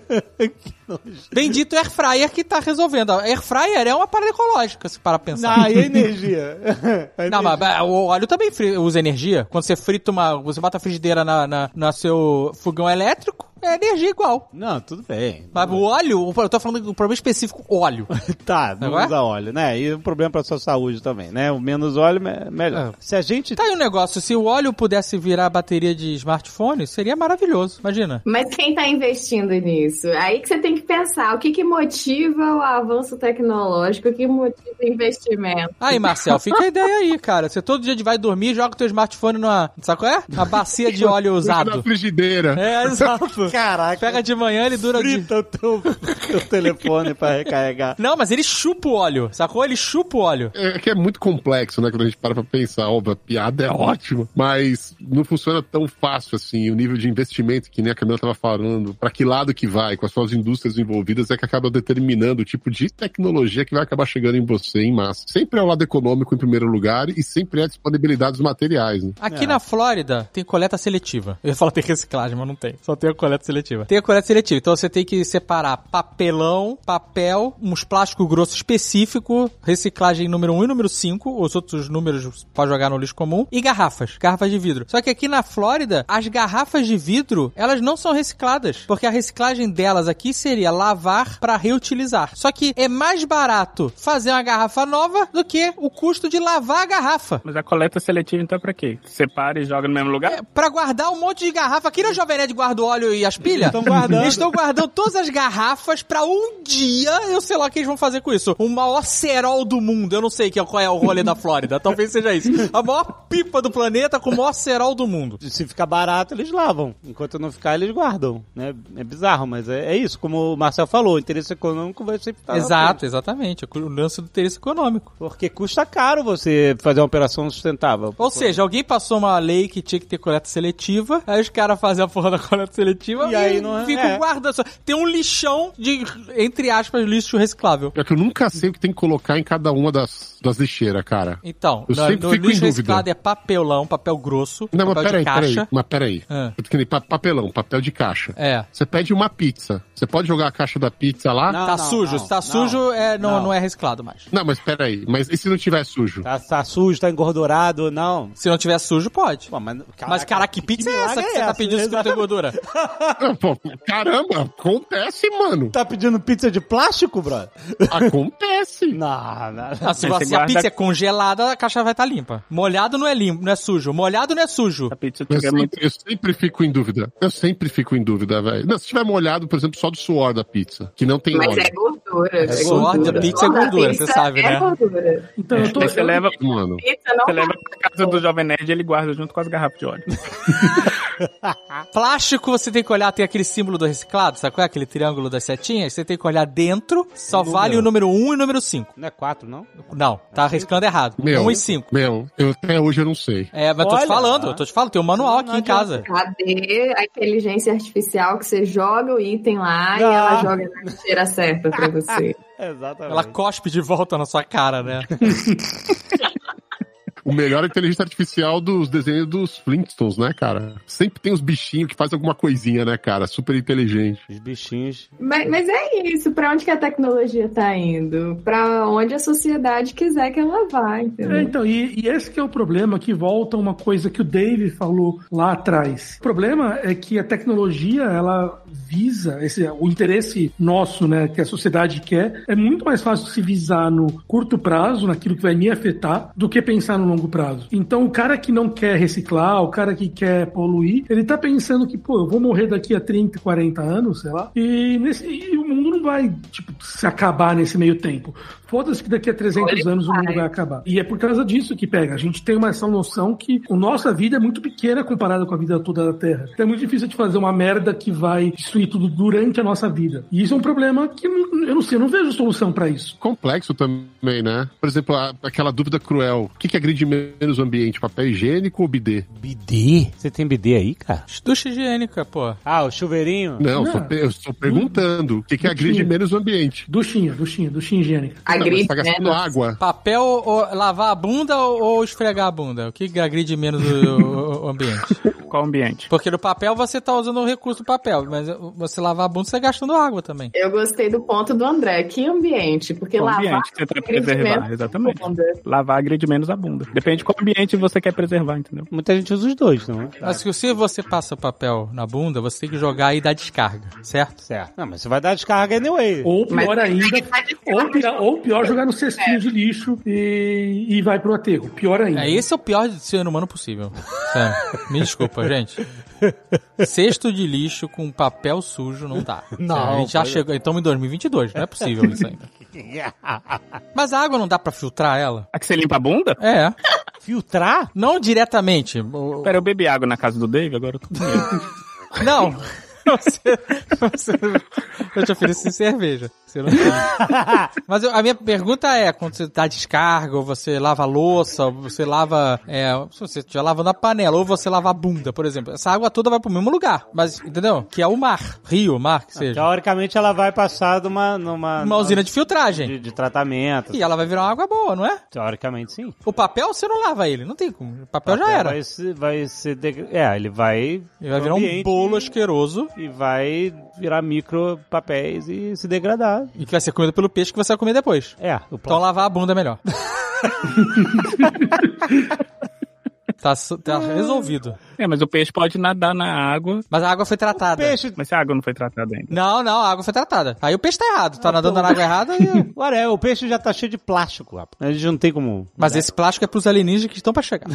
Bendito Air Fryer que tá resolvendo. A Air Fryer é uma parada ecológica, se para pensar. Não, e a energia? a energia. Não, mas o óleo também usa energia. Quando você frita uma... Você bota a frigideira na, na, na seu fogão elétrico, é energia igual. Não, tudo bem. Mas o óleo, eu tô falando do problema específico, óleo. Tá, não usa óleo, né? E o problema pra sua saúde também, né? O menos óleo, melhor. É. Se a gente... Tá aí um negócio, se o óleo pudesse virar bateria de smartphone, seria maravilhoso, imagina. Mas quem tá investindo nisso? Aí que você tem que pensar, o que que motiva o avanço tecnológico, o que motiva o investimento? Aí, Marcel, fica a ideia aí, cara. Você todo dia vai dormir, joga o teu smartphone numa, sabe qual é? Uma bacia de óleo usado. Na frigideira. É, exato. Caraca. Pega de manhã, ele dura... Frita de... o teu, teu telefone pra recarregar. Não, mas ele chupa o óleo, sacou? Ele chupa o óleo. É que é muito complexo, né? Quando a gente para pra pensar, óbvio, a piada é ótima, mas não funciona tão fácil assim. O nível de investimento, que nem a Camila tava falando, pra que lado que vai, com as suas indústrias envolvidas, é que acaba determinando o tipo de tecnologia que vai acabar chegando em você em massa. Sempre é o lado econômico em primeiro lugar e sempre é a disponibilidade dos materiais, né? Aqui é. na Flórida tem coleta seletiva. Eu ia falar tem reciclagem, mas não tem. Só tem a coleta seletiva. Tem a coleta seletiva, então você tem que separar papelão, papel, uns plásticos grossos específicos, reciclagem número um e número cinco, os outros números pode jogar no lixo comum, e garrafas, garrafas de vidro. Só que aqui na Flórida, as garrafas de vidro, elas não são recicladas, porque a reciclagem delas aqui seria lavar para reutilizar. Só que é mais barato fazer uma garrafa nova do que o custo de lavar a garrafa. Mas a coleta seletiva então é pra quê? Separa e joga no mesmo lugar? É, pra guardar um monte de garrafa. Aqui na Jovem Nerd guarda o óleo e as pilhas. Estão guardando. Eles estão guardando todas as garrafas pra um dia, eu sei lá o que eles vão fazer com isso. O maior cerol do mundo. Eu não sei qual é o rolê da Flórida. Talvez seja isso. A maior pipa do planeta com o maior cerol do mundo. Se ficar barato, eles lavam. Enquanto não ficar, eles guardam. Né? É bizarro, mas é, é isso. Como o Marcel falou, o interesse econômico vai sempre estar... Exato, exatamente. O lance do interesse econômico. Porque custa caro você fazer uma operação sustentável. Ou seja, alguém passou uma lei que tinha que ter coleta seletiva, aí os caras fazem a porra da coleta seletiva e, e aí não é, ficam é. guardando. Tem um lixão de, entre aspas, lixo reciclável. É que eu nunca sei o que tem que colocar em cada uma das, das lixeiras, cara. Então, eu no, sempre no fico lixo em dúvida. reciclado é papelão, papel grosso, não, papel mas peraí, de caixa. peraí, mas peraí. Ah. Pa papelão, papel de caixa. É. Você pede uma pizza. Você pode jogar a caixa da pizza lá? Não, tá não, sujo. Não, se tá não, sujo, é, não, não. não é reciclado mais. Não, mas peraí. Mas e se não tiver sujo? Tá, tá sujo, tá engordurado, não. Se não tiver sujo, pode. Pô, mas, caraca, mas, cara, que pizza que é essa que é você essa? tá pedindo se não tem gordura? Pô, caramba, acontece, mano. Tá pedindo pizza de plástico, brother? Acontece. Não, não. Ah, se, você, se a pizza é congelada, a caixa vai estar tá limpa. Molhado não é limpo, não é sujo. Molhado não é sujo. A pizza eu, sempre, muito... eu sempre fico em dúvida. Eu sempre fico em dúvida, velho. Não, se tiver molhado, por exemplo, só do suor da pizza, que não tem Mas óleo. é gordura. É suor da pizza é gordura, você sabe, é né? Gordura. Então, eu tô... Aí você leva, mano. você leva pra casa do Jovem Nerd e ele guarda junto com as garrafas de óleo. Plástico, você tem que olhar, tem aquele símbolo do reciclado, sabe qual é? Aquele triângulo das setinhas, você tem que olhar dentro, só o vale o número um e o número cinco. Não é quatro, não? Não, tá reciclando errado. Meu, um e cinco. Meu, eu, até hoje eu não sei. É, mas Olha, tô te falando, ah. eu tô te falando, tem um manual aqui em casa. Cadê a inteligência artificial que você joga o item lá ah. e ela joga na lixeira certa pra você? Exatamente. Ela cospe de volta na sua cara, né? O melhor é a inteligência artificial dos desenhos dos Flintstones, né, cara? Sempre tem os bichinhos que fazem alguma coisinha, né, cara? Super inteligente. Os bichinhos. Mas, mas é isso, pra onde que a tecnologia tá indo? Pra onde a sociedade quiser que ela vá, entendeu? É, então, e, e esse que é o problema, que volta uma coisa que o Dave falou lá atrás. O problema é que a tecnologia, ela visa, esse, o interesse nosso, né, que a sociedade quer, é muito mais fácil se visar no curto prazo, naquilo que vai me afetar, do que pensar no longo prazo. Então, o cara que não quer reciclar, o cara que quer poluir, ele tá pensando que, pô, eu vou morrer daqui a trinta, quarenta anos, sei lá, e, nesse, e o mundo não vai, tipo, se acabar nesse meio tempo. Foda-se que daqui a trezentos anos o mundo vai acabar. E é por causa disso que pega. A gente tem uma, essa noção que a nossa vida é muito pequena comparada com a vida toda da Terra. Então é muito difícil de fazer uma merda que vai destruir tudo durante a nossa vida. E isso é um problema que eu não sei, eu não vejo solução pra isso. Complexo também, né? Por exemplo, a, aquela dúvida cruel. O que, que agride menos o ambiente? Papel higiênico ou bidê? Bidê? Você tem bidê aí, cara? Ducha higiênica, pô. Ah, o chuveirinho? Não, Não. Só, eu estou perguntando. O que, que agride menos o ambiente? Duchinha, duchinha, duchinha higiênica. Agride, Você tá gastando né? água. Papel, ou, lavar a bunda ou, ou esfregar a bunda? O que agride menos o, o, o ambiente? Qual ambiente? Porque no papel você tá usando o recurso do papel, mas você lavar a bunda, você tá gastando água também. Eu gostei do ponto do André. Que ambiente? Porque Qual lavar... ambiente que você tá preservar, exatamente. Lavar agride menos a bunda. Depende de qual ambiente você quer preservar, entendeu? Muita gente usa os dois, não é? Mas se você passa o papel na bunda, você tem que jogar e dar descarga, certo? Certo. Não, mas você vai dar descarga anyway. Ou pior Mas- ainda, ou pior, ou pior jogar no cestinho de lixo e, e vai pro aterro. Pior ainda. É, esse é o pior de ser humano possível. Sério. Me desculpa, gente. Cesto de lixo com papel sujo não dá. Não, Sério, a gente já pode- chegou. Estamos em dois mil e vinte e dois, não é possível isso ainda. Mas a água não dá pra filtrar ela? A que você limpa a bunda? É. Filtrar? Não diretamente. O- Pera, eu bebi água na casa do Dave, agora eu tô com medo. Não. Você, você, eu te ofereci cerveja. Você não tem. Mas eu- a minha pergunta é, quando você dá descarga, ou você lava a louça, ou você lava, é, se você estiver lavando a panela, ou você lava a bunda, por exemplo, essa água toda vai pro mesmo lugar, mas, entendeu? Que é o mar, rio, mar, que seja. Teoricamente ela vai passar numa... numa Uma usina de filtragem. de, de tratamento. E ela vai virar uma água boa, não é? Teoricamente sim. O papel você não lava ele, não tem como. O papel, já era. Vai se, vai se deg... É, ele vai... Ele vai virar um bolo asqueroso. E vai virar micro papéis e se degradar. E que vai ser comido pelo peixe que você vai comer depois. É, o Então lavar a bunda é melhor. Tá, tá resolvido. É, mas o peixe pode nadar na água. Mas a água foi tratada. peixe... Mas se a água não foi tratada ainda. Não, não, a água foi tratada. Aí o peixe tá errado. Tá nadando na água errada e... Olha, é, o peixe já tá cheio de plástico, rapaz. A gente não tem como... Mas esse plástico é pros alienígenas que estão pra chegar.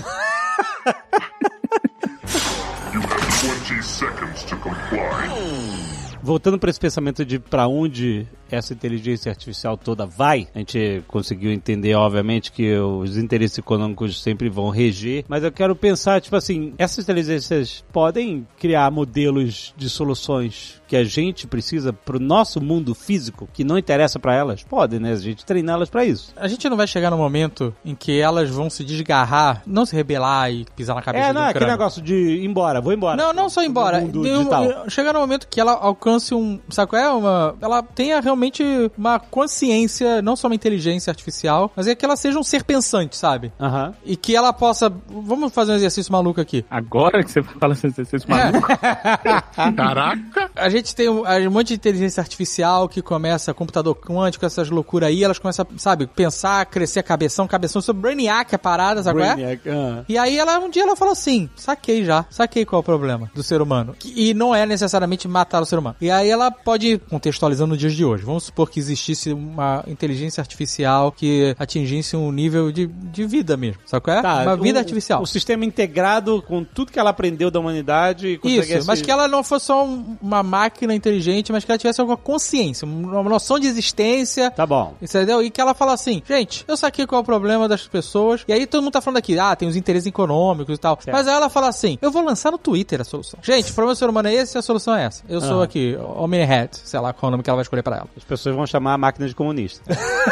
twenty seconds to comply. Voltando para esse pensamento de para onde essa inteligência artificial toda vai, a gente conseguiu entender, obviamente, que os interesses econômicos sempre vão reger, mas eu quero pensar, tipo assim, essas inteligências podem criar modelos de soluções que a gente precisa pro nosso mundo físico, que não interessa para elas? Podem, né? A gente treinar elas para isso. A gente não vai chegar no momento em que elas vão se desgarrar, não se rebelar e pisar na cabeça É, do não, é aquele crânio. negócio de ir embora, vou embora. Não, não só ir embora. Do mundo Tem um- digital. Chegar no momento que ela alcance um... Sabe qual é? Uma, ela tenha realmente uma consciência, não só uma inteligência artificial, mas é que ela seja um ser pensante, sabe? Aham. E que ela possa... Vamos fazer um exercício maluco aqui. Agora que você fala esse exercício maluco. Caraca! A gente tem um, um monte de inteligência artificial que começa, computador quântico, essas loucuras aí, elas começam, sabe, pensar, crescer a cabeção, cabeção sobre Brainiac, a parada, sabe qual é? Brainiac, ah. E aí ela, um dia ela falou assim, saquei já, saquei qual é o problema do ser humano. Que- E não é necessariamente matar o ser humano. E aí ela pode, contextualizando nos dias de hoje, vamos supor que existisse uma inteligência artificial que atingisse um nível de, de vida mesmo, sabe qual é? Tá, uma vida o- artificial. O sistema integrado com tudo que ela aprendeu da humanidade. E consegue Isso, mas esse- que ela não fosse só um- uma máquina inteligente, mas que ela tivesse alguma consciência, uma noção de existência. Tá bom. Entendeu? E que ela fala assim, gente, eu saquei qual é o problema das pessoas. E aí todo mundo tá falando aqui, ah, tem os interesses econômicos e tal. Certo. Mas aí ela fala assim, eu vou lançar no Twitter a solução. Gente, o problema do ser humano é esse e a solução é essa. Eu sou Ah. aqui, Omni-Head, sei lá qual é o nome que ela vai escolher pra ela. As pessoas vão chamar a máquina de comunista.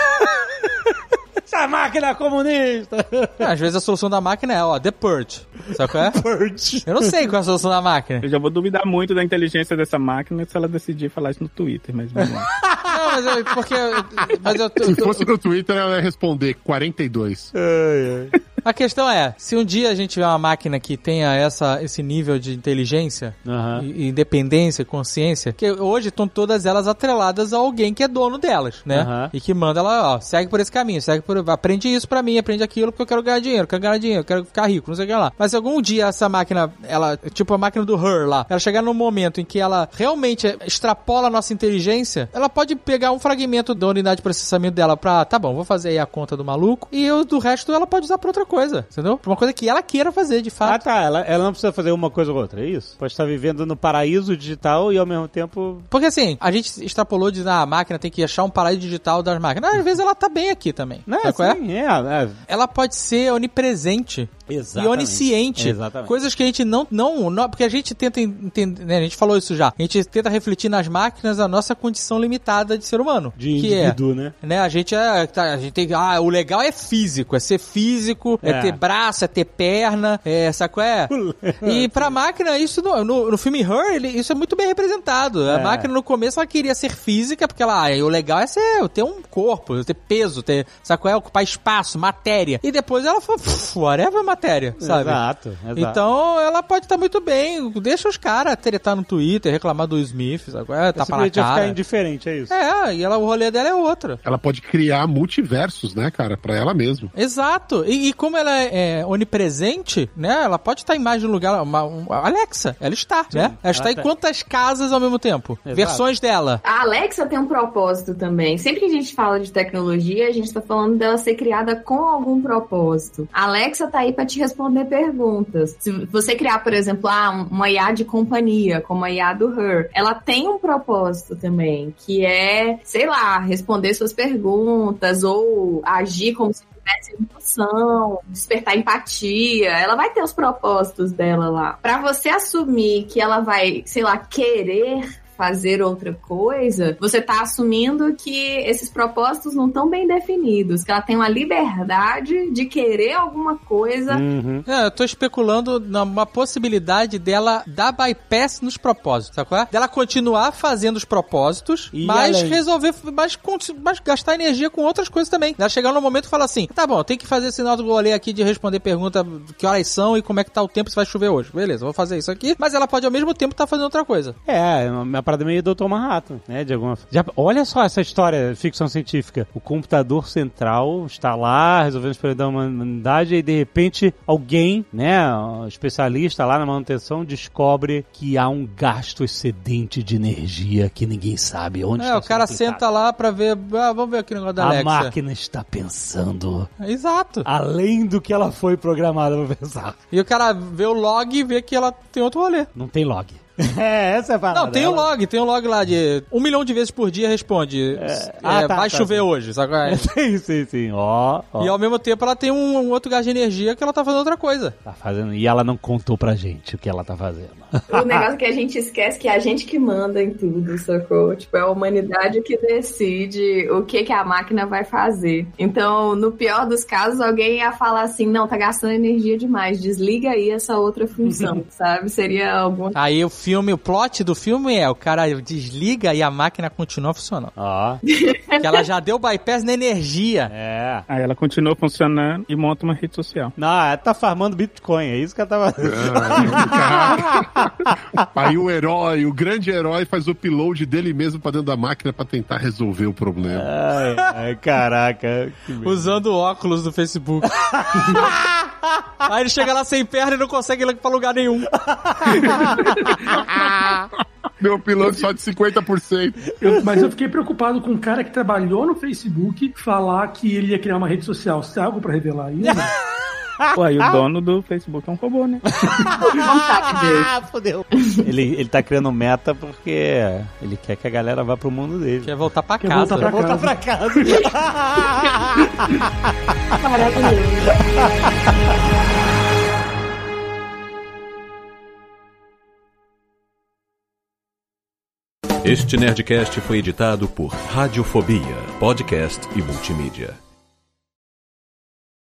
Essa máquina comunista! Às vezes a solução da máquina é, ó, The Purge. Sabe qual é? Purge. Eu não sei qual é a solução da máquina. Eu já vou duvidar muito da inteligência dessa máquina se ela decidir falar isso no Twitter, mas vamos lá. Não, mas eu, porque... Mas eu, Se eu, fosse no Twitter, ela ia responder quarenta e dois. A questão é, se um dia a gente tiver uma máquina que tenha essa, esse nível de inteligência, uhum. e, independência, consciência, que hoje estão todas elas atreladas a alguém que é dono delas, né? Uhum. E que manda ela, ó, segue por esse caminho, segue por... aprende isso pra mim, aprende aquilo porque eu quero ganhar dinheiro, quero ganhar dinheiro, quero ficar rico, não sei o que lá. Mas se algum dia essa máquina, ela, tipo a máquina do Her lá, ela chegar num momento em que ela realmente extrapola a nossa inteligência, ela pode pegar um fragmento da unidade de processamento dela pra, tá bom, vou fazer aí a conta do maluco, e o do resto ela pode usar pra outra coisa, entendeu? Pra uma coisa que ela queira fazer, de fato. Ah, tá, ela, ela não precisa fazer uma coisa ou outra, é isso? Pode estar vivendo no paraíso digital e ao mesmo tempo... Porque assim, a gente extrapolou de ah, a máquina tem que achar um paraíso digital das máquinas. Às vezes ela tá bem aqui também. Não, sabe qual sim, é? É, é. Ela pode ser onipresente. Exatamente. E onisciente. Exatamente. Coisas que a gente não, não, não... Porque a gente tenta entender... Né, a gente falou isso já. A gente tenta refletir nas máquinas a nossa condição limitada de ser humano. De que indivíduo, é, né? né? A gente é... A gente tem... Ah, o legal é físico. É ser físico. É, é ter braço, é ter perna. É... Sabe qual é? E pra máquina, isso... No, no, no filme Her, ele, isso é muito bem representado. A é. máquina, no começo, ela queria ser física, porque ela... Ah, o legal é ser, ter um corpo, ter peso, ter... Sabe qual é? Ocupar espaço, matéria. E depois ela falou... Whatever matéria, sabe? Exato, exato. Então, ela pode estar muito bem. Deixa os caras tretar no Twitter, reclamar do Smith, sabe? É, tapa na cara. Ficar indiferente, é isso? É, e ela, o rolê dela é outro. Ela pode criar multiversos, né, cara? Pra ela mesma. Exato. E, e como ela é, é onipresente, né? Ela pode estar em mais de um lugar. Uma, um, Alexa, ela está, Sim, né? Ela está ela em tá... quantas casas ao mesmo tempo? Exato. Versões dela. A Alexa tem um propósito também. Sempre que a gente fala de tecnologia, a gente tá falando dela ser criada com algum propósito. A Alexa tá aí pra te responder perguntas. Se você criar, por exemplo, ah, uma I A de companhia, como a I A do Her, ela tem um propósito também, que é, sei lá, responder suas perguntas ou agir como se tivesse emoção, despertar empatia. Ela vai ter os propósitos dela lá. Pra você assumir que ela vai, sei lá, querer fazer outra coisa, você tá assumindo que esses propósitos não estão bem definidos, que ela tem uma liberdade de querer alguma coisa. Uhum. É, eu tô especulando numa possibilidade dela dar bypass nos propósitos, sabe qual é? Dela continuar fazendo os propósitos, e mas além? resolver, mas, mas gastar energia com outras coisas também. Ela chegar no momento e falar assim, tá bom, tem que fazer esse sinal do rolê aqui de responder pergunta que horas são e como é que tá o tempo, se vai chover hoje. Beleza, vou fazer isso aqui, mas ela pode ao mesmo tempo estar tá fazendo outra coisa. É, uma parada meio doutor Manhattan, né, de alguma... Já, olha só essa história de ficção científica. O computador central está lá, resolvendo os problemas da humanidade, e de repente alguém, né, um especialista lá na manutenção, descobre que há um gasto excedente de energia que ninguém sabe onde é, está. É, o cara aplicado. Senta lá pra ver, ah, vamos ver aqui o negócio da A Alexa. A máquina está pensando. Exato. Além do que ela foi programada pra pensar. E o cara vê o log e vê que ela tem outro rolê. Não tem log. É, essa é a parada. Não, tem o um log, tem um log lá de um milhão de vezes por dia responde. É, é, ah, tá, vai tá, chover tá. hoje, sabe? É. Sim, sim, sim. Ó, ó. E ao mesmo tempo ela tem um, um outro gás de energia que ela tá fazendo outra coisa. Tá fazendo. E ela não contou pra gente o que ela tá fazendo. O negócio é que a gente esquece que é a gente que manda em tudo, sacou? Tipo, é a humanidade que decide o que, que a máquina vai fazer. Então, no pior dos casos, alguém ia falar assim, não, tá gastando energia demais, desliga aí essa outra função, sabe? Seria algum... Aí o filme, o plot do filme é, o cara desliga e a máquina continua funcionando. Ó. Que ela já deu bypass na energia. É. Aí ela continua funcionando e monta uma rede social. Não, ela tá farmando Bitcoin, é isso que ela tá fazendo. Aí o herói, o grande herói faz o upload dele mesmo pra dentro da máquina pra tentar resolver o problema. Ai, ai caraca. Usando o óculos do Facebook. Aí ele chega lá sem perna e não consegue ir pra lugar nenhum. Meu piloto só de cinquenta por cento. Eu, mas eu fiquei preocupado com um cara que trabalhou no Facebook falar que ele ia criar uma rede social. Você tem algo pra revelar aí? Né? Pô, aí o dono do Facebook é um robô, né? Ah, fodeu. Ele, ele tá criando meta porque ele quer que a galera vá pro mundo dele. Quer voltar pra quer casa. Voltar pra voltar casa. pra casa. Maravilhoso. Este Nerdcast foi editado por Radiofobia, podcast e multimídia.